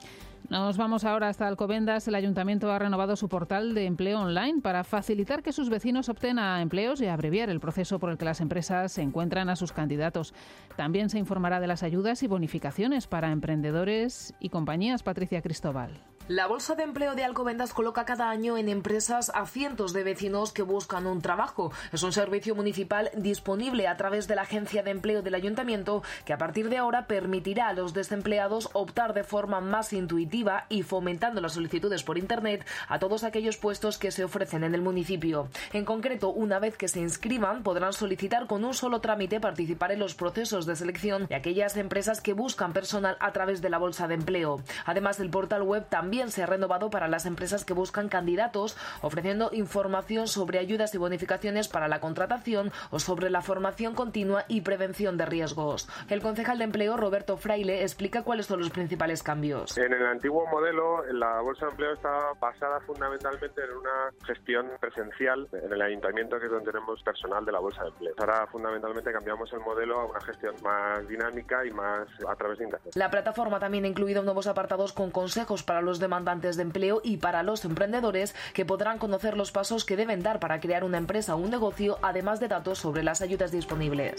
Nos vamos ahora hasta Alcobendas. El Ayuntamiento ha renovado su portal de empleo online para facilitar que sus vecinos opten a empleos y abreviar el proceso por el que las empresas se encuentran a sus candidatos. También se informará de las ayudas y bonificaciones para emprendedores y compañías. Patricia Cristóbal. La Bolsa de Empleo de Alcobendas coloca cada año en empresas a cientos de vecinos que buscan un trabajo. Es un servicio municipal disponible a través de la Agencia de Empleo del Ayuntamiento que a partir de ahora permitirá a los desempleados optar de forma más intuitiva y fomentando las solicitudes por Internet a todos aquellos puestos que se ofrecen en el municipio. En concreto, una vez que se inscriban, podrán solicitar con un solo trámite participar en los procesos de selección de aquellas empresas que buscan personal a través de la Bolsa de Empleo. Además, el portal web también se ha renovado para las empresas que buscan candidatos, ofreciendo información sobre ayudas y bonificaciones para la contratación o sobre la formación continua y prevención de riesgos. El concejal de Empleo, Roberto Fraile, explica cuáles son los principales cambios. En el antiguo modelo, la Bolsa de Empleo estaba basada fundamentalmente en una gestión presencial en el ayuntamiento, que es donde tenemos personal de la Bolsa de Empleo. Ahora, fundamentalmente, cambiamos el modelo a una gestión más dinámica y más a través de Internet. La plataforma también ha incluido nuevos apartados con consejos para los demandantes de empleo y para los emprendedores, que podrán conocer los pasos que deben dar para crear una empresa o un negocio, además de datos sobre las ayudas disponibles.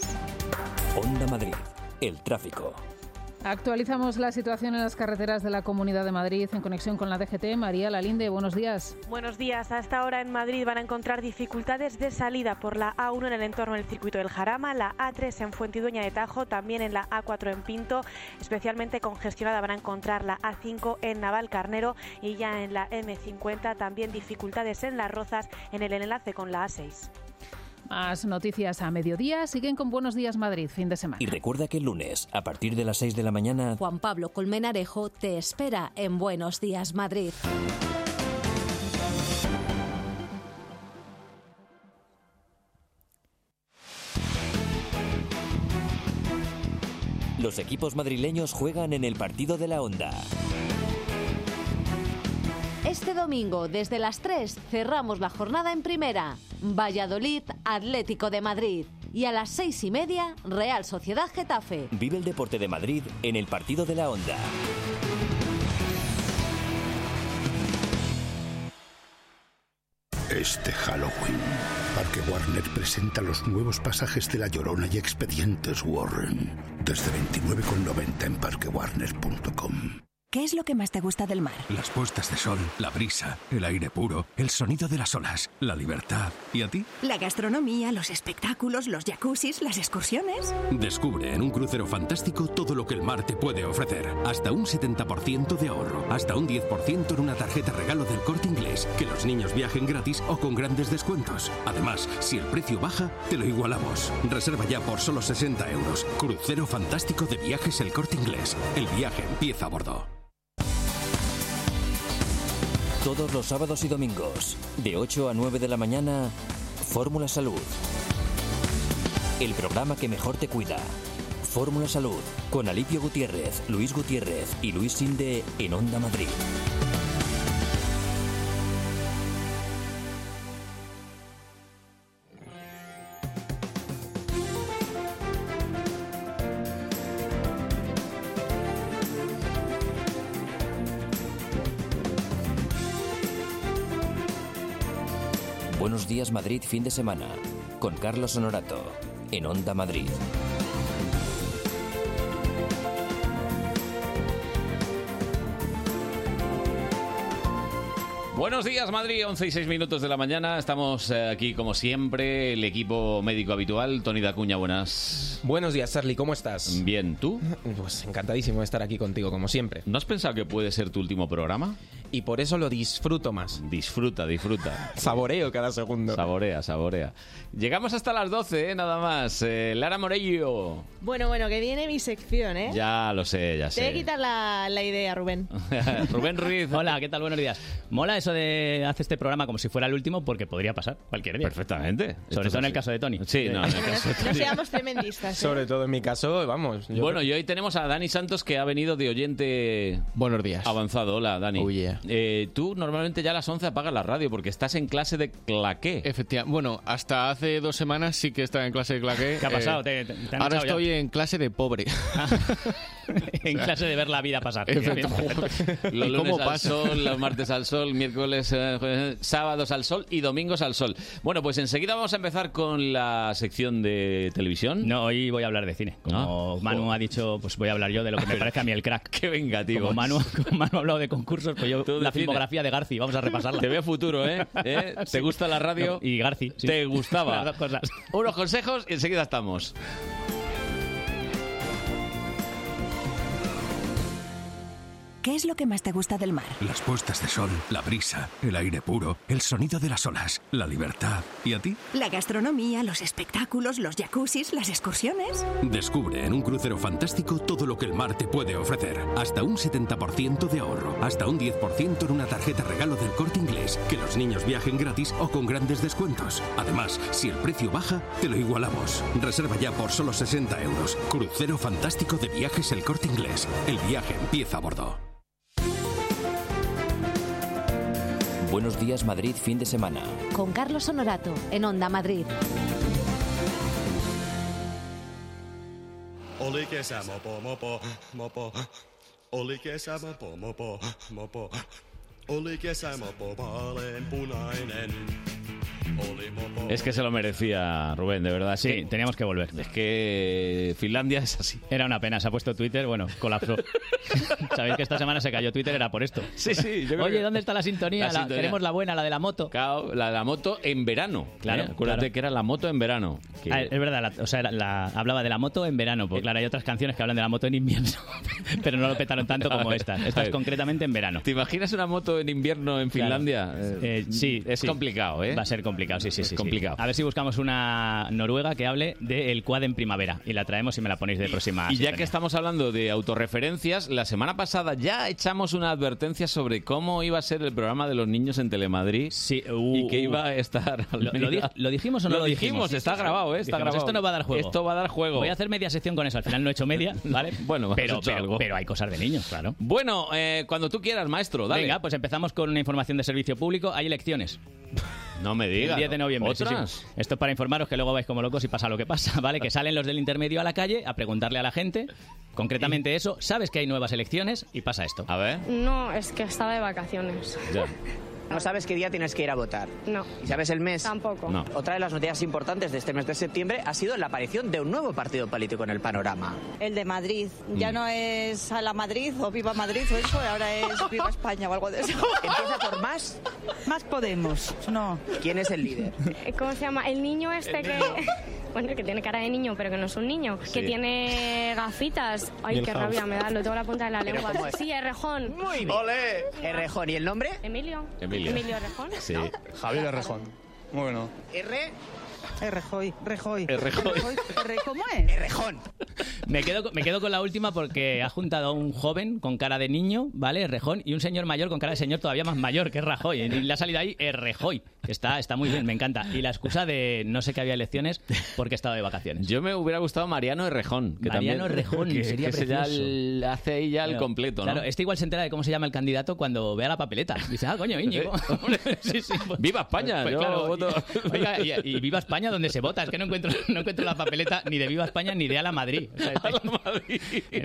Onda Madrid, el tráfico. Actualizamos la situación en las carreteras de la Comunidad de Madrid en conexión con la D G T. María Lalinde, buenos días. Buenos días. A esta hora en Madrid van a encontrar dificultades de salida por la A uno en el entorno del circuito del Jarama, la A tres en Fuentidueña de Tajo, también en la A cuatro en Pinto. Especialmente congestionada van a encontrar la A cinco en Navalcarnero y ya en la eme cincuenta también dificultades en Las Rozas en el enlace con la A seis. Más noticias a mediodía. Siguen con Buenos Días Madrid, fin de semana. Y recuerda que el lunes, a partir de las seis de la mañana, Juan Pablo Colmenarejo te espera en Buenos Días Madrid. los equipos madrileños juegan en el partido de la Onda. Este domingo, desde las tres, cerramos la jornada en primera. Valladolid, Atlético de Madrid. Y a las seis y media, Real Sociedad Getafe. Vive el deporte de Madrid en el partido de la Onda. Este Halloween, Parque Warner presenta los nuevos pasajes de La Llorona y Expedientes Warren. Desde veintinueve con noventa en parque warner punto com. ¿Qué es lo que más te gusta del mar? Las puestas de sol, la brisa, el aire puro, el sonido de las olas, la libertad. ¿Y a ti? La gastronomía, los espectáculos, los jacuzzis, las excursiones. Descubre en un crucero fantástico todo lo que el mar te puede ofrecer. Hasta un setenta por ciento de ahorro, hasta un diez por ciento en una tarjeta regalo del Corte Inglés. Que los niños viajen gratis o con grandes descuentos. Además, si el precio baja, te lo igualamos. Reserva ya por solo sesenta euros. Crucero fantástico de Viajes El Corte Inglés. El viaje empieza a bordo. Todos los sábados y domingos, de ocho a nueve de la mañana, Fórmula Salud. El programa que mejor te cuida. Fórmula Salud, con Alipio Gutiérrez, Luis Gutiérrez y Luis Sinde en Onda Madrid. Buenos días Madrid, fin de semana, con Carlos Honorato, en Onda Madrid. Buenos días Madrid, once y seis minutos de la mañana. Estamos aquí como siempre, el equipo médico habitual. Tony Dacuña, buenas. días. Buenos días, Charlie, ¿cómo estás? Bien, ¿tú? Pues encantadísimo de estar aquí contigo, como siempre. ¿No has pensado que puede ser tu último programa? Y por eso lo disfruto más. Disfruta, disfruta. Saboreo cada segundo. Saborea, saborea. Llegamos hasta las doce, ¿eh? Nada más. Eh, Lara Morello. Bueno, bueno, que viene mi sección, ¿eh? Ya lo sé, ya Te voy a sé. quitar la, la idea, Rubén. Rubén Ruiz. Hola, ¿qué tal? Buenos días. Mola eso de hacer este programa como si fuera el último porque podría pasar cualquier día. Perfectamente. Sobre todo en el caso de Tony. Sí, no, en el caso de No seamos tremendistas. ¿eh? Sobre todo en mi caso, vamos. yo- Bueno, y hoy tenemos a Dani Santos, que ha venido de oyente Buenos días. avanzado. Hola, Dani. Oh, yeah. Eh, tú normalmente ya a las once apagas la radio porque estás en clase de claqué. Efectivamente. Bueno, hasta hace dos semanas sí que estaba en clase de claqué. ¿Qué ha Eh, pasado? ¿Te- te- te han ahora echado ya? estoy en clase de pobre. En clase de ver la vida pasar. Efecto. Los ¿Y lunes cómo al pasa? sol, los martes al sol, miércoles, eh, jueves, sábados al sol y domingos al sol. Bueno, pues enseguida vamos a empezar con la sección de televisión. No, hoy voy a hablar de cine. Como Manu ha dicho, pues voy a hablar yo de lo que me parece a mí el crack. Qué vengativo. Como Manu, como Manu ha hablado de concursos, pues yo Tú de la cine. filmografía de Garci, vamos a repasarla. Te veo futuro, ¿eh? ¿Eh? ¿Te Sí. gusta la radio? No, y Garci. sí. ¿Te gustaba? Las dos cosas. Unos consejos y enseguida estamos. ¿Qué es lo que más te gusta del mar? Las puestas de sol, la brisa, el aire puro, el sonido de las olas, la libertad. ¿Y a ti? La gastronomía, los espectáculos, los jacuzzis, las excursiones. Descubre en un crucero fantástico todo lo que el mar te puede ofrecer. Hasta un setenta por ciento de ahorro. Hasta un diez por ciento en una tarjeta regalo del Corte Inglés. Que los niños viajen gratis o con grandes descuentos. Además, si el precio baja, te lo igualamos. Reserva ya por solo sesenta euros. Crucero fantástico de viajes El Corte Inglés. El viaje empieza a bordo. Buenos días, Madrid, fin de semana. Con Carlos Honorato, en Onda Madrid. Oli kesä, mopo, mopo, mopo. Oli kesä, mopo, mopo, mopo. Oli kesä, mopo, vaaleanpunainen. Oli mopo. Es que se lo merecía, Rubén, de verdad. Sí, teníamos que volver. Es que Finlandia es así. Era una pena, se ha puesto Twitter, bueno, colapsó. Sabéis que esta semana se cayó Twitter, era por esto. Sí, sí. yo creo Oye, que- ¿dónde está la sintonía? La La- sintonía. Queremos la buena, la de la moto. Claro, la de la moto en verano. Claro, ¿eh? Acuérdate claro. que era la moto en verano. Que- Ah, es verdad, la- o sea, la- la- hablaba de la moto en verano, porque claro, hay otras canciones que hablan de la moto en invierno, pero no lo petaron tanto como esta. Esta es concretamente en verano. ¿Te imaginas una moto en invierno en Finlandia? Claro. Eh, sí, es sí. complicado, ¿eh? Va a ser complicado, sí, sí, Es sí. sí. complicado. A ver si buscamos una noruega que hable del quad en primavera y la traemos y me la ponéis de próxima. Y ya sintonía. que estamos hablando de autorreferencias, la semana pasada ya echamos una advertencia sobre cómo iba a ser el programa de los niños en Telemadrid sí, y que iba a estar... ¿Lo, lo di- ¿lo dijimos o no lo lo dijimos? está grabado, ¿eh? Está Dijimos, grabado. Esto no va a dar juego. Esto va a dar juego. Voy a hacer media sección con eso. Al final no he hecho media, ¿vale? Bueno, has pero, hecho pero, algo. pero hay cosas de niños, claro. Bueno, eh, cuando tú quieras, maestro, dale. Venga, pues empezamos con una información de servicio público. Hay elecciones. No me digas. El diez de noviembre. sí, ¿Otras? sí. Esto es para informaros que luego vais como locos y pasa lo que pasa, ¿vale? Que salen los del intermedio a la calle a preguntarle a la gente, concretamente eso, sabes que hay nuevas elecciones y pasa esto. A ver. No, es que estaba de vacaciones. Ya. ¿No sabes qué día tienes que ir a votar? No. ¿Y sabes el mes? Tampoco. No. Otra de las noticias importantes de este mes de septiembre ha sido la aparición de un nuevo partido político en el panorama. El de Madrid. Ya no es a la Madrid o Viva Madrid o eso, ahora es Viva España o algo de eso. ¿Empieza por más? Más Podemos, no. ¿Quién es el líder? Eh, ¿Cómo se llama? El niño este que... Bueno, que tiene cara de niño, pero que no es un niño. Sí. Que tiene gafitas. Ay, qué Milhouse. rabia me da. Lo tengo en la punta de la ¿Pero lengua. cómo es? Sí, Errejón. Muy bien. ¡Olé! Errejón. ¿Y el nombre? Emilio. Emilio. Emilio Errejón. Sí. Javier Errejón. Bueno. R. Errejoy, Rejoy. Errejoy. Erre- ¿Cómo es? Errejón. Me quedo, con- me quedo con la última porque ha juntado a un joven con cara de niño, ¿vale? Errejón, y un señor mayor con cara de señor todavía más mayor, que es Rajoy. Y le ha salido ahí Errejoy. Está, está muy bien, me encanta. Y la excusa de no sé que había elecciones porque he estado de vacaciones. Yo me hubiera gustado Mariano Errejón. Que Mariano también, Errejón, que, sería que ese ya precioso. el- hace ahí ya el Claro, completo, ¿no? Claro, este igual se entera de cómo se llama el candidato cuando vea la papeleta. Dice, ah, coño, Íñigo. Sí, sí, pues- ¡Viva España! Pues Yo claro, voto- y, oiga, y, y viva España donde se vota. Es que no encuentro, no encuentro la papeleta ni de Viva España ni de A la Madrid. O sea, A la Madrid.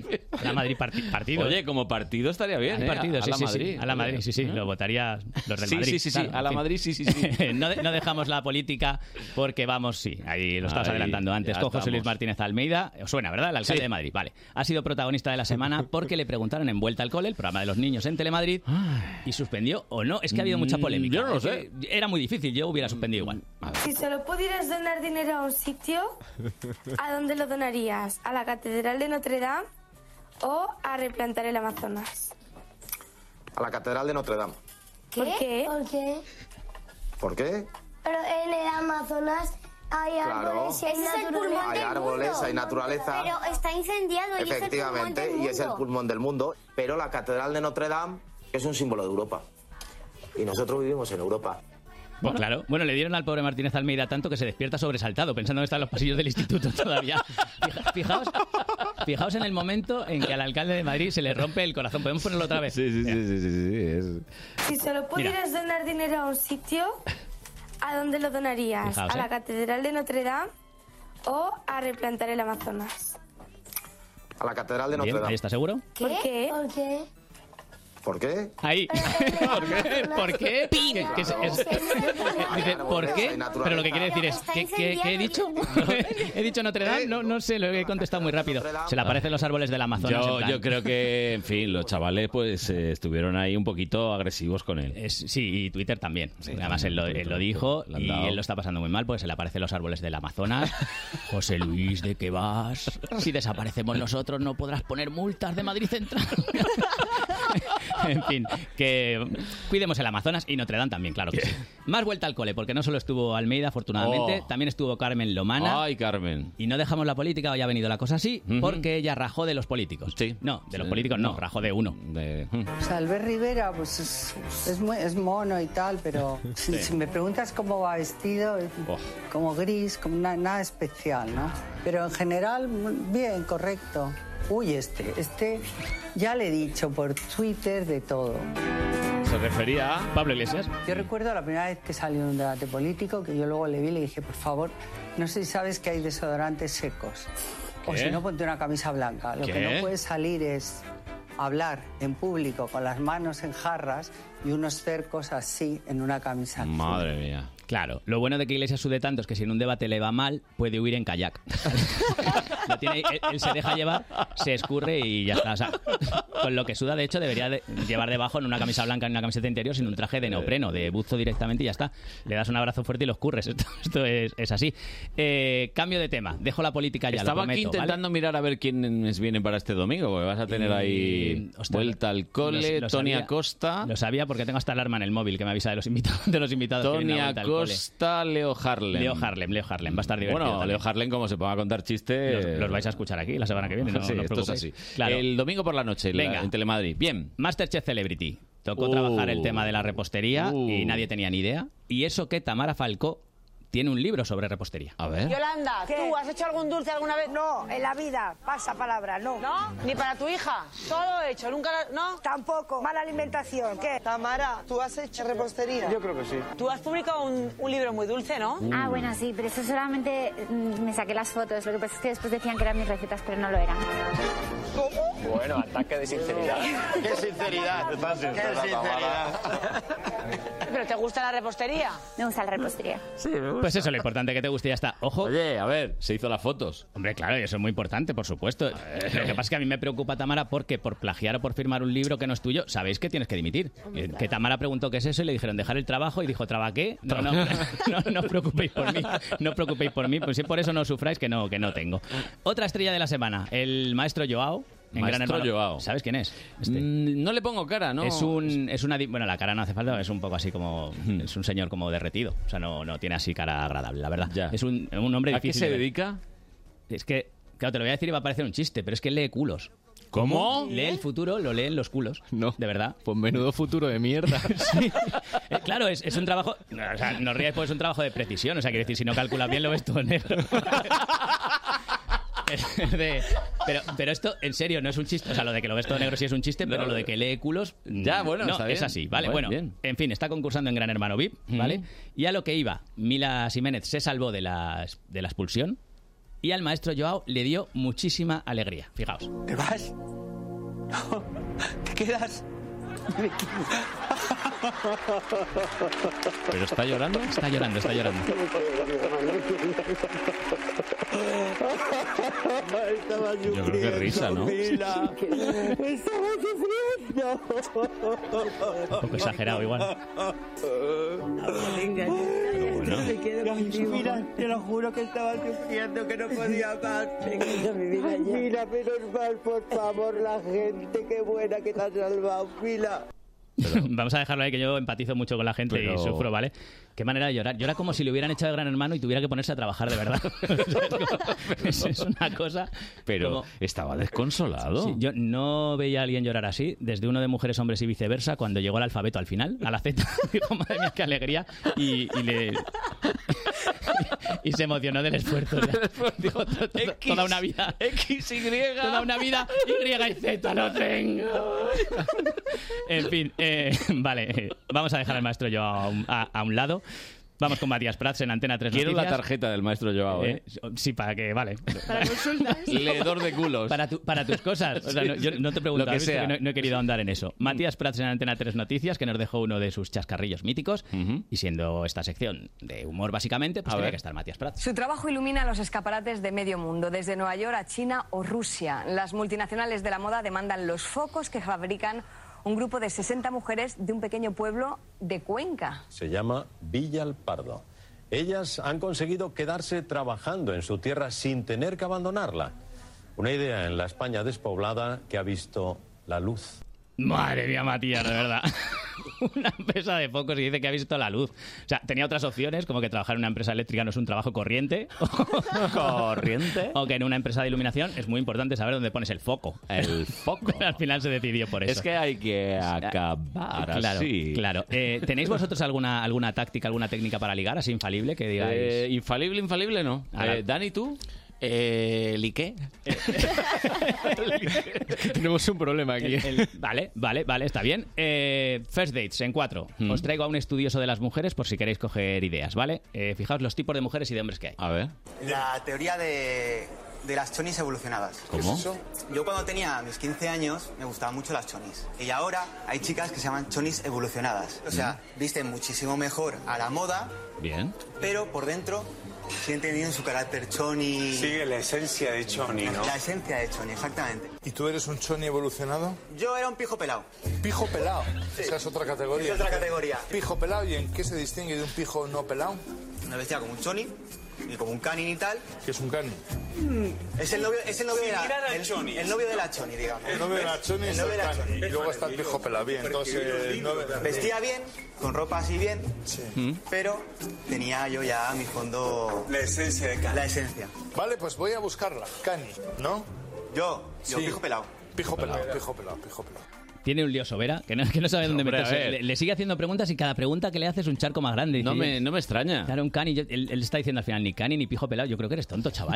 A la Madrid parti- partido. Oye, como partido estaría bien, Hay ¿eh? partido, a, sí, la sí, Madrid. sí. A la Madrid, sí, sí. Lo votaría los del Sí, Madrid. sí, sí, sí. claro, A la en fin. Madrid, sí, sí, sí. no, de- no dejamos la política porque vamos, sí, ahí lo estabas Ahí, adelantando antes ya con José Luis estamos. Martínez Almeida. Os suena, ¿verdad? El alcalde Sí. de Madrid. Vale. Ha sido protagonista de la semana porque le preguntaron en Vuelta al Cole, el programa de los niños en Telemadrid, y suspendió o no. Es que ha habido mucha Mm, polémica. yo no lo Es sé. que Era muy difícil, yo hubiera suspendido igual. A ver. Si se lo pudieras donar dinero a un sitio, ¿a dónde lo donarías? ¿A la Catedral de Notre Dame o a replantar el Amazonas? A la Catedral de Notre Dame. ¿Qué? ¿Por qué? ¿Por qué? ¿Por qué? Pero en el Amazonas hay Claro. árboles y hay Ese es el naturaleza. pulmón Hay del árboles, mundo. hay naturaleza. Pero está incendiado y Efectivamente, es el pulmón del y es el mundo. pulmón del mundo. Pero la Catedral de Notre Dame es un símbolo de Europa. Y nosotros vivimos en Europa. Pues claro. Bueno, le dieron al pobre Martínez Almeida tanto que se despierta sobresaltado, pensando que está en los pasillos del instituto todavía. Fija- Fijaos, fijaos en el momento en que al alcalde de Madrid se le rompe el corazón. ¿Podemos ponerlo otra vez? Sí, sí, sí, sí, sí, sí, es- Si solo pudieras donar dinero a un sitio, ¿a dónde lo donarías? Fijaos, ¿A la ¿eh? Catedral de Notre Dame o a replantar el Amazonas? A la Catedral de Notre Bien, Dame. ¿ahí está seguro? ¿Por qué? ¿Por qué? ¿Por qué? Ahí. ¿Por qué? ¿Por qué? Que- que es- es- dice, ¿por qué? Pero lo que quiere decir es, ¿qué, qué- qué he dicho? ¿He dicho Notre Dame? No, no sé, lo he contestado muy rápido. Se le aparecen los árboles del Amazonas. Yo, en plan. yo creo que, en fin, los chavales pues eh, estuvieron ahí un poquito agresivos con él. Es- sí, y Twitter también. Además, él lo, él lo dijo Le han y dado. él lo está pasando muy mal, pues se le aparecen los árboles del Amazonas. José Luis, ¿de qué vas? Si desaparecemos nosotros, no podrás poner multas de Madrid Central. En fin, que cuidemos el Amazonas y Notre Dame también, claro que sí. Más vuelta al cole, porque no solo estuvo Almeida, afortunadamente, Oh. también estuvo Carmen Lomana. Ay, Carmen. Y no dejamos la política, hoy ha venido la cosa así, Ujú. porque ella rajó de los políticos. Sí. No, de los Sí. políticos no, No. rajó de uno. De... O sea, Albert Rivera, pues es, es, muy- es mono y tal, pero si, Sí. si me preguntas cómo va vestido, es Oh. como gris, como na- nada especial, ¿no? Pero en general, bien, correcto. Uy, este, este ya le he dicho por Twitter de todo. Se refería a Pablo Iglesias. Yo recuerdo la primera vez que salió en un debate político, que yo luego le vi y le dije, por favor, no sé si sabes que hay desodorantes secos. O ¿Qué? si no, ponte una camisa blanca. Lo ¿Qué? que no puede salir es hablar en público con las manos en jarras y unos cercos así en una camisa azul. Madre mía. Claro, lo bueno de que Iglesias sude tanto es que si en un debate le va mal, puede huir en kayak. Lo tiene ahí, él, él se deja llevar, se escurre y ya está. O sea, con lo que suda, de hecho, debería de llevar debajo en una camisa blanca, en una camiseta interior, sin un traje de neopreno, de buzo directamente y ya está. Le das un abrazo fuerte y lo escurres. Esto, esto es, es así. Eh, cambio de tema. Dejo la política ya, Estaba lo prometo, aquí intentando ¿vale? mirar a ver quiénes vienen para este domingo, porque vas a tener Eh, ahí ostras, vuelta al cole, lo- lo Tony sabía. Acosta. Lo sabía porque tengo hasta alarma en el móvil que me avisa de los invitados. De los invitados que Tony vienen a vuelta al cole. Acosta, Leo Harlem. Leo Harlem, Leo Harlem. Va a estar divertido. Bueno, también. Leo Harlem, como se ponga a contar chistes... Los, los vais a escuchar aquí la semana que viene, no, Sí, no os esto es preocupéis. así. Claro. El domingo por la noche, la- Venga. en Telemadrid. Bien. Masterchef Celebrity. Tocó Uh. trabajar el tema de la repostería Uh. y nadie tenía ni idea. Y eso que Tamara Falcó tiene un libro sobre repostería. A ver. Yolanda, ¿tú has hecho algún dulce alguna vez? No, en la vida, pasa palabra, no. ¿No? ¿Ni para tu hija? Todo hecho, nunca la- ¿no? Tampoco, mala alimentación, ¿qué? Tamara, ¿tú has hecho repostería? Yo creo que sí. Tú has publicado un, un libro muy dulce, ¿no? Ah, bueno, sí, pero eso solamente mm, me saqué las fotos. Lo que pasa es que después decían que eran mis recetas, pero no lo eran. Bueno, ataque de sinceridad. ¡Qué sinceridad! ¡Qué sinceridad! ¿Pero te gusta la repostería? Me gusta la repostería. Pues eso, lo importante que te guste y ya está. Ojo. Oye, a ver, se hizo las fotos. Hombre, claro, y eso es muy importante, por supuesto. Lo que pasa es que a mí me preocupa, Tamara, porque por plagiar o por firmar un libro que no es tuyo, sabéis que tienes que dimitir. Eh, Que Tamara preguntó qué es eso y le dijeron dejar el trabajo y dijo, ¿traba qué? No, no, no, no os preocupéis por mí. No os preocupéis por mí, pues si por eso no sufráis que no, que no tengo. Otra estrella de la semana, el maestro Joao. En Gran Maestro Hermano. Joao. ¿Sabes quién es? Este. Mm, no le pongo cara, ¿no? Es un, es una, di- bueno, la cara no hace falta, es un poco así como, es un señor como derretido, o sea, no, no tiene así cara agradable, la verdad. Ya. Es un, un hombre ¿A qué difícil. se de ver. dedica? Es que, claro, te lo voy a decir y va a parecer un chiste, pero es que lee culos. ¿Cómo? Lee el futuro, lo leen los culos. No. De verdad. Pues menudo futuro de mierda. Sí. Eh, claro, es, es un trabajo, o sea, no ríais porque es un trabajo de precisión, o sea, quiere decir, si no calculas bien lo ves todo negro. Es de- pero, pero esto, en serio, no es un chiste. O sea, lo de que lo ves todo negro sí es un chiste, pero No. lo de que lee culos... Ya, bueno, no, está es bien. así, ¿vale? Bueno, Bueno, bien. en fin, está concursando en Gran Hermano V I P, ¿vale? Ujú. Y a lo que iba, Mila Jiménez se salvó de la, de la expulsión y al maestro Joao le dio muchísima alegría. Fijaos. ¿Te vas? No, ¿te quedas? ¿Pero está llorando? Está llorando, está llorando. Yo creo que es risa, ¿no? Estamos sufriendo. Un poco exagerado igual. Venga, Bueno. Me quedo contigo. Mira, te lo juro que estaba sufriendo, que no podía más. Me quito mi vida ya. Mira, menos mal, por favor, la gente, qué buena que te ha salvado, Mila. Pero... Vamos a dejarlo ahí, que yo empatizo mucho con la gente Pero... y sufro, ¿vale? Qué manera de llorar. Llora como si le hubieran echado de Gran Hermano y tuviera que ponerse a trabajar de verdad. es, es una cosa... Pero como... estaba desconsolado. Sí, yo no veía a alguien llorar así, desde uno de Mujeres, Hombres y Viceversa, cuando llegó el alfabeto al final, a la Z. Dijo, madre mía, qué alegría. Y, y le... y se emocionó del esfuerzo. Dijo, to, to, X, toda una vida. X, Y. Toda una vida. Y y Z no tengo. En fin, eh, vale. Eh, vamos a dejar al maestro yo a un, a, a un lado. Vamos con Matías Prats en Antena tres Quiero Noticias. la tarjeta del maestro Joao, ¿eh? eh sí, para que, vale. Para consultas. Leedor de culos. Para, tu, para tus cosas. O sea, no, yo no te pregunto, lo que sea. No, no he querido ahondar en eso. Matías Prats en Antena tres Noticias, que nos dejó uno de sus chascarrillos míticos. Uh-huh. Y siendo esta sección de humor, básicamente, pues a tiene ver. que estar Matías Prats. Su trabajo ilumina los escaparates de medio mundo, desde Nueva York a China o Rusia. Las multinacionales de la moda demandan los focos que fabrican un grupo de sesenta mujeres de un pequeño pueblo de Cuenca. Se llama Villa El Pardo. Ellas han conseguido quedarse trabajando en su tierra sin tener que abandonarla. Una idea en la España despoblada que ha visto la luz. Madre mía, Matías, de verdad. Una empresa de focos y dice que ha visto la luz. O sea, tenía otras opciones, como que trabajar en una empresa eléctrica no es un trabajo corriente. ¿Corriente? O que en una empresa de iluminación es muy importante saber dónde pones el foco. El foco. Al final se decidió por eso. Es que hay que acabar claro, así. Claro. Eh, ¿Tenéis vosotros alguna, alguna táctica, alguna técnica para ligar así infalible que digáis? Eh, infalible, infalible no. Eh, Dani, ¿tú? Eh, ¿Liqué? Tenemos un problema aquí. El, el, vale, vale, vale, está bien. Eh, first dates en cuatro. Mm. Os traigo a un estudioso de las mujeres por si queréis coger ideas, ¿vale? Eh, fijaos los tipos de mujeres y de hombres que hay. A ver. La teoría de, de las chonis evolucionadas. ¿Cómo? ¿Qué es eso? Yo cuando tenía mis quince años me gustaban mucho las chonis. Y ahora hay chicas que se llaman chonis evolucionadas. O sea, mm. visten muchísimo mejor a la moda. Bien. Pero por dentro siguen teniendo su carácter choni. Sigue la esencia de choni, ¿no? La esencia de choni, exactamente. ¿Y tú eres un choni evolucionado? Yo era un pijo pelado. ¿Pijo pelado? Sí. Esa es otra categoría. Es otra categoría. ¿Pijo pelado? ¿Y en qué se distingue de un pijo no pelado? Me vestía como un choni y como un canin y tal. ¿Qué es un canin? Mm. Es el novio, es el novio sí, de la el, choni. el novio de la choni, digamos. El novio de la choni es el, el canin. Y luego está el pijo pelado. Bien, entonces... El novio... Vestía bien, con ropa así bien, sí. pero tenía yo ya a mi fondo... La esencia de Cani. La esencia. Vale, pues voy a buscarla. Cani, ¿no? Yo, yo sí. pijo pelado. Pijo pelado, pijo pelado, pijo pelado. Tiene un lío Sobera, que no, que no sabe dónde Hombre, meterse. Le, le sigue haciendo preguntas y cada pregunta que le hace es un charco más grande. Dice, no, me, no me extraña. Claro, un cani. Yo, él, él está diciendo al final, ni cani ni pijo pelado. Yo creo que eres tonto, chaval.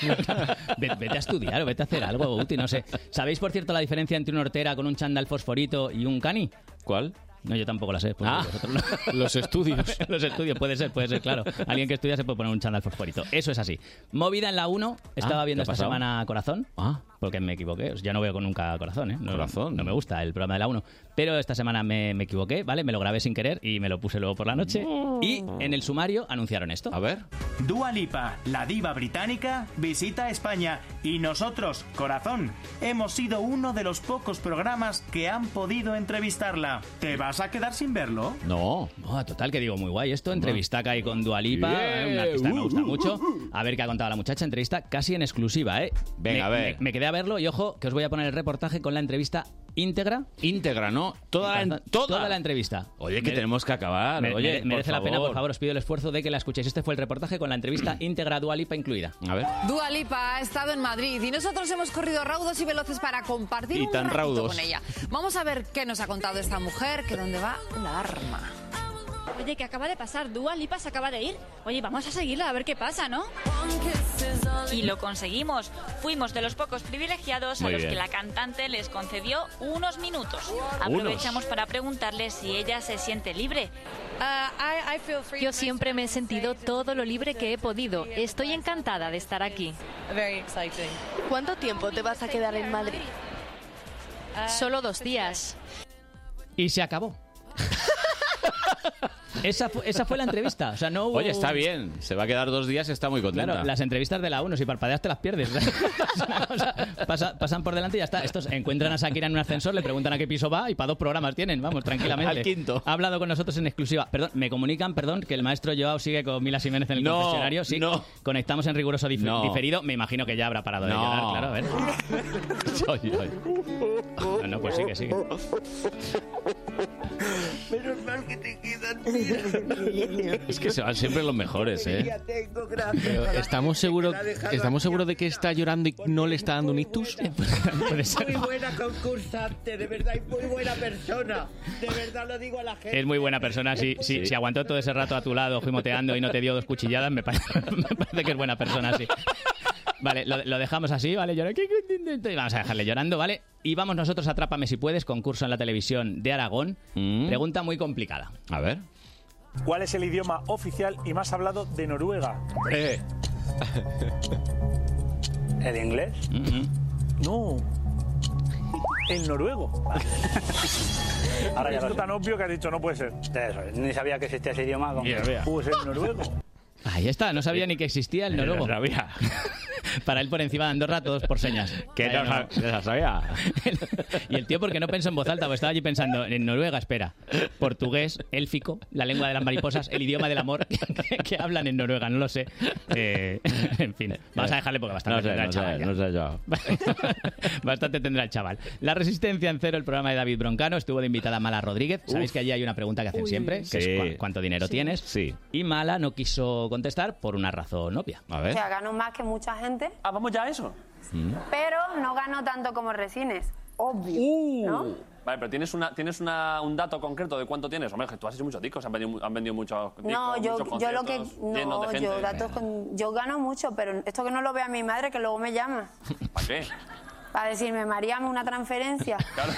vete, vete a estudiar o vete a hacer algo útil, no sé. ¿Sabéis, por cierto, la diferencia entre una hortera con un chándal fosforito y un cani? ¿Cuál? No, yo tampoco la sé. Pues ah, vosotros... los estudios. Los estudios, puede ser, puede ser, claro. Alguien que estudia se puede poner un chándal fosforito. Eso es así. Movida en la uno. Estaba ah, viendo esta pasado? semana Corazón. Ah. Porque me equivoqué. Ya no veo con nunca Corazón, ¿eh? No, Corazón. No me gusta el programa de la uno. Pero esta semana me, me equivoqué, ¿vale? Me lo grabé sin querer y me lo puse luego por la noche. Y en el sumario anunciaron esto. A ver. Dua Lipa, la diva británica, visita España. Y nosotros, Corazón, hemos sido uno de los pocos programas que han podido entrevistarla. ¿Te vas a quedar sin verlo? No. Oh, total, que digo, muy guay esto. Entrevistaca ahí con Dua Lipa, yeah. eh, una artista que me gusta mucho. A ver qué ha contado la muchacha. Entrevista casi en exclusiva, ¿eh? Venga, me, a ver. Me, me quedé a verlo y ojo, que os voy a poner el reportaje con la entrevista íntegra. Íntegra, ¿no? Toda la, toda. toda la entrevista. Oye, que me, tenemos que acabar. Me, Oye, me, merece por la pena, por favor, os pido el esfuerzo de que la escuchéis. Este fue el reportaje con la entrevista íntegra a Dua Lipa incluida. A ver. Dua Lipa ha estado en Madrid y nosotros hemos corrido raudos y veloces para compartir y un tan ratito raudos. con ella. Vamos a ver qué nos ha contado esta mujer, que dónde va la arma. Oye, ¿qué acaba de pasar? Dua Lipa se acaba de ir. Oye, vamos a seguirla a ver qué pasa, ¿no? Y lo conseguimos. Fuimos de los pocos privilegiados Muy a los bien. que la cantante les concedió unos minutos. Aprovechamos para preguntarle si ella se siente libre. Yo siempre me he sentido todo lo libre que he podido. Estoy encantada de estar aquí. ¿Cuánto tiempo te vas a quedar en Madrid? Solo dos días. Y se acabó. Esa fue, esa fue la entrevista. O sea, no hubo... Oye, está bien. Se va a quedar dos días y está muy contenta. Claro, las entrevistas de la uno, si parpadeas te las pierdes. Es una cosa, pasa- pasan por delante y ya está. Estos encuentran a Shakira en un ascensor, le preguntan a qué piso va y para dos programas tienen, vamos, tranquilamente. Al quinto. Ha hablado con nosotros en exclusiva. Perdón, me comunican, perdón, que el maestro Joao sigue con Mila Jiménez en el No, confesionario. Sí, no. conectamos en riguroso dif- No. diferido. Me imagino que ya habrá parado de No. llorar, claro, a ver. Oye, oye. No, no, pues sigue, sigue. Menos mal que te quedan. Es que se van siempre los mejores, ¿eh? Ya tengo, gracias. Pero, ¿estamos seguros estamos seguros de que está llorando y no le está dando un ictus? Puede ser. Muy buena concursante, de verdad, y muy buena persona. De verdad lo digo a la gente. Es muy buena persona. Si, si, si aguantó todo ese rato a tu lado gimoteando y no te dio dos cuchilladas, me parece, me parece que es buena persona, sí. Vale, lo, lo dejamos así, ¿vale? Llora- Vamos a dejarle llorando, ¿vale? Y vamos nosotros a Atrápame si puedes, concurso en la televisión de Aragón. Pregunta muy complicada. A ver. ¿Cuál es el idioma oficial y más hablado de Noruega? Eh. ¿El inglés? No. El noruego. Ahora ya es tan obvio que has dicho no puede ser. Eso, ni sabía que existía ese idioma. Como Ya vea. pues el noruego. Ahí está, no sabía ni que existía el noruego. No sabía. Para él por encima de Andorra, todos por señas. Que no, Ahí no lo sabía. Y el tío, porque no pensó en voz alta, porque estaba allí pensando en Noruega, espera, portugués, élfico, la lengua de las mariposas, el idioma del amor que, que hablan en Noruega, no lo sé. Eh, en fin, vamos a dejarle porque bastante No sé, tendrá el no chaval. sé, ya. no sé yo. Bastante tendrá el chaval. La Resistencia en Cero, el programa de David Broncano, estuvo de invitada Mala Rodríguez. Sabéis Uf. que allí hay una pregunta que hacen Uy. siempre, que Sí. es cu- ¿cuánto dinero Sí. tienes? Sí. Y Mala no quiso contestar por una razón obvia. A O sea, gano más que mucha gente, Ah, vamos ya a eso. pero no gano tanto como Resines. Obvio, ¿no? Vale, pero ¿tienes, una, tienes una, un dato concreto de cuánto tienes? Hombre, que tú has hecho muchos discos, han vendido, han vendido muchos discos, No, yo, muchos yo lo que... conciertos, llenos No, de gente. yo, datos con- yo gano mucho, pero esto que no lo vea mi madre, que luego me llama. ¿Para qué? Para decirme, María, hazme una transferencia.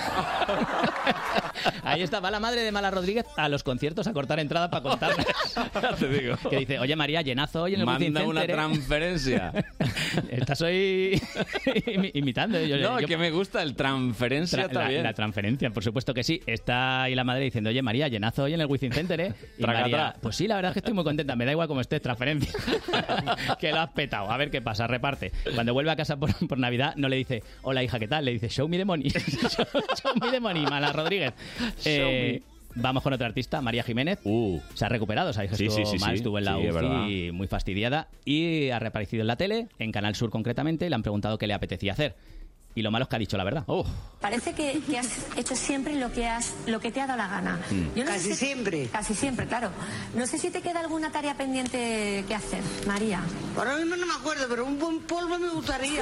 Ahí está, va la madre de Mala Rodríguez a los conciertos a cortar entrada para contarles. Te digo. Que dice, oye María, llenazo hoy en el Manda Wizzing una Center, ¿eh?". transferencia. Estás hoy imi- imitando. ¿eh? Yo- No, yo- que me gusta el transferencia Tra- la, también. la transferencia, por supuesto que sí. Está ahí la madre diciendo, oye María, llenazo hoy en el Wizzing Center, ¿eh? Y Traca, María, tra. pues sí, la verdad es que estoy muy contenta. Me da igual como estés, transferencia. Que lo has petado. A ver qué pasa, reparte. Cuando vuelve a casa por, por Navidad, no le dice, hola hija, ¿qué tal? Le dice, show me the money. show, show me the money, Mala Rodríguez. Eh, Vamos con otra artista, María Jiménez. Se ha recuperado, sabéis que Sí, estuvo sí, sí, mal, sí. estuvo en la Sí, es verdad. U C I muy fastidiada y ha reaparecido en la tele, en Canal Sur concretamente, y le han preguntado qué le apetecía hacer. Y lo malo es que ha dicho la verdad. Parece que, que has hecho siempre lo que has, lo que te ha dado la gana. Mm. Yo no Casi sé si- siempre. Casi siempre, claro. No sé si te queda alguna tarea pendiente que hacer, María. Ahora mismo no me acuerdo, pero un buen polvo me gustaría.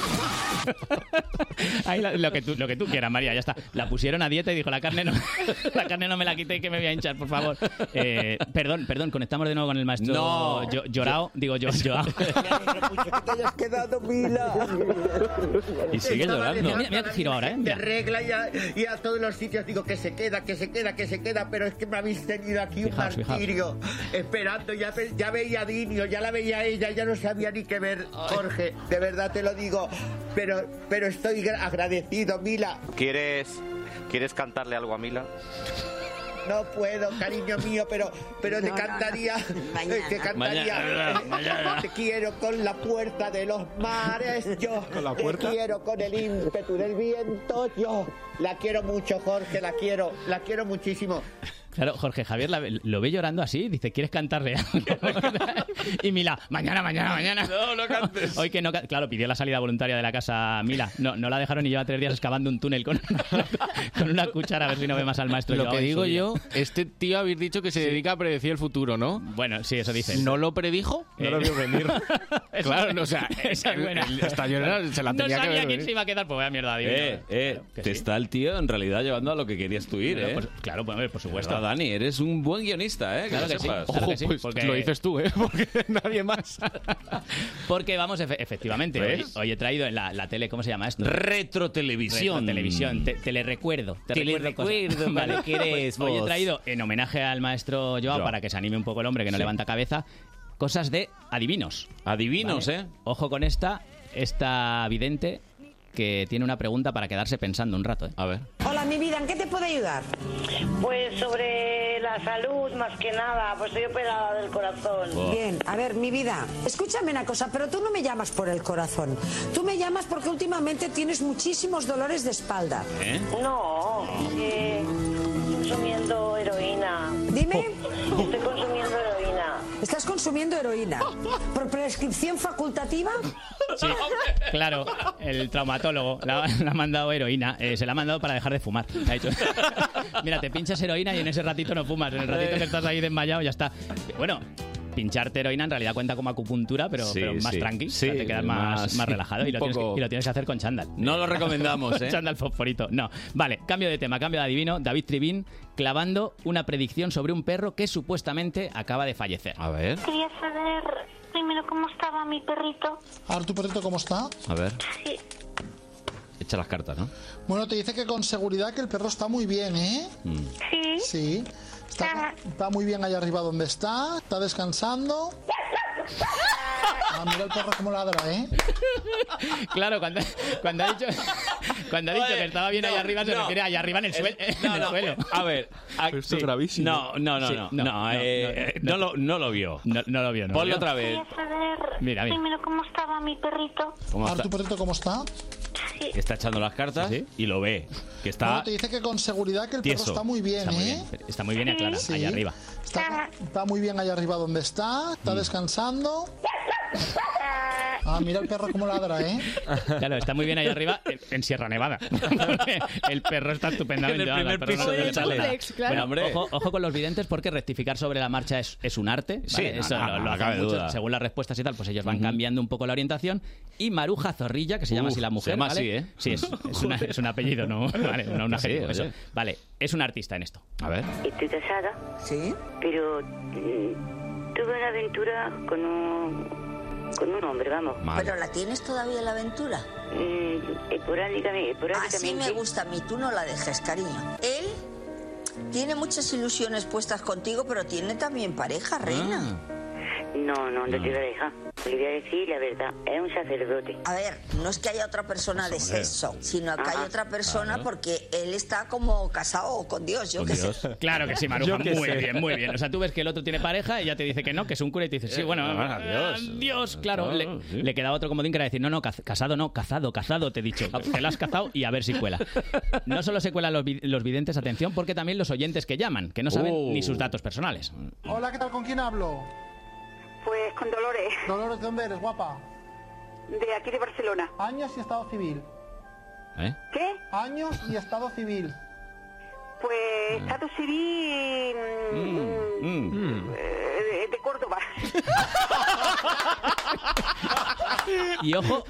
Ahí la- lo, que tú, lo que tú quieras, María, ya está. La pusieron a dieta y dijo, la carne no, la carne no me la quité y que me voy a hinchar, por favor. Eh, perdón, perdón, conectamos de nuevo con el maestro No. Yo- Llorao, digo yo, Joao. Que te hayas quedado, Mila. Y sigue Estaba llorando. de- Mira, mira qué giro ahora, ¿eh? De Mira. regla y a, y a todos los sitios digo que se queda, que se queda, que se queda, pero es que me habéis tenido aquí Fijaos, un fijaos. martirio esperando. Ya, ve- ya veía a Dinio, ya la veía a ella, ya no sabía ni qué ver, Jorge. De verdad te lo digo, pero, pero estoy gra- agradecido, Mila. ¿Quieres, ¿Quieres cantarle algo a Mila? No puedo, cariño mío, pero, pero te No, no, cantaría, no. eh, Mañana. te cantaría. Mañana, eh, mañana. Te quiero con la fuerza de los mares, yo. ¿Con la te puerta? quiero con el ímpetu del viento, yo. La quiero mucho, Jorge, la quiero, la quiero muchísimo. Claro, Jorge Javier la- lo ve llorando así, dice, ¿quieres cantarle algo? Y Mila, mañana, mañana, mañana. No, no cantes. Hoy que no, ca- claro, pidió la salida voluntaria de la casa Mila. No, no la dejaron y lleva tres días excavando un túnel con, con una cuchara a ver si no ve más al maestro. Lo Joao que en digo su día. yo, este tío habéis dicho que se dedica a predecir el futuro, ¿no? Bueno, sí, eso dice. ¿No lo predijo? No Eh, lo vio venir. Claro, no, o sea, esa es buena. el- esta llorona se la tenía no que sabía ver quién venir. se iba a quedar, pues vaya mierda. adivino. Eh, eh, que te sí. está el tío en realidad llevando a lo que querías tú ir, Bueno, ¿eh? pues, claro, pues, por supuesto. Verdad, Dani, eres un buen guionista, ¿eh? Claro lo que sí. sepas. Claro Ojo, que sí, pues porque- lo dices tú, ¿eh? Porque nadie más. Porque vamos, efe- efectivamente, hoy, ¿Ves? hoy he traído en la, la tele, ¿cómo se llama esto? Retrotelevisión. Televisión, te, telerecuerdo. Te Telerecuerdo, recuerdo cosas. ¿para qué eres Pues hoy he vos? traído, en homenaje al maestro Joao, Joao. para que se anime un poco el hombre que no Sí. levanta cabeza, cosas de adivinos. Adivinos, ¿Vale? ¿eh? Ojo con esta, esta vidente que tiene una pregunta para quedarse pensando un rato, ¿eh? A ver. Hola, mi vida, ¿en qué te puedo ayudar? Pues sobre de la salud, más que nada, pues estoy operada del corazón. Oh. Bien, a ver, mi vida, escúchame una cosa, pero tú no me llamas por el corazón. Tú me llamas porque últimamente tienes muchísimos dolores de espalda. ¿Eh? No, eh, consumiendo heroína. Dime. Estoy consumiendo heroína. ¿Estás consumiendo heroína? ¿Por prescripción facultativa? Sí, claro, el traumatólogo le ha, le ha mandado heroína, eh, se la ha mandado para dejar de fumar. Le ha dicho, mira, te pinchas heroína y en ese ratito no fumas, en el ratito que estás ahí desmayado ya está. Bueno, pincharte heroína en realidad cuenta como acupuntura, pero, Sí, pero más sí. tranqui, Sí, o sea, te quedas más, más- más relajado y lo, un tienes que, poco- y lo tienes que hacer con chándal. No lo recomendamos, ¿eh? Chándal fosforito, no. Vale, cambio de tema, cambio de adivino. David Trivín clavando una predicción sobre un perro que supuestamente acaba de fallecer. A ver, Quería saber primero cómo estaba mi perrito. Ahora, ¿tu perrito cómo está? a ver. Sí. Echa las cartas, ¿no? Bueno, te dice que con seguridad que el perro está muy bien, ¿eh? Mm. Sí. Sí. Está, está muy bien allá arriba donde está, está descansando. Ah, mira el perro cómo ladra, ¿eh? Claro, cuando, cuando ha dicho, cuando ha dicho Oye, que estaba bien no, ahí arriba, se no. refiere allá arriba en el, suel- en No, el no, suelo. A ver, a- Esto sí. es gravísimo. No, no, no, Sí, no, no, no, no, eh, no, no lo, no lo vio. No, no lo vio, no. lo Ponlo vio. otra vez. Quería saber Mira, mira. primero cómo estaba mi perrito. ¿Cómo Ahora, está? ¿tu perrito cómo está? Sí. Está echando las cartas y lo ve. Que está. Bueno, te dice que con seguridad que el perro tieso. está muy bien, Está muy ¿eh? bien, está muy bien y aclara, Sí. allá arriba. Está, está muy bien allá arriba donde está, está descansando. Ah, mira el perro cómo ladra, ¿eh? Claro, está muy bien ahí arriba en, en Sierra Nevada. El perro está estupendamente. En el vamos, primer perro piso no del le pasa nada. duplex, claro. Bueno, Hombre. ojo, ojo con los videntes porque rectificar sobre la marcha es, es un arte. Sí, ¿vale? no, Eso no, lo, no, lo no hacen cabe muchos, duda. según las respuestas y tal, pues ellos van Ujú. cambiando un poco la orientación. Y Maruja Zorrilla, que se llama Uf, así la mujer. se llama ¿vale? así, ¿eh? Sí, es, es, una- es un apellido, no, vale, no un Sí, adjetivo. oye. eso. Vale, es un artista en esto. A ver. Estoy casada. Sí. Pero mm, tuve una aventura con un, con un hombre, vamos. ¿Pero la tienes todavía la aventura? Mm, esporádicamente, esporádicamente. Así me gusta a mí, tú no la dejes, cariño. Él tiene muchas ilusiones puestas contigo, pero tiene también pareja, reina. No, no, no te voy a dejar. Le voy a decir la verdad. Es un sacerdote. A ver, no es que haya otra persona de Hombre. sexo, sino que hay Ajá. otra persona Claro. porque él está como casado con Dios, yo qué sé. Claro que sí, Maruja, Yo qué muy sé. bien, muy bien. O sea, tú ves que el otro tiene pareja y ya te dice que no, que es un cura y te dice, sí, bueno, Ah, ah, Dios. Dios, claro. Ah, Le, sí. le quedaba otro comodín que era decir, no, no, caz- casado no, cazado, cazado, te he dicho. Te lo has cazado y a ver si cuela. No solo se cuelan los, vi- los videntes, atención, porque también los oyentes que llaman, que no saben Uh. ni sus datos personales. Hola, ¿qué tal? ¿Con quién hablo? Pues con Dolores, Dolores, ¿de dónde eres, guapa? de aquí de Barcelona. Años y estado civil. ¿Eh? ¿Qué? Años y estado civil. Pues estado civil mm, Mm. eh, de, de Córdoba. Y ojo,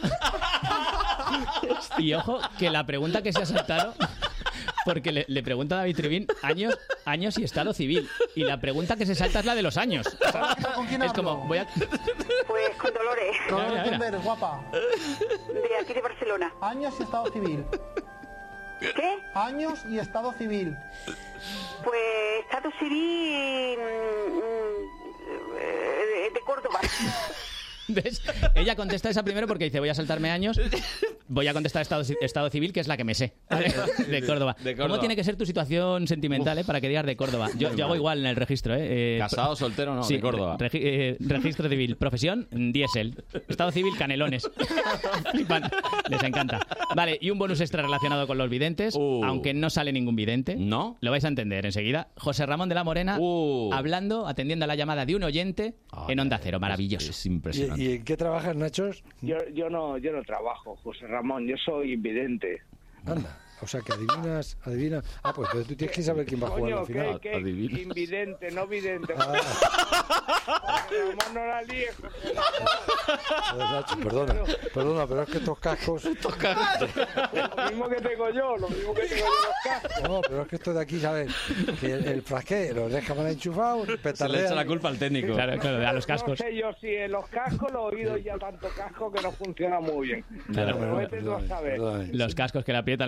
y ojo, que la pregunta que se ha saltado, porque le, le pregunta a David Trivín años, años y estado civil. Y la pregunta que se salta es la de los años. O sea, ¿Con quién es hablo? como, voy a... Pues con Dolores, Dolores, mira, ¿de dónde mira. eres, guapa? de aquí de Barcelona. Años y estado civil. ¿Qué? Años y estado civil. Pues estado civil mm, mm, eh, de, de Córdoba. ¿Ves? Ella contesta esa primero porque dice, voy a saltarme años, voy a contestar estado, estado civil, que es la que me sé, ¿vale? De Córdoba. De Córdoba. ¿Cómo tiene que ser tu situación sentimental, eh, para que digas de Córdoba? Yo, yo hago igual en el registro, ¿eh? Eh, Casado, soltero, no, de Córdoba. regi- eh, registro civil, profesión, diésel. Estado civil, canelones. Flipan, les encanta. Vale, y un bonus extra relacionado con los videntes, Uh. aunque no sale ningún vidente. ¿No? Lo vais a entender enseguida. José Ramón de la Morena, Uh. hablando, atendiendo a la llamada de un oyente en Onda Cero. Maravilloso. Es impresionante. ¿Y en qué trabajas, Nachos? Yo, yo no yo no trabajo, José Ramón, yo soy invidente. Anda, o sea que adivinas, adivinas. Ah, pues entonces tú tienes que saber quién va a jugar Coño, al final. ¿qué, qué? Invidente, no vidente. Ah. José Ramón, no la líes, José Joder, Nacho, perdona, perdona, pero es que estos cascos... Ramón. Lo mismo que tengo yo, lo mismo que tengo yo los cascos. No, pero es que esto de aquí, ¿sabes? Que el, el frasqué lo deja mal enchufado, Se le echa la culpa al técnico. Claro, claro, a los cascos. No sé yo si en los cascos, los oídos ya tanto casco que no funciona muy bien. Claro, Pero vete tú a saber. Los cascos que le aprietan le dejan sin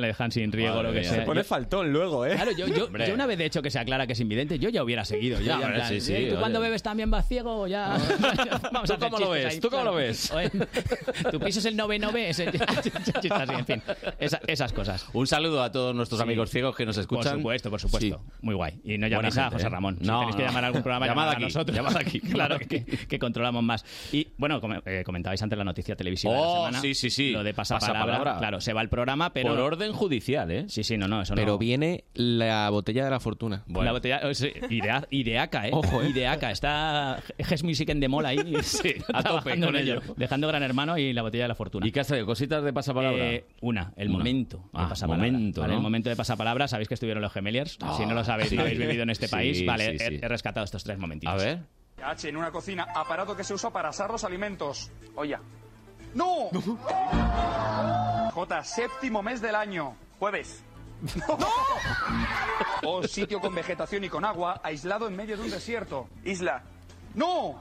sin riego, Madre lo que mía. sea. Se pone Yo- faltón luego, ¿eh? Claro, yo, yo, Hombre. yo una vez de hecho que se aclara que es invidente, yo ya hubiera seguido. Yo Ya, ya, en hombre, plan, sí, sí, "Eh, ¿Tú oye. cuando bebes también vas ciego? Ya. Vamos ¿Tú a hacer cómo lo chistes ves? ahí, ¿Tú cómo claro. lo ves? Oye, tu piso es el noveno B, ese chiste así, en fin. Esa- esas cosas. Un saludo a todos nuestros Sí. amigos ciegos que nos escuchan. Por supuesto, por supuesto. Sí. Muy guay. Y no Buena llaméis a gente, José ¿eh? Ramón. Si No, tenéis que no. llamar a algún programa, Llamad llamad aquí, a nosotros. llamad aquí, Claro, llamad que, aquí. que controlamos más. Y bueno, como eh, comentabais antes la noticia televisiva de la Oh, semana. sí, sí, sí. Lo de pasapalabra. Pasapalabra. Claro, se va el programa, pero... Por orden judicial, ¿eh? Sí, sí, no, no, eso Pero no... viene la botella de la fortuna. La botella, oh, sí, idea, ideaca, ¿eh? Ojo, ¿eh? Ideaca. Está Ges Music en Demol ahí. Sí, a tope trabajando con en ello. Dejando Gran Hermano y la botella de la fortuna. ¿Y qué has traído? ¿Cositas de pasapalabra? Eh, una, el Una. momento Ah, de pasapalabra. momento, Vale, ¿no? el momento de pasapalabra. Sabéis que estuvieron los Gemeliers. Ah, si no lo sabéis, sí. no habéis vivido en este Sí, país. Vale, sí, he- sí. He, rescatado estos tres momentitos. A ver. H en una cocina, aparato que se usa para asar los alimentos. Olla. ¡No! J, séptimo mes del año. Jueves. ¡No! O sitio con vegetación y con agua, aislado en medio de un desierto. Isla. ¡No!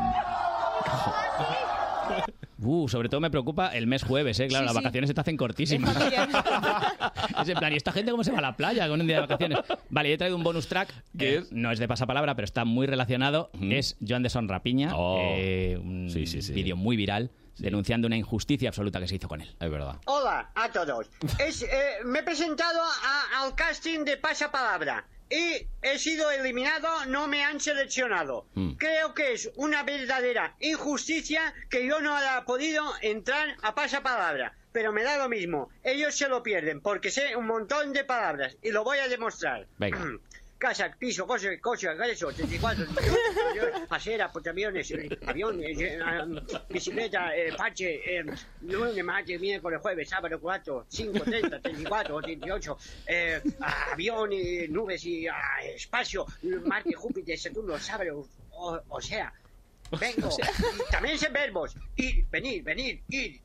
Uh, sobre todo me preocupa el mes jueves, ¿eh? Claro, Sí, las sí. vacaciones se te hacen cortísimas. Es en plan, ¿y esta gente cómo se va a la playa con un día de vacaciones? Vale, yo he traído un bonus track que no es de pasapalabra, pero está muy relacionado. Es Joan de Son Rapiña, Oh. eh, un Sí, sí, sí. vídeo muy viral denunciando una injusticia absoluta que se hizo con él. Es verdad. Hola a todos. Es, eh, me he presentado a- al casting de Pasapalabra y he sido eliminado, no me han seleccionado. Mm. Creo que es una verdadera injusticia que yo no haya podido entrar a Pasapalabra. Pero me da lo mismo. Ellos se lo pierden porque sé un montón de palabras y lo voy a demostrar. Venga. Casa, piso, coche, coche, eso, treinta y cuatro, acera, portaaviones, eh, aviones, eh, bicicleta, eh, parche, eh, lunes, martes, miércoles, jueves, sábado, cuatro, cinco, treinta, treinta y cuatro, treinta y ocho, eh, avión, y nubes y ah, espacio, Marte, Júpiter, Saturno, sábado, o, o sea, vengo, O sea. y también sé verbos, ir, venir, venir, ir.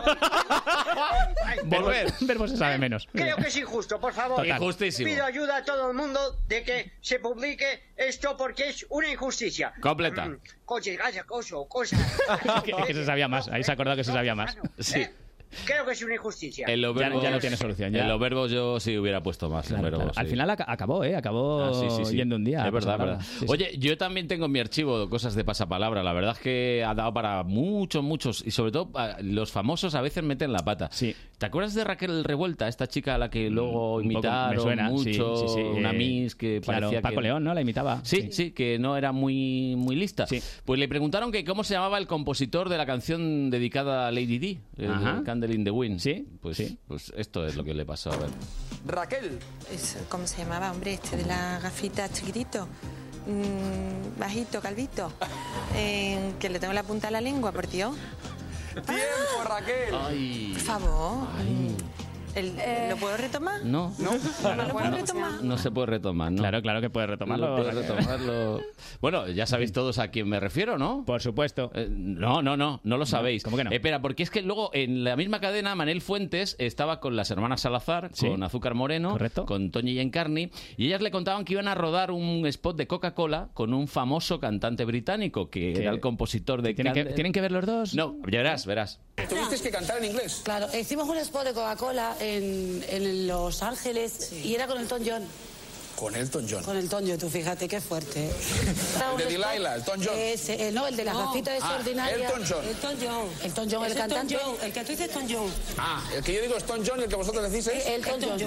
Volver. Verbos se sabe menos. Creo que es injusto, por favor. Total. Injustísimo. Pido ayuda a todo el mundo de que se publique esto porque es una injusticia. Completa. Mm, coches, gasas, coso, cosas. que, que se sabía más. Ahí se ha acordado que se sabía más. Sí. Creo que es una injusticia. En los Ya- verbos, ya no tiene solución, ya. En los verbos yo sí hubiera puesto más. en Claro, verbos, claro. Al sí. final ac- acabó, ¿eh? Acabó Ah, sí, sí, sí. yendo un día. Es verdad, es pasapalabra. verdad. Sí, sí. Oye, yo también tengo en mi archivo cosas de pasapalabra. La verdad es que ha dado para muchos, muchos. Y sobre todo ah, los famosos a veces meten la pata. Sí. ¿Te acuerdas de Raquel Revuelta? Esta chica a la que luego Un poco imitaron me suena, sí, mucho. sí, sí, Una eh, Miss que claro, parecía Paco que... León, ¿no? La imitaba. Sí, sí, que no era muy, muy lista. Pues le preguntaron que cómo se llamaba el compositor de la canción dedicada a Lady Di, el Ajá. Candle in the Wind. Sí, Pues, sí. pues esto es lo que le pasó. A ver. Raquel. Es- ¿Cómo se llamaba, hombre, este de la gafita chiquitito? Mm, bajito, calvito. Eh, que le tengo la punta de la lengua, por Dios. Tiempo, Raquel. Ay. Por favor. El- ¿Lo puedo retomar? No, ¿No lo puedo retomar? no se puede retomar, ¿no? Claro, claro que puedes retomarlo. No puedes retomarlo. Bueno, ya sabéis todos a quién me refiero, ¿no? Por supuesto. Eh, no, no, no, no lo sabéis. ¿cómo que no? Eh, espera, porque es que luego en la misma cadena Manel Fuentes estaba con las hermanas Salazar, Sí. con Azúcar Moreno, Correcto. con Toñi y Encarni, y ellas le contaban que iban a rodar un spot de Coca-Cola con un famoso cantante británico que Que- era el compositor de ¿Tienen que, Candle. ¿Tienen que ver los dos? No, ya verás, verás. Tuviste que cantar en inglés. Claro, hicimos un spot de Coca-Cola en, en Los Ángeles y era con Elton John. Con Elton John. Con Elton John, tú fíjate qué fuerte. El de Delilah, Elton John. Ese, eh, no, el de las No. gafitas Ah, extraordinarias. Elton John. Elton John. Elton John, el Ese cantante. Elton John, el que tú dices Elton John. Ah, el que yo digo es Tom John y el que vosotros decís es... Eh, Elton, John.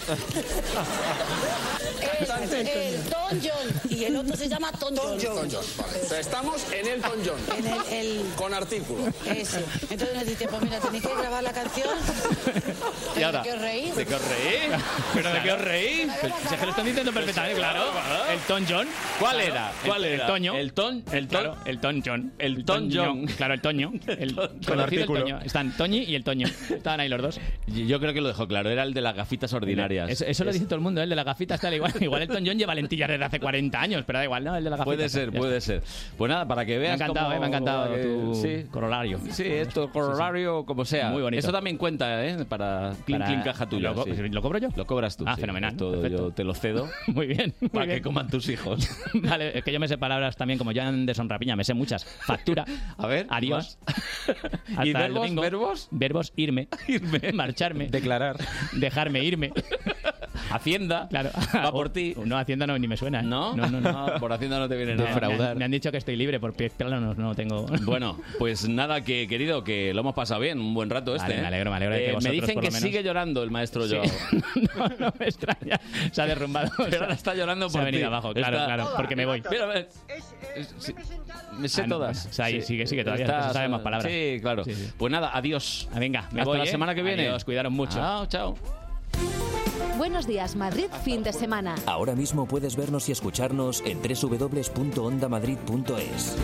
Cantante. El, Elton John. Y el otro se llama Tom John. Tom John, vale. O sea, estamos en Elton John. En el, el- Con artículo. Ese. Entonces nos dice, pues mira, tenéis que grabar la canción. Y ahora, ¿De qué os reís? ¿de qué os reís? ¿Pero de qué os reís? Pero si es que lo están diciendo perfectamente, claro. El Ton John. ¿Cuál Claro. era? ¿Cuál El- era? El Toño. El Ton, el Ton, Claro, el Ton John. El Ton John. Claro, el Toño. El conocido el artículo. Toño. Están Toñi y el Toño. Estaban ahí los dos. Yo yo creo que lo dejó claro, era el de las gafitas ordinarias. Eso, eso lo dice todo el mundo, ¿eh? El de las gafitas tal igual. Igual el Ton John lleva lentillas desde hace cuarenta años, pero da igual, ¿no? El de la gafita. Puede ser, Ya puede está. ser. Pues nada, para que veas Me ha encantado, cómo- eh, me ha encantado que- tu sí. corolario. Sí, esto, corolario, como sea. Muy bonito. Eso también cuenta, ¿eh? Para Clean Para- Clean Caja Tuya. ¿Lo co- sí. ¿lo cobro yo? Lo cobras tú. Ah, sí. fenomenal, Esto perfecto. yo te lo cedo. Muy bien. muy Para bien. que coman tus hijos. Vale, es que yo me sé palabras también como Joan Anderson Rapiña, me sé muchas. Factura. A ver. Adiós. Hasta ¿Y el verbos? domingo. ¿Verbos? Verbos, irme. Irme. Marcharme. Declarar. Dejarme irme. Hacienda. Claro. Va por ti. No, Hacienda no, ni me suena. ¿eh? ¿No? No, no, no. No, por Hacienda no te viene Me- nada. Me, han- me han dicho que estoy libre, por pie plano no, no tengo... Bueno, pues nada, que querido, que lo hemos pasado bien, un buen rato este. Vale, ¿eh? me alegro, me alegro de que Eh, me vosotros, dicen por que lo menos. sigue llorando el maestro Sí. Joao. no, no me extraña. Se ha derrumbado. Pero ahora está llorando Se por ha venido ti. abajo, claro, Está- claro, porque me voy. Mira, a ver, sí, me sé Ah, no, todas. pues, ahí Sí. sigue, sigue todavía, Estás- se sabe más palabras. Sí, claro. Sí, sí. Pues nada, adiós. Ah, venga, me Hasta voy, la ¿eh? semana que viene. Adiós, cuidaros mucho. Chao, chao. Buenos días, Madrid, fin de semana. Ahora mismo puedes vernos y escucharnos en doble u doble u doble u punto onda madrid punto es.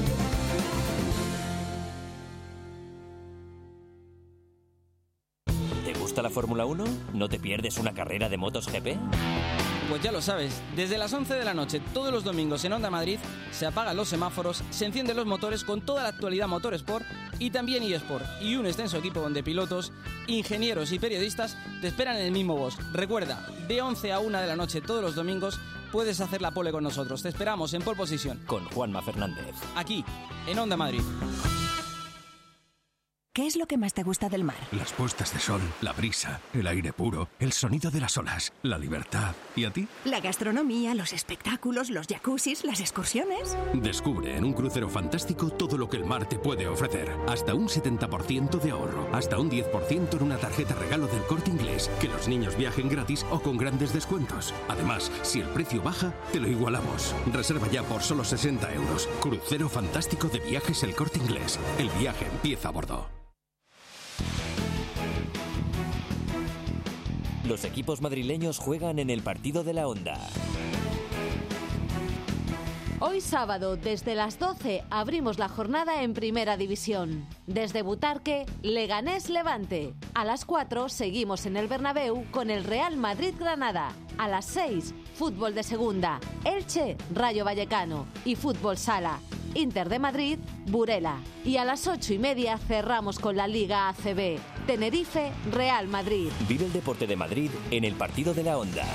¿Te gusta la Fórmula uno? ¿No te pierdes una carrera de motos G P? Pues ya lo sabes, desde las once de la noche todos los domingos en Onda Madrid se apagan los semáforos, se encienden los motores con toda la actualidad Motorsport y también eSport, y un extenso equipo de pilotos, ingenieros y periodistas te esperan en el mismo box. Recuerda, de once a una de la noche todos los domingos puedes hacer la pole con nosotros. Te esperamos en Pole Position, Con Juanma Fernández. aquí, en Onda Madrid. ¿Qué es lo que más te gusta del mar? Las puestas de sol, la brisa, el aire puro, el sonido de las olas, la libertad. ¿Y a ti? La gastronomía, los espectáculos, los jacuzzis, las excursiones. Descubre en un crucero fantástico todo lo que el mar te puede ofrecer. Hasta un setenta por ciento de ahorro. Hasta un diez por ciento en una tarjeta regalo del Corte Inglés. Que los niños viajen gratis o con grandes descuentos. Además, si el precio baja, te lo igualamos. Reserva ya por solo sesenta euros. Crucero fantástico de viajes El Corte Inglés. El viaje empieza a bordo. Los equipos madrileños juegan en el partido de la Onda. Hoy sábado, desde las doce, abrimos la jornada en Primera División. Desde Butarque, Leganés Levante. A las cuatro, seguimos en el Bernabéu con el Real Madrid Granada. A las seis, fútbol de segunda. Elche, Rayo Vallecano. Y fútbol sala. Inter de Madrid, Burela. Y a las ocho y media cerramos con la Liga A C B. Tenerife, Real Madrid. Vive el deporte de Madrid en el partido de la Onda.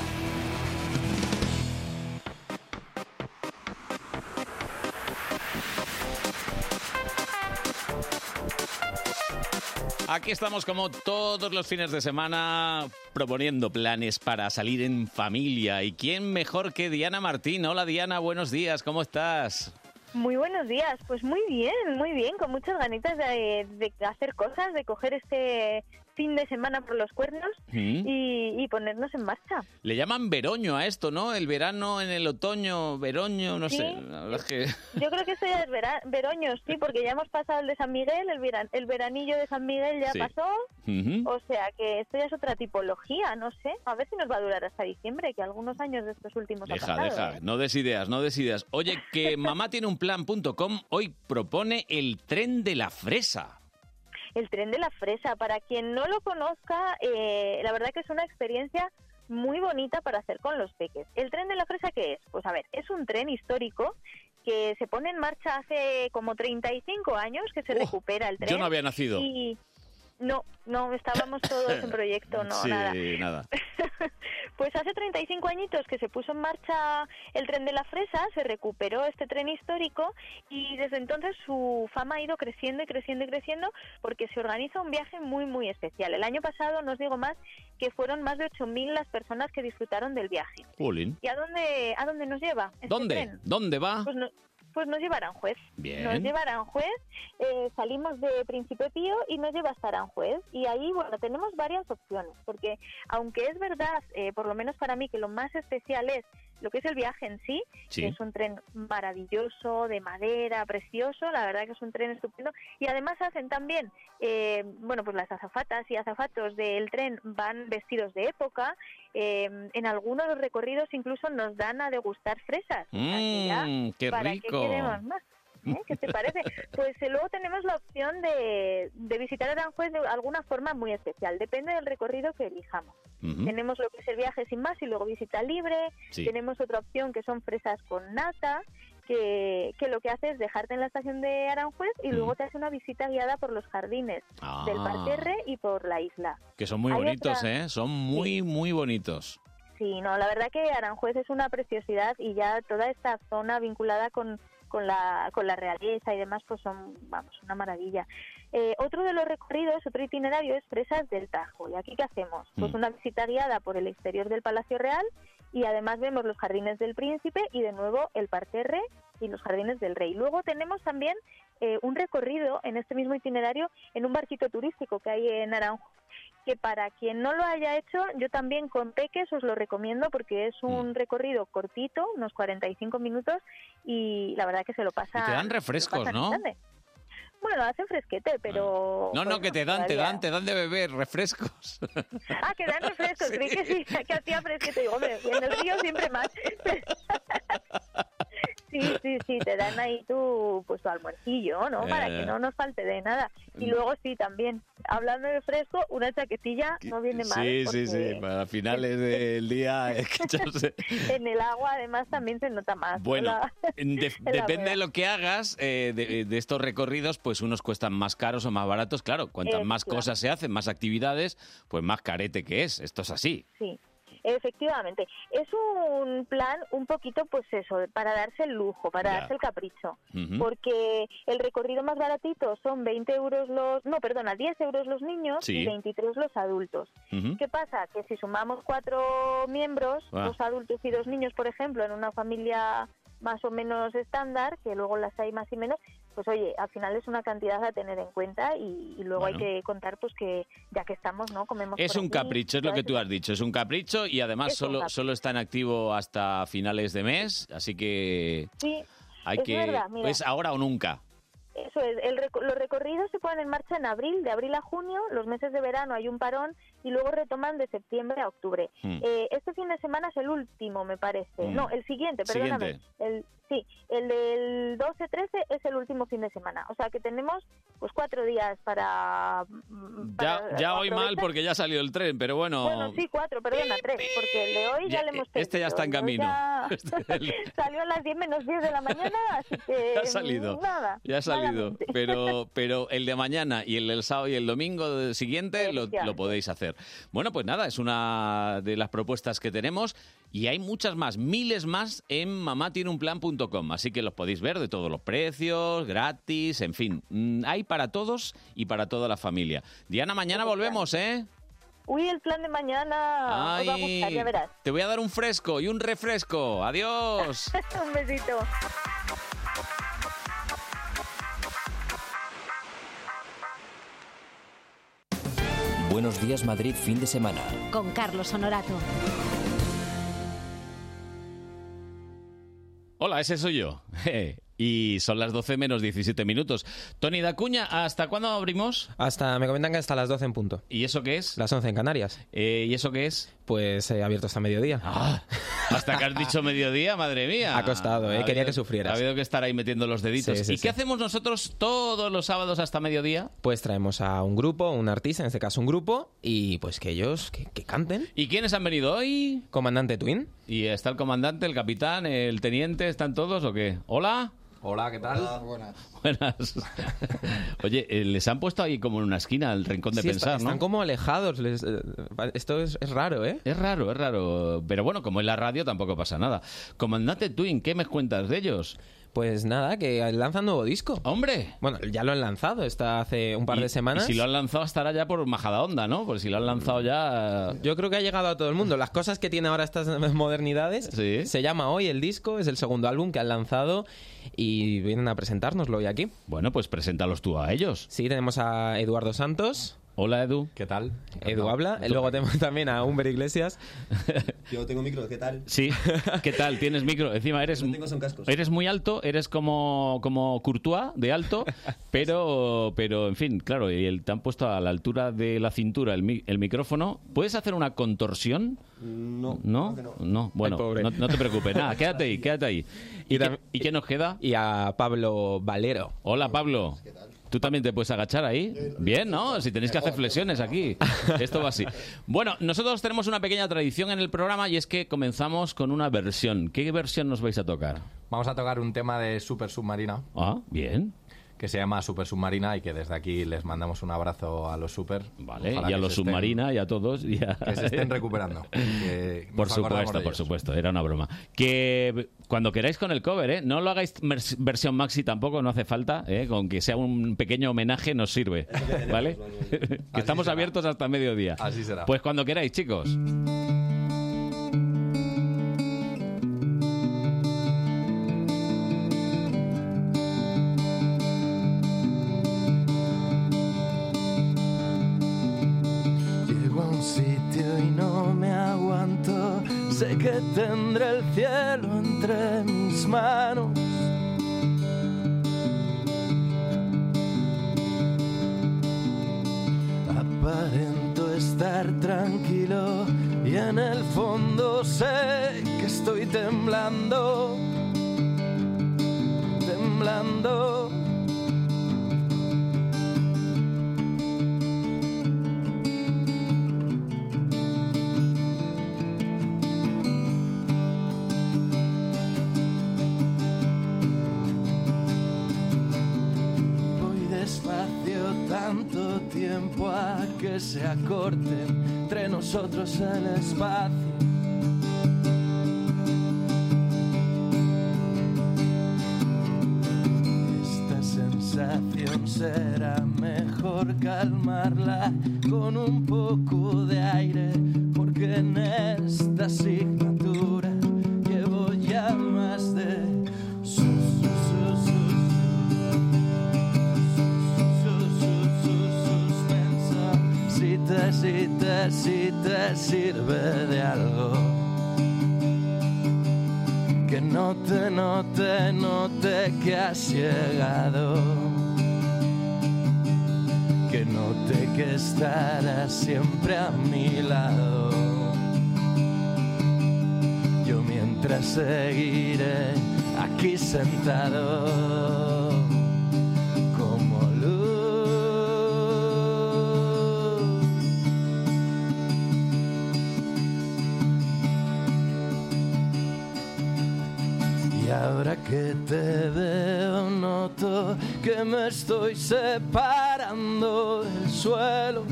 Aquí estamos como todos los fines de semana proponiendo planes para salir en familia. ¿Y quién mejor que Diana Martín? Hola Diana, buenos días, ¿cómo estás? Muy buenos días, pues muy bien, muy bien, con muchas ganitas de, de hacer cosas, de coger este fin de semana por los cuernos ¿Mm? y, y ponernos en marcha. Le llaman veroño a esto, ¿no? El verano en el otoño, veroño, no Sí. sé. La verdad es que... Yo creo que esto ya es vera- veroño, sí, porque ya hemos pasado el de San Miguel, el, veran- el veranillo de San Miguel ya Sí. pasó, Ujú. o sea que esto ya es otra tipología, no sé, a ver si nos va a durar hasta diciembre, que algunos años de estos últimos ha Deja, pasado, deja, ¿eh? no des ideas, no des ideas. Oye, que mamá tiene un plan punto com hoy propone el tren de la fresa. El tren de la fresa, para quien no lo conozca, eh, la verdad que es una experiencia muy bonita para hacer con los peques. ¿El tren de la fresa qué es? Pues a ver, es un tren histórico que se pone en marcha hace como treinta y cinco años, que se recupera el tren. Yo no había nacido. Y no, no, estábamos todos en proyecto, no, sí, nada. nada. Pues hace treinta y cinco añitos que se puso en marcha el tren de la fresa, se recuperó este tren histórico y desde entonces su fama ha ido creciendo y creciendo y creciendo porque se organiza un viaje muy muy especial. El año pasado, no os digo más, que fueron más de ocho mil las personas que disfrutaron del viaje. Jolín. ¿Y a dónde, a dónde nos lleva este ¿Dónde? tren? ¿Dónde va? Pues no- Pues nos lleva a Aranjuez. Bien. Nos lleva a Aranjuez, eh, salimos de Príncipe Pío y nos lleva hasta Aranjuez. Y ahí, bueno, tenemos varias opciones, porque aunque es verdad, eh, por lo menos para mí, que lo más especial es lo que es el viaje en sí, Sí. que es un tren maravilloso, de madera, precioso, la verdad que es un tren estupendo. Y además hacen también, eh, bueno, pues las azafatas y azafatos del tren van vestidos de época. Eh, en algunos recorridos incluso nos dan a degustar fresas. O sea que ya, Mmm, qué ¿para rico. qué queremos más? ¿Eh? ¿Qué te parece? Pues eh, luego tenemos la opción de, de visitar Aranjuez de alguna forma muy especial. Depende del recorrido que elijamos. Uh-huh. Tenemos lo que es el viaje sin más y luego visita libre. Sí. Tenemos otra opción que son fresas con nata, que, que lo que hace es dejarte en la estación de Aranjuez y uh-huh. luego te hace una visita guiada por los jardines ah. del parterre y por la isla. Que son muy Hay bonitos, otra... ¿eh? Son muy, sí. muy bonitos. Sí, no, la verdad que Aranjuez es una preciosidad y ya toda esta zona vinculada con, con, la, con la realeza y demás, pues son, vamos, una maravilla. Eh, otro de los recorridos, otro itinerario es Fresas del Tajo. ¿Y aquí qué hacemos? Pues una visita guiada por el exterior del Palacio Real y además vemos los Jardines del Príncipe y de nuevo el parterre y los Jardines del Rey. Luego tenemos también eh, un recorrido en este mismo itinerario en un barquito turístico que hay en Aranjuez, que para quien no lo haya hecho, yo también con peques os lo recomiendo porque es un mm. recorrido cortito, unos cuarenta y cinco minutos, y la verdad que se lo pasa... Y te dan refrescos, ¿no? Bueno, hacen fresquete, pero... No, no, bueno, que te dan, todavía... te dan, te dan de beber refrescos. Ah, que dan refrescos, sí. Creí que sí, que hacía fresquete. Digo, hombre, en el río siempre más. Sí, sí, sí, te dan ahí tu, pues, tu almuercillo, ¿no? Para eh... que no nos falte de nada. Y luego sí, también, hablando de fresco, una chaquetilla no viene mal. Sí, sí, sí, para finales del día... Es que yo sé. En el agua, además, también se nota más. Bueno, la... de, depende de lo que hagas, eh, de, de estos recorridos, pues unos cuestan más caros o más baratos. Claro, cuantas eh, más claro. cosas se hacen, más actividades, pues más carete que es. Esto es así. Sí. Efectivamente, es un plan un poquito, pues eso, para darse el lujo, para ya. darse el capricho, uh-huh. porque el recorrido más baratito son veinte euros los, no, perdona, diez euros los niños sí. y veintitrés los adultos. Uh-huh. ¿Qué pasa? Que si sumamos cuatro miembros, ah. dos adultos y dos niños, por ejemplo, en una familia más o menos estándar, que luego las hay más y menos, pues oye, al final es una cantidad a tener en cuenta y, y luego bueno. hay que contar pues que ya que estamos, ¿no? Comemos Es por un aquí, capricho, es lo que tú has dicho, es un capricho y además es solo solo está en activo hasta finales de mes, así que sí, hay es que verdad, mira. Es ahora o nunca. Eso es, el rec- los recorridos se ponen en marcha en abril, de abril a junio, los meses de verano hay un parón y luego retoman de septiembre a octubre. Mm. Eh, este fin de semana es el último, me parece. Mm. No, el siguiente, perdóname. Siguiente. El, sí, el del doce trece es el último fin de semana. O sea que tenemos pues cuatro días para... para ya ya hoy mal porque ya salió el tren, pero bueno... Bueno, sí, cuatro, perdona, tres, porque el de hoy ya, ya le hemos perdido. Este ya está en camino. Ya... Salió a las diez menos diez de la mañana, así que... Ya ha salido. Nada. Ya ha salido. Pero, pero el de mañana y el del sábado y el domingo siguiente lo, lo podéis hacer. Bueno, pues nada, es una de las propuestas que tenemos y hay muchas más, miles más en mamá tiene un plan punto com, así que los podéis ver de todos los precios, gratis, en fin, hay para todos y para toda la familia. Diana, mañana volvemos, ¿eh? Uy, el plan de mañana Ay, os va a gustar, ya verás. Te voy a dar un fresco y un refresco. Adiós. Un besito. Buenos días, Madrid, fin de semana. Con Carlos Honorato. Hola, ese soy yo. Y son las doce menos diecisiete minutos. Tony Dacuña, ¿hasta cuándo abrimos? Hasta, me comentan que hasta las doce en punto. ¿Y eso qué es? Las once en Canarias. Eh, ¿Y eso qué es? Pues eh, abierto hasta mediodía. Ah, hasta que has dicho mediodía, madre mía. Ha costado, ¿eh? Ha Quería habido, que sufrieras. Ha habido que estar ahí metiendo los deditos. Sí, sí, ¿Y sí. qué hacemos nosotros todos los sábados hasta mediodía? Pues traemos a un grupo, un artista, en este caso un grupo, y pues que ellos, que, que canten. ¿Y quiénes han venido hoy? Comandante Twin. ¿Y está el comandante, el capitán, el teniente? ¿Están todos o qué? ¿Hola? Hola, ¿qué tal? Hola, buenas. Buenas. Oye, eh, les han puesto ahí como en una esquina, el rincón de sí, pensar, está, ¿no? Están como alejados. Les, eh, esto es, es raro, ¿eh? Es raro, es raro. Pero bueno, como en la radio tampoco pasa nada. Comandante Twin, ¿qué me cuentas de ellos? Pues nada, que lanzan nuevo disco. ¡Hombre! Bueno, ya lo han lanzado, está hace un par y, de semanas. Y si lo han lanzado estará ya por Majadahonda, ¿no? Porque si lo han lanzado ya... Yo creo que ha llegado a todo el mundo. Las cosas que tiene ahora estas modernidades. ¿Sí? Se llama Hoy el disco, es el segundo álbum que han lanzado y vienen a presentárnoslo hoy aquí. Bueno, pues preséntalos tú a ellos. Sí, tenemos a Eduardo Santos, Hola, Edu. ¿Qué tal? Edu habla. Luego tenemos también a Humber Iglesias. Yo tengo micro, ¿qué tal? Sí, ¿qué tal? ¿Tienes micro? Encima eres, Lo que no tengo son cascos. eres muy alto, eres como, como Courtois de alto, pero, pero en fin, claro, y el, te han puesto a la altura de la cintura el, mi- el micrófono. ¿Puedes hacer una contorsión? No. ¿No? creo que no. No, bueno, Ay, pobre. no, no te preocupes, nada, quédate ahí, quédate ahí. ¿Y, Y qué, tam- ¿Y qué nos queda? Y a Pablo Valero. Hola, Pablo. ¿Tú también te puedes agachar ahí? Bien, ¿no? Si tenéis que hacer flexiones aquí. Esto va así. Bueno, nosotros tenemos una pequeña tradición en el programa y es que comenzamos con una versión. ¿Qué versión nos vais a tocar? Vamos a tocar un tema de Super Submarina. Ah, bien. Que se llama Super Submarina y que desde aquí les mandamos un abrazo a los Super. Vale, Ojalá y a que los se estén- Submarina y a todos. Y a- Que se estén recuperando. Que Por nos acordamos supuesto, de por ellos. supuesto, era una broma. Que cuando queráis con el cover, ¿eh? No lo hagáis vers- versión maxi tampoco, no hace falta, ¿eh? Con que sea un pequeño homenaje nos sirve, ¿vale? Que estamos será. abiertos hasta mediodía. Así será. Pues cuando queráis, chicos. Llego a un sitio y no me aguanto. Sé que tendré el cielo entre mis manos. Aparento estar tranquilo y en el fondo sé que estoy temblando, temblando. Voy despacio tanto tiempo a que se acorte entre nosotros el espacio. Esta sensación será mejor calmarla con un poco de aire, porque en esta asignatura llevo ya más de su, su, su, su, suspenso. Si te, si te, si te sirve de algo, que no te note, note que has llegado, que note que estarás siempre a mi lado. Yo mientras seguiré aquí sentado como luz. Y ahora que te veo noto que me estoy separando del suelo,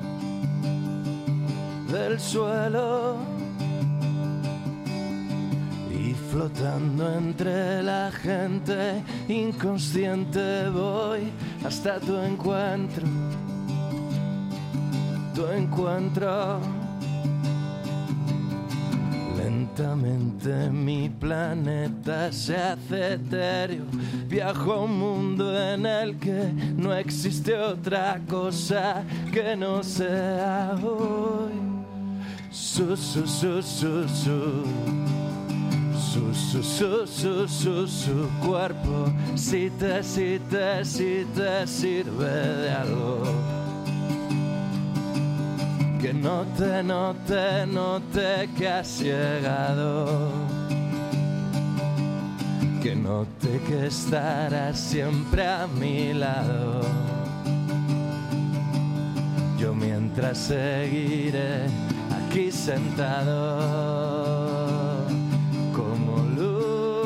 del suelo. Y flotando entre la gente, inconsciente voy hasta tu encuentro, tu encuentro. Lentamente mi planeta se hace etéreo. Viajo a un mundo en el que no existe otra cosa que no sea hoy. Su, su, su, su, su. Su, su, su, su, su, su cuerpo. Si te, si te, si te sirve de algo, que no te, no te, note que has llegado, que note que estarás siempre a mi lado. Yo mientras seguiré aquí sentado como luz.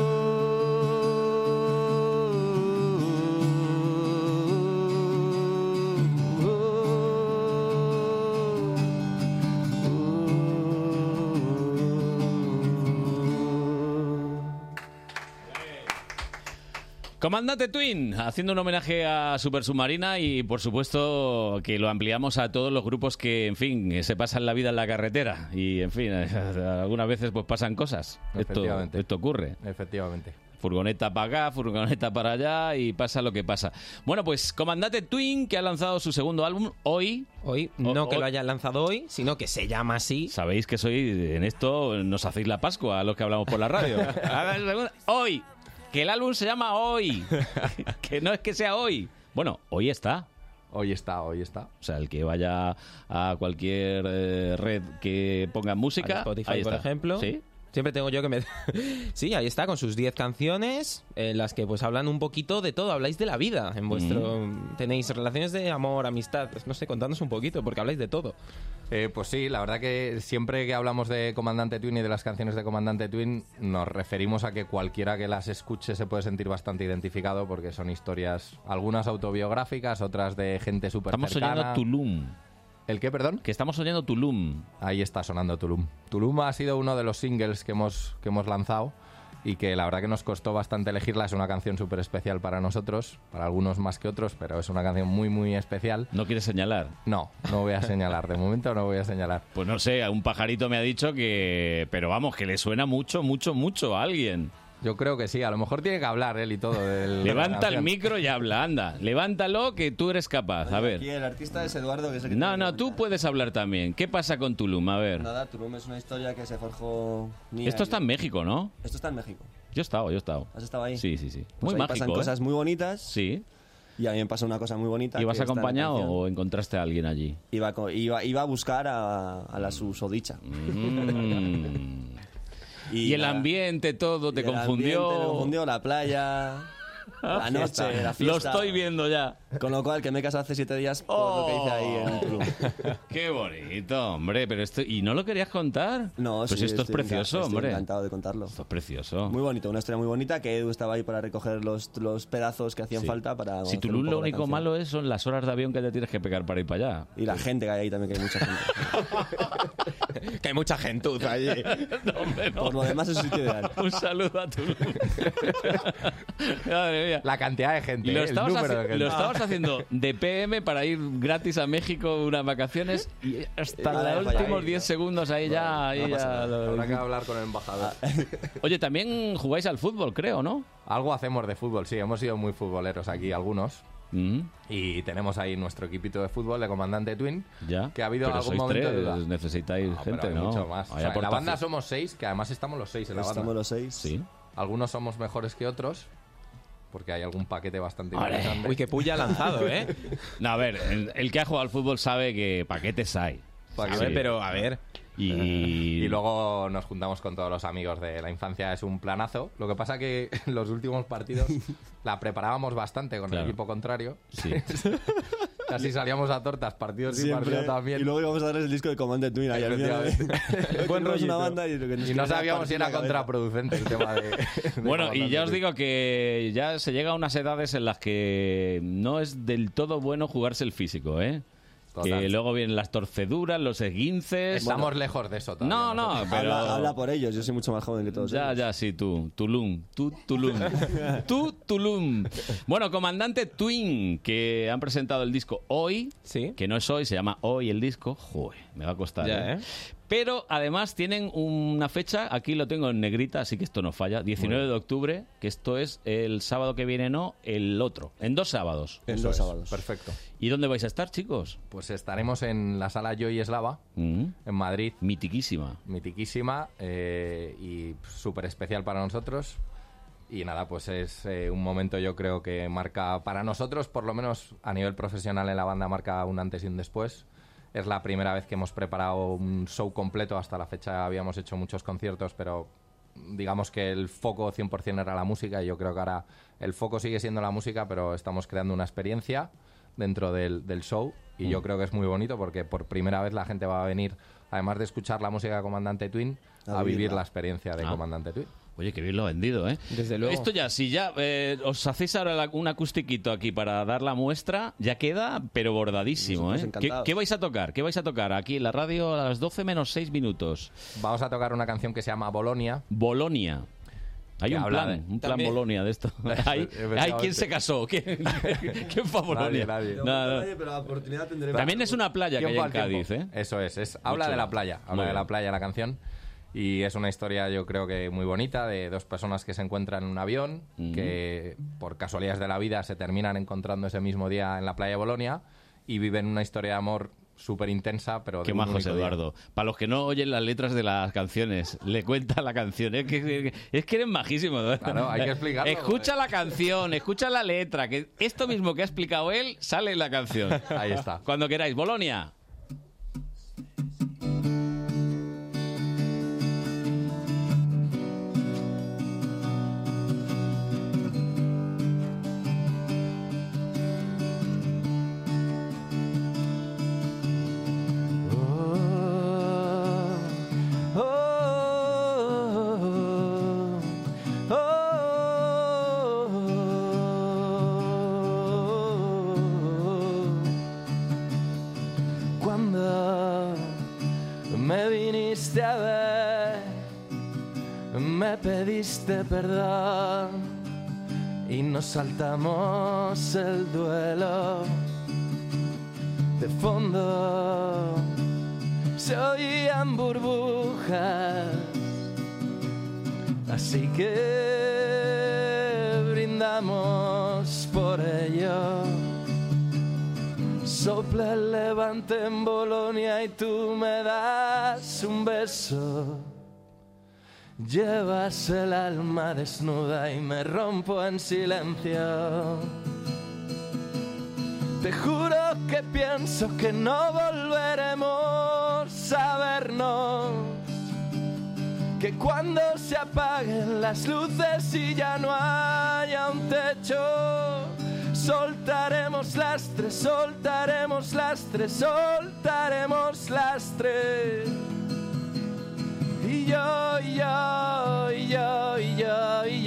Comandante Twin, haciendo un homenaje a Super Submarina y, por supuesto, que lo ampliamos a todos los grupos que, en fin, se pasan la vida en la carretera y, en fin, algunas veces pues pasan cosas. Esto, Efectivamente. esto ocurre. Efectivamente. Furgoneta para acá, furgoneta para allá y pasa lo que pasa. Bueno, pues Comandante Twin, que ha lanzado su segundo álbum hoy. Hoy, no que lo hayan lanzado hoy, sino que se llama así. Sabéis que soy en esto, nos hacéis la Pascua a los que hablamos por la radio. Hoy, que el álbum se llama Hoy, que no es que sea hoy. Bueno, hoy está. Hoy está, hoy está. O sea, el que vaya a cualquier eh, red que ponga música, a Spotify, ahí por está. ejemplo. Sí. Siempre tengo yo que me... Sí, ahí está, con sus diez canciones, en las que pues hablan un poquito de todo, habláis de la vida, en vuestro... Mm. Tenéis relaciones de amor, amistad, no sé, contadnos un poquito, porque habláis de todo. Eh, pues sí, la verdad que siempre que hablamos de Comandante Twin y de las canciones de Comandante Twin, nos referimos a que cualquiera que las escuche se puede sentir bastante identificado, porque son historias, algunas autobiográficas, otras de gente súper cercana. Estamos oyendo Tulum. ¿El qué, perdón? Que estamos oyendo Tulum. Ahí está sonando Tulum. Tulum ha sido uno de los singles que hemos, que hemos lanzado y que la verdad que nos costó bastante elegirla. Es una canción súper especial para nosotros, para algunos más que otros, pero es una canción muy, muy especial. ¿No quieres señalar? No, no voy a señalar. De momento no voy a señalar. Pues no sé, un pajarito me ha dicho que... Pero vamos, que le suena mucho, mucho, mucho a alguien. Yo creo que sí, a lo mejor tiene que hablar él y todo. Del, Levanta el micro y habla, anda. Levántalo que tú eres capaz, a ver. Aquí el artista es Eduardo, que es el que No, tiene no, que tú comentar. puedes hablar también. ¿Qué pasa con Tulum? A ver. Nada, Tulum es una historia que se forjó... mía Esto y- está en México, ¿no? Esto está en México. Yo he estado, yo he estado. ¿Has estado ahí? Sí, sí, sí. Pues Muy ahí mágico, pasan ¿eh? cosas muy bonitas. Sí. Y a mí me pasó una cosa muy bonita. ¿Ibas que está en la acompañado canción. o encontraste a alguien allí? Iba, co- iba, iba a buscar a, a la susodicha. Mm. Y, el nada, ambiente, todo, te y el confundió. ambiente me confundió, la playa, la noche, la fiesta. Lo estoy viendo ya. Con lo cual, que me he casado hace siete días por lo que hice ahí en Tulum. Qué bonito, hombre. Pero esto... ¿Y no lo querías contar? No, Pues sí, esto es estoy precioso, enca- estoy hombre. encantado de contarlo. Esto es precioso. Muy bonito, una historia muy bonita, que Edu estaba ahí para recoger los, los pedazos que hacían Sí. falta para... Si hacer Tulum un poco lo la único canción. malo es son las horas de avión que te tienes que pegar para ir para allá. Y la gente que hay ahí también, que hay mucha gente. Que hay mucha gentuza allí. No, hombre, no. Por lo demás es un sitio ideal. Un saludo a Tulum. Madre mía. La cantidad de gente, Lo ¿eh? El estabas, número haci- de gente. lo estabas haciendo de P M para ir gratis a México unas vacaciones y hasta Vale, los vaya, últimos ahí, diez segundos ahí ya... ahí no pasa ya nada. lo- Habrá que hablar con el embajador. Oye, también jugáis al fútbol, creo, ¿no? Algo hacemos de fútbol, sí. Hemos sido muy futboleros aquí, algunos. Mm, Y tenemos ahí nuestro equipito de fútbol de Comandante Twin. ya. Que ha habido Pero algún sois momento de tres, duda. necesitáis No, pero gente, hay ¿no? mucho más. O Hay sea, en la banda aportación. somos seis, que además estamos los seis en la banda. Estamos los seis. Sí. Algunos somos mejores que otros, porque hay algún paquete bastante Vale. interesante. Uy, qué puya ha lanzado, ¿eh? No, a ver, el, el que ha jugado al fútbol sabe que paquetes hay. A Sí. ver, pero a ver. Y, Y luego nos juntamos con todos los amigos de la infancia, es un planazo. Lo que pasa que en los últimos partidos la preparábamos bastante con Claro. el equipo contrario. Sí. Casi salíamos a tortas, partidos y Siempre. partidos también. Y luego íbamos a darles el disco de Comandante Twin. Ahí al final. Efectivamente. Buen rollito. una banda y, lo que nos Y no queda sabíamos si era partir la cabeza. contraproducente el tema de... de Bueno, y Comandante ya os Twin. digo que ya se llega a unas edades en las que no es del todo bueno jugarse el físico, ¿eh? Total. Que luego vienen las torceduras, los esguinces... Estamos lejos de eso todavía. No, no, nosotros. pero... Habla, habla por ellos, yo soy mucho más joven que todos Ya, ellos. ya, sí, tú. Tulum. Tú, Tulum. Tú, Tulum. Bueno, Comandante Twin, que han presentado el disco hoy. Sí. Que no es hoy, se llama Hoy el disco. Joder, me va a costar. Ya, ¿eh? ¿eh? Pero además tienen una fecha, aquí lo tengo en negrita, así que esto no falla. diecinueve de octubre, que esto es el sábado que viene, no, el otro. En dos sábados. En Eso dos es, sábados. Perfecto. ¿Y dónde vais a estar, chicos? Pues estaremos en la sala Joy Eslava, Mm, en Madrid. mitiquísima. Mitiquísima eh, y súper especial para nosotros. Y nada, pues es eh, un momento yo creo que marca para nosotros, por lo menos a nivel profesional en la banda, marca un antes y un después. Es la primera vez que hemos preparado un show completo. Hasta la fecha habíamos hecho muchos conciertos, pero digamos que el foco cien por ciento era la música. Y yo creo que ahora el foco sigue siendo la música, pero estamos creando una experiencia dentro del, del show. Y yo creo que es muy bonito porque por primera vez la gente va a venir, además de escuchar la música de Comandante Twin, A a, vivir vivirla. la experiencia de Ah. Comandante Twin. Oye, qué bien lo ha vendido, ¿eh? Desde luego. Esto ya, si ya eh, os hacéis ahora la- un acustiquito aquí para dar la muestra, ya queda, pero bordadísimo, Nosotros ¿eh? ¿Qué, encantados. qué vais a tocar? ¿Qué vais a tocar? Aquí en la radio a las doce menos seis minutos. Vamos a tocar una canción que se llama Bolonia. Bolonia. Hay Que un habla plan, de- un plan También- Bolonia de esto. ¿Hay, hay ¿Quién se casó? ¿Quién, quién fue a Bolonia? Nadie, nadie. No, No, no. nadie, pero la oportunidad tendremos. También es una playa que hay Tiempo en al tiempo. Cádiz, ¿eh? Eso es, es habla Mucho. de la playa, Muy habla de bien. la playa la canción. Y es una historia, yo creo que muy bonita, de dos personas que se encuentran en un avión, Mm. que por casualidades de la vida se terminan encontrando ese mismo día en la playa de Bolonia y viven una historia de amor súper intensa, pero de Qué un majos, único día. Eduardo. Para los que no oyen las letras de las canciones, le cuenta la canción. Es que, es que eres majísimo, Eduardo. Claro, hay que explicarlo. Escucha la canción, escucha la letra, que esto mismo que ha explicado él sale en la canción. Ahí está. Cuando queráis. Bolonia. Cuando me viniste a ver, me pediste perdón y nos saltamos el duelo. De fondo se oían burbujas, así que brindamos por ello. Sopla el levante en Bolonia y tú me das un beso. Llevas el alma desnuda y me rompo en silencio. Te juro que pienso que no volveremos a vernos, que cuando se apaguen las luces y ya no haya un techo, soltaremos las tres, soltaremos las tres, soltaremos las tres. Y yo, y yo, y yo, y yo, y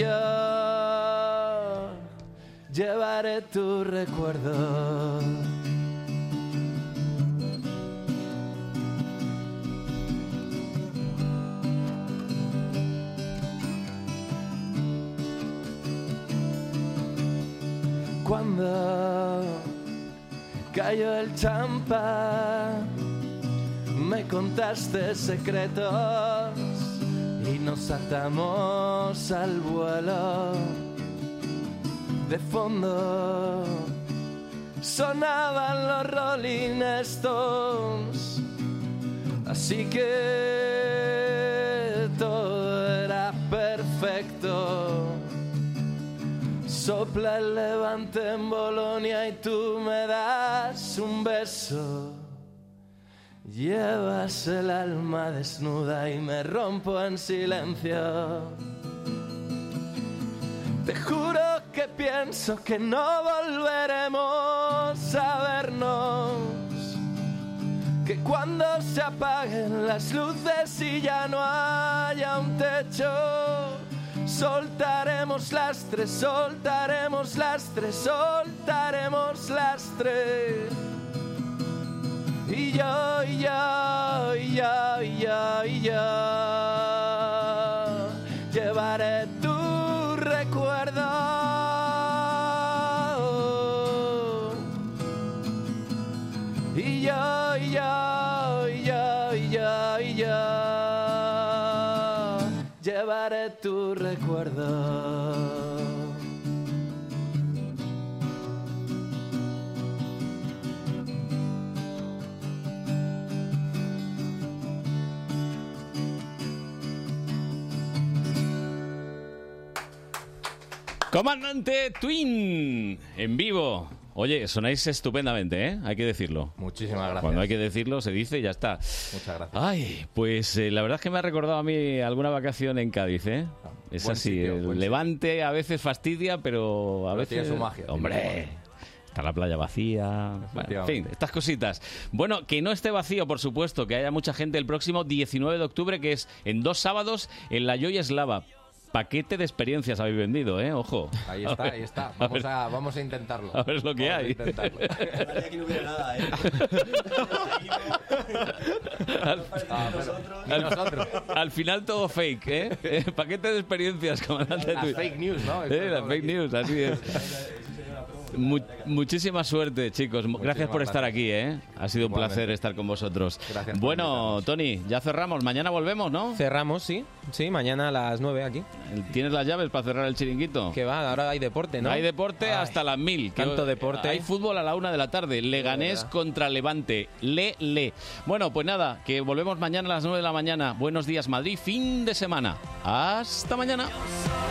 yo llevaré tu recuerdo. Cuando cayó el champán, me contaste secretos y nos atamos al vuelo. De fondo sonaban los Rolling Stones, así que todo era perfecto. Sopla el levante en Bolonia y tú me das un beso. Llevas el alma desnuda y me rompo en silencio. Te juro que pienso que no volveremos a vernos, que cuando se apaguen las luces y ya no haya un techo, soltaremos las tres, soltaremos las tres, soltaremos las tres. Y yo, y yo, y yo, y yo, y yo llevaré tu recuerdo. Y yo, y yo, y yo, y yo, y yo llevaré tu recuerdo. Comandante Twin, en vivo. Oye, sonáis estupendamente, ¿eh? Hay que decirlo. Muchísimas gracias. Cuando hay que decirlo, se dice y ya está. Muchas gracias. Ay, pues eh, la verdad es que me ha recordado a mí alguna vacación en Cádiz, ¿eh? Es Buen así, sitio, el buen Levante a veces fastidia, pero a Pero veces... tiene su magia, tiene Hombre, su magia. está la playa vacía... Bueno, en fin, estas cositas. Bueno, que no esté vacío, por supuesto, que haya mucha gente el próximo diecinueve de octubre, que es en dos sábados en la Joy Eslava. Paquete de experiencias habéis vendido, ¿eh? Ojo. Ahí está, ahí está. Vamos a, vamos a intentarlo. A ver lo que Vamos a hay. intentarlo. Aquí no hubiera nada, ¿eh? Al, Ah, pero ni al- nosotros. al final todo fake, ¿eh? Eh, Paquete de experiencias, comandante. Las Twin. fake news, ¿no? Eh, las fake news, así es. Mu- muchísima suerte, chicos. Gracias Muchísimas por estar gracias. aquí, ¿eh? Ha sido un Igualmente. placer estar con vosotros. Gracias por Bueno, Tony, ya cerramos. Mañana volvemos, ¿no? Cerramos, sí. Sí, mañana a las nueve aquí. ¿Tienes las llaves para cerrar el chiringuito? Que va, ahora hay deporte, ¿no? Hay deporte Ay, hasta las mil. Que tanto deporte. Hay fútbol a la una de la tarde. Leganés verdad. contra Levante. Le, le. Bueno, pues nada, que volvemos mañana a las nueve de la mañana. Buenos días, Madrid. Fin de semana. Hasta mañana.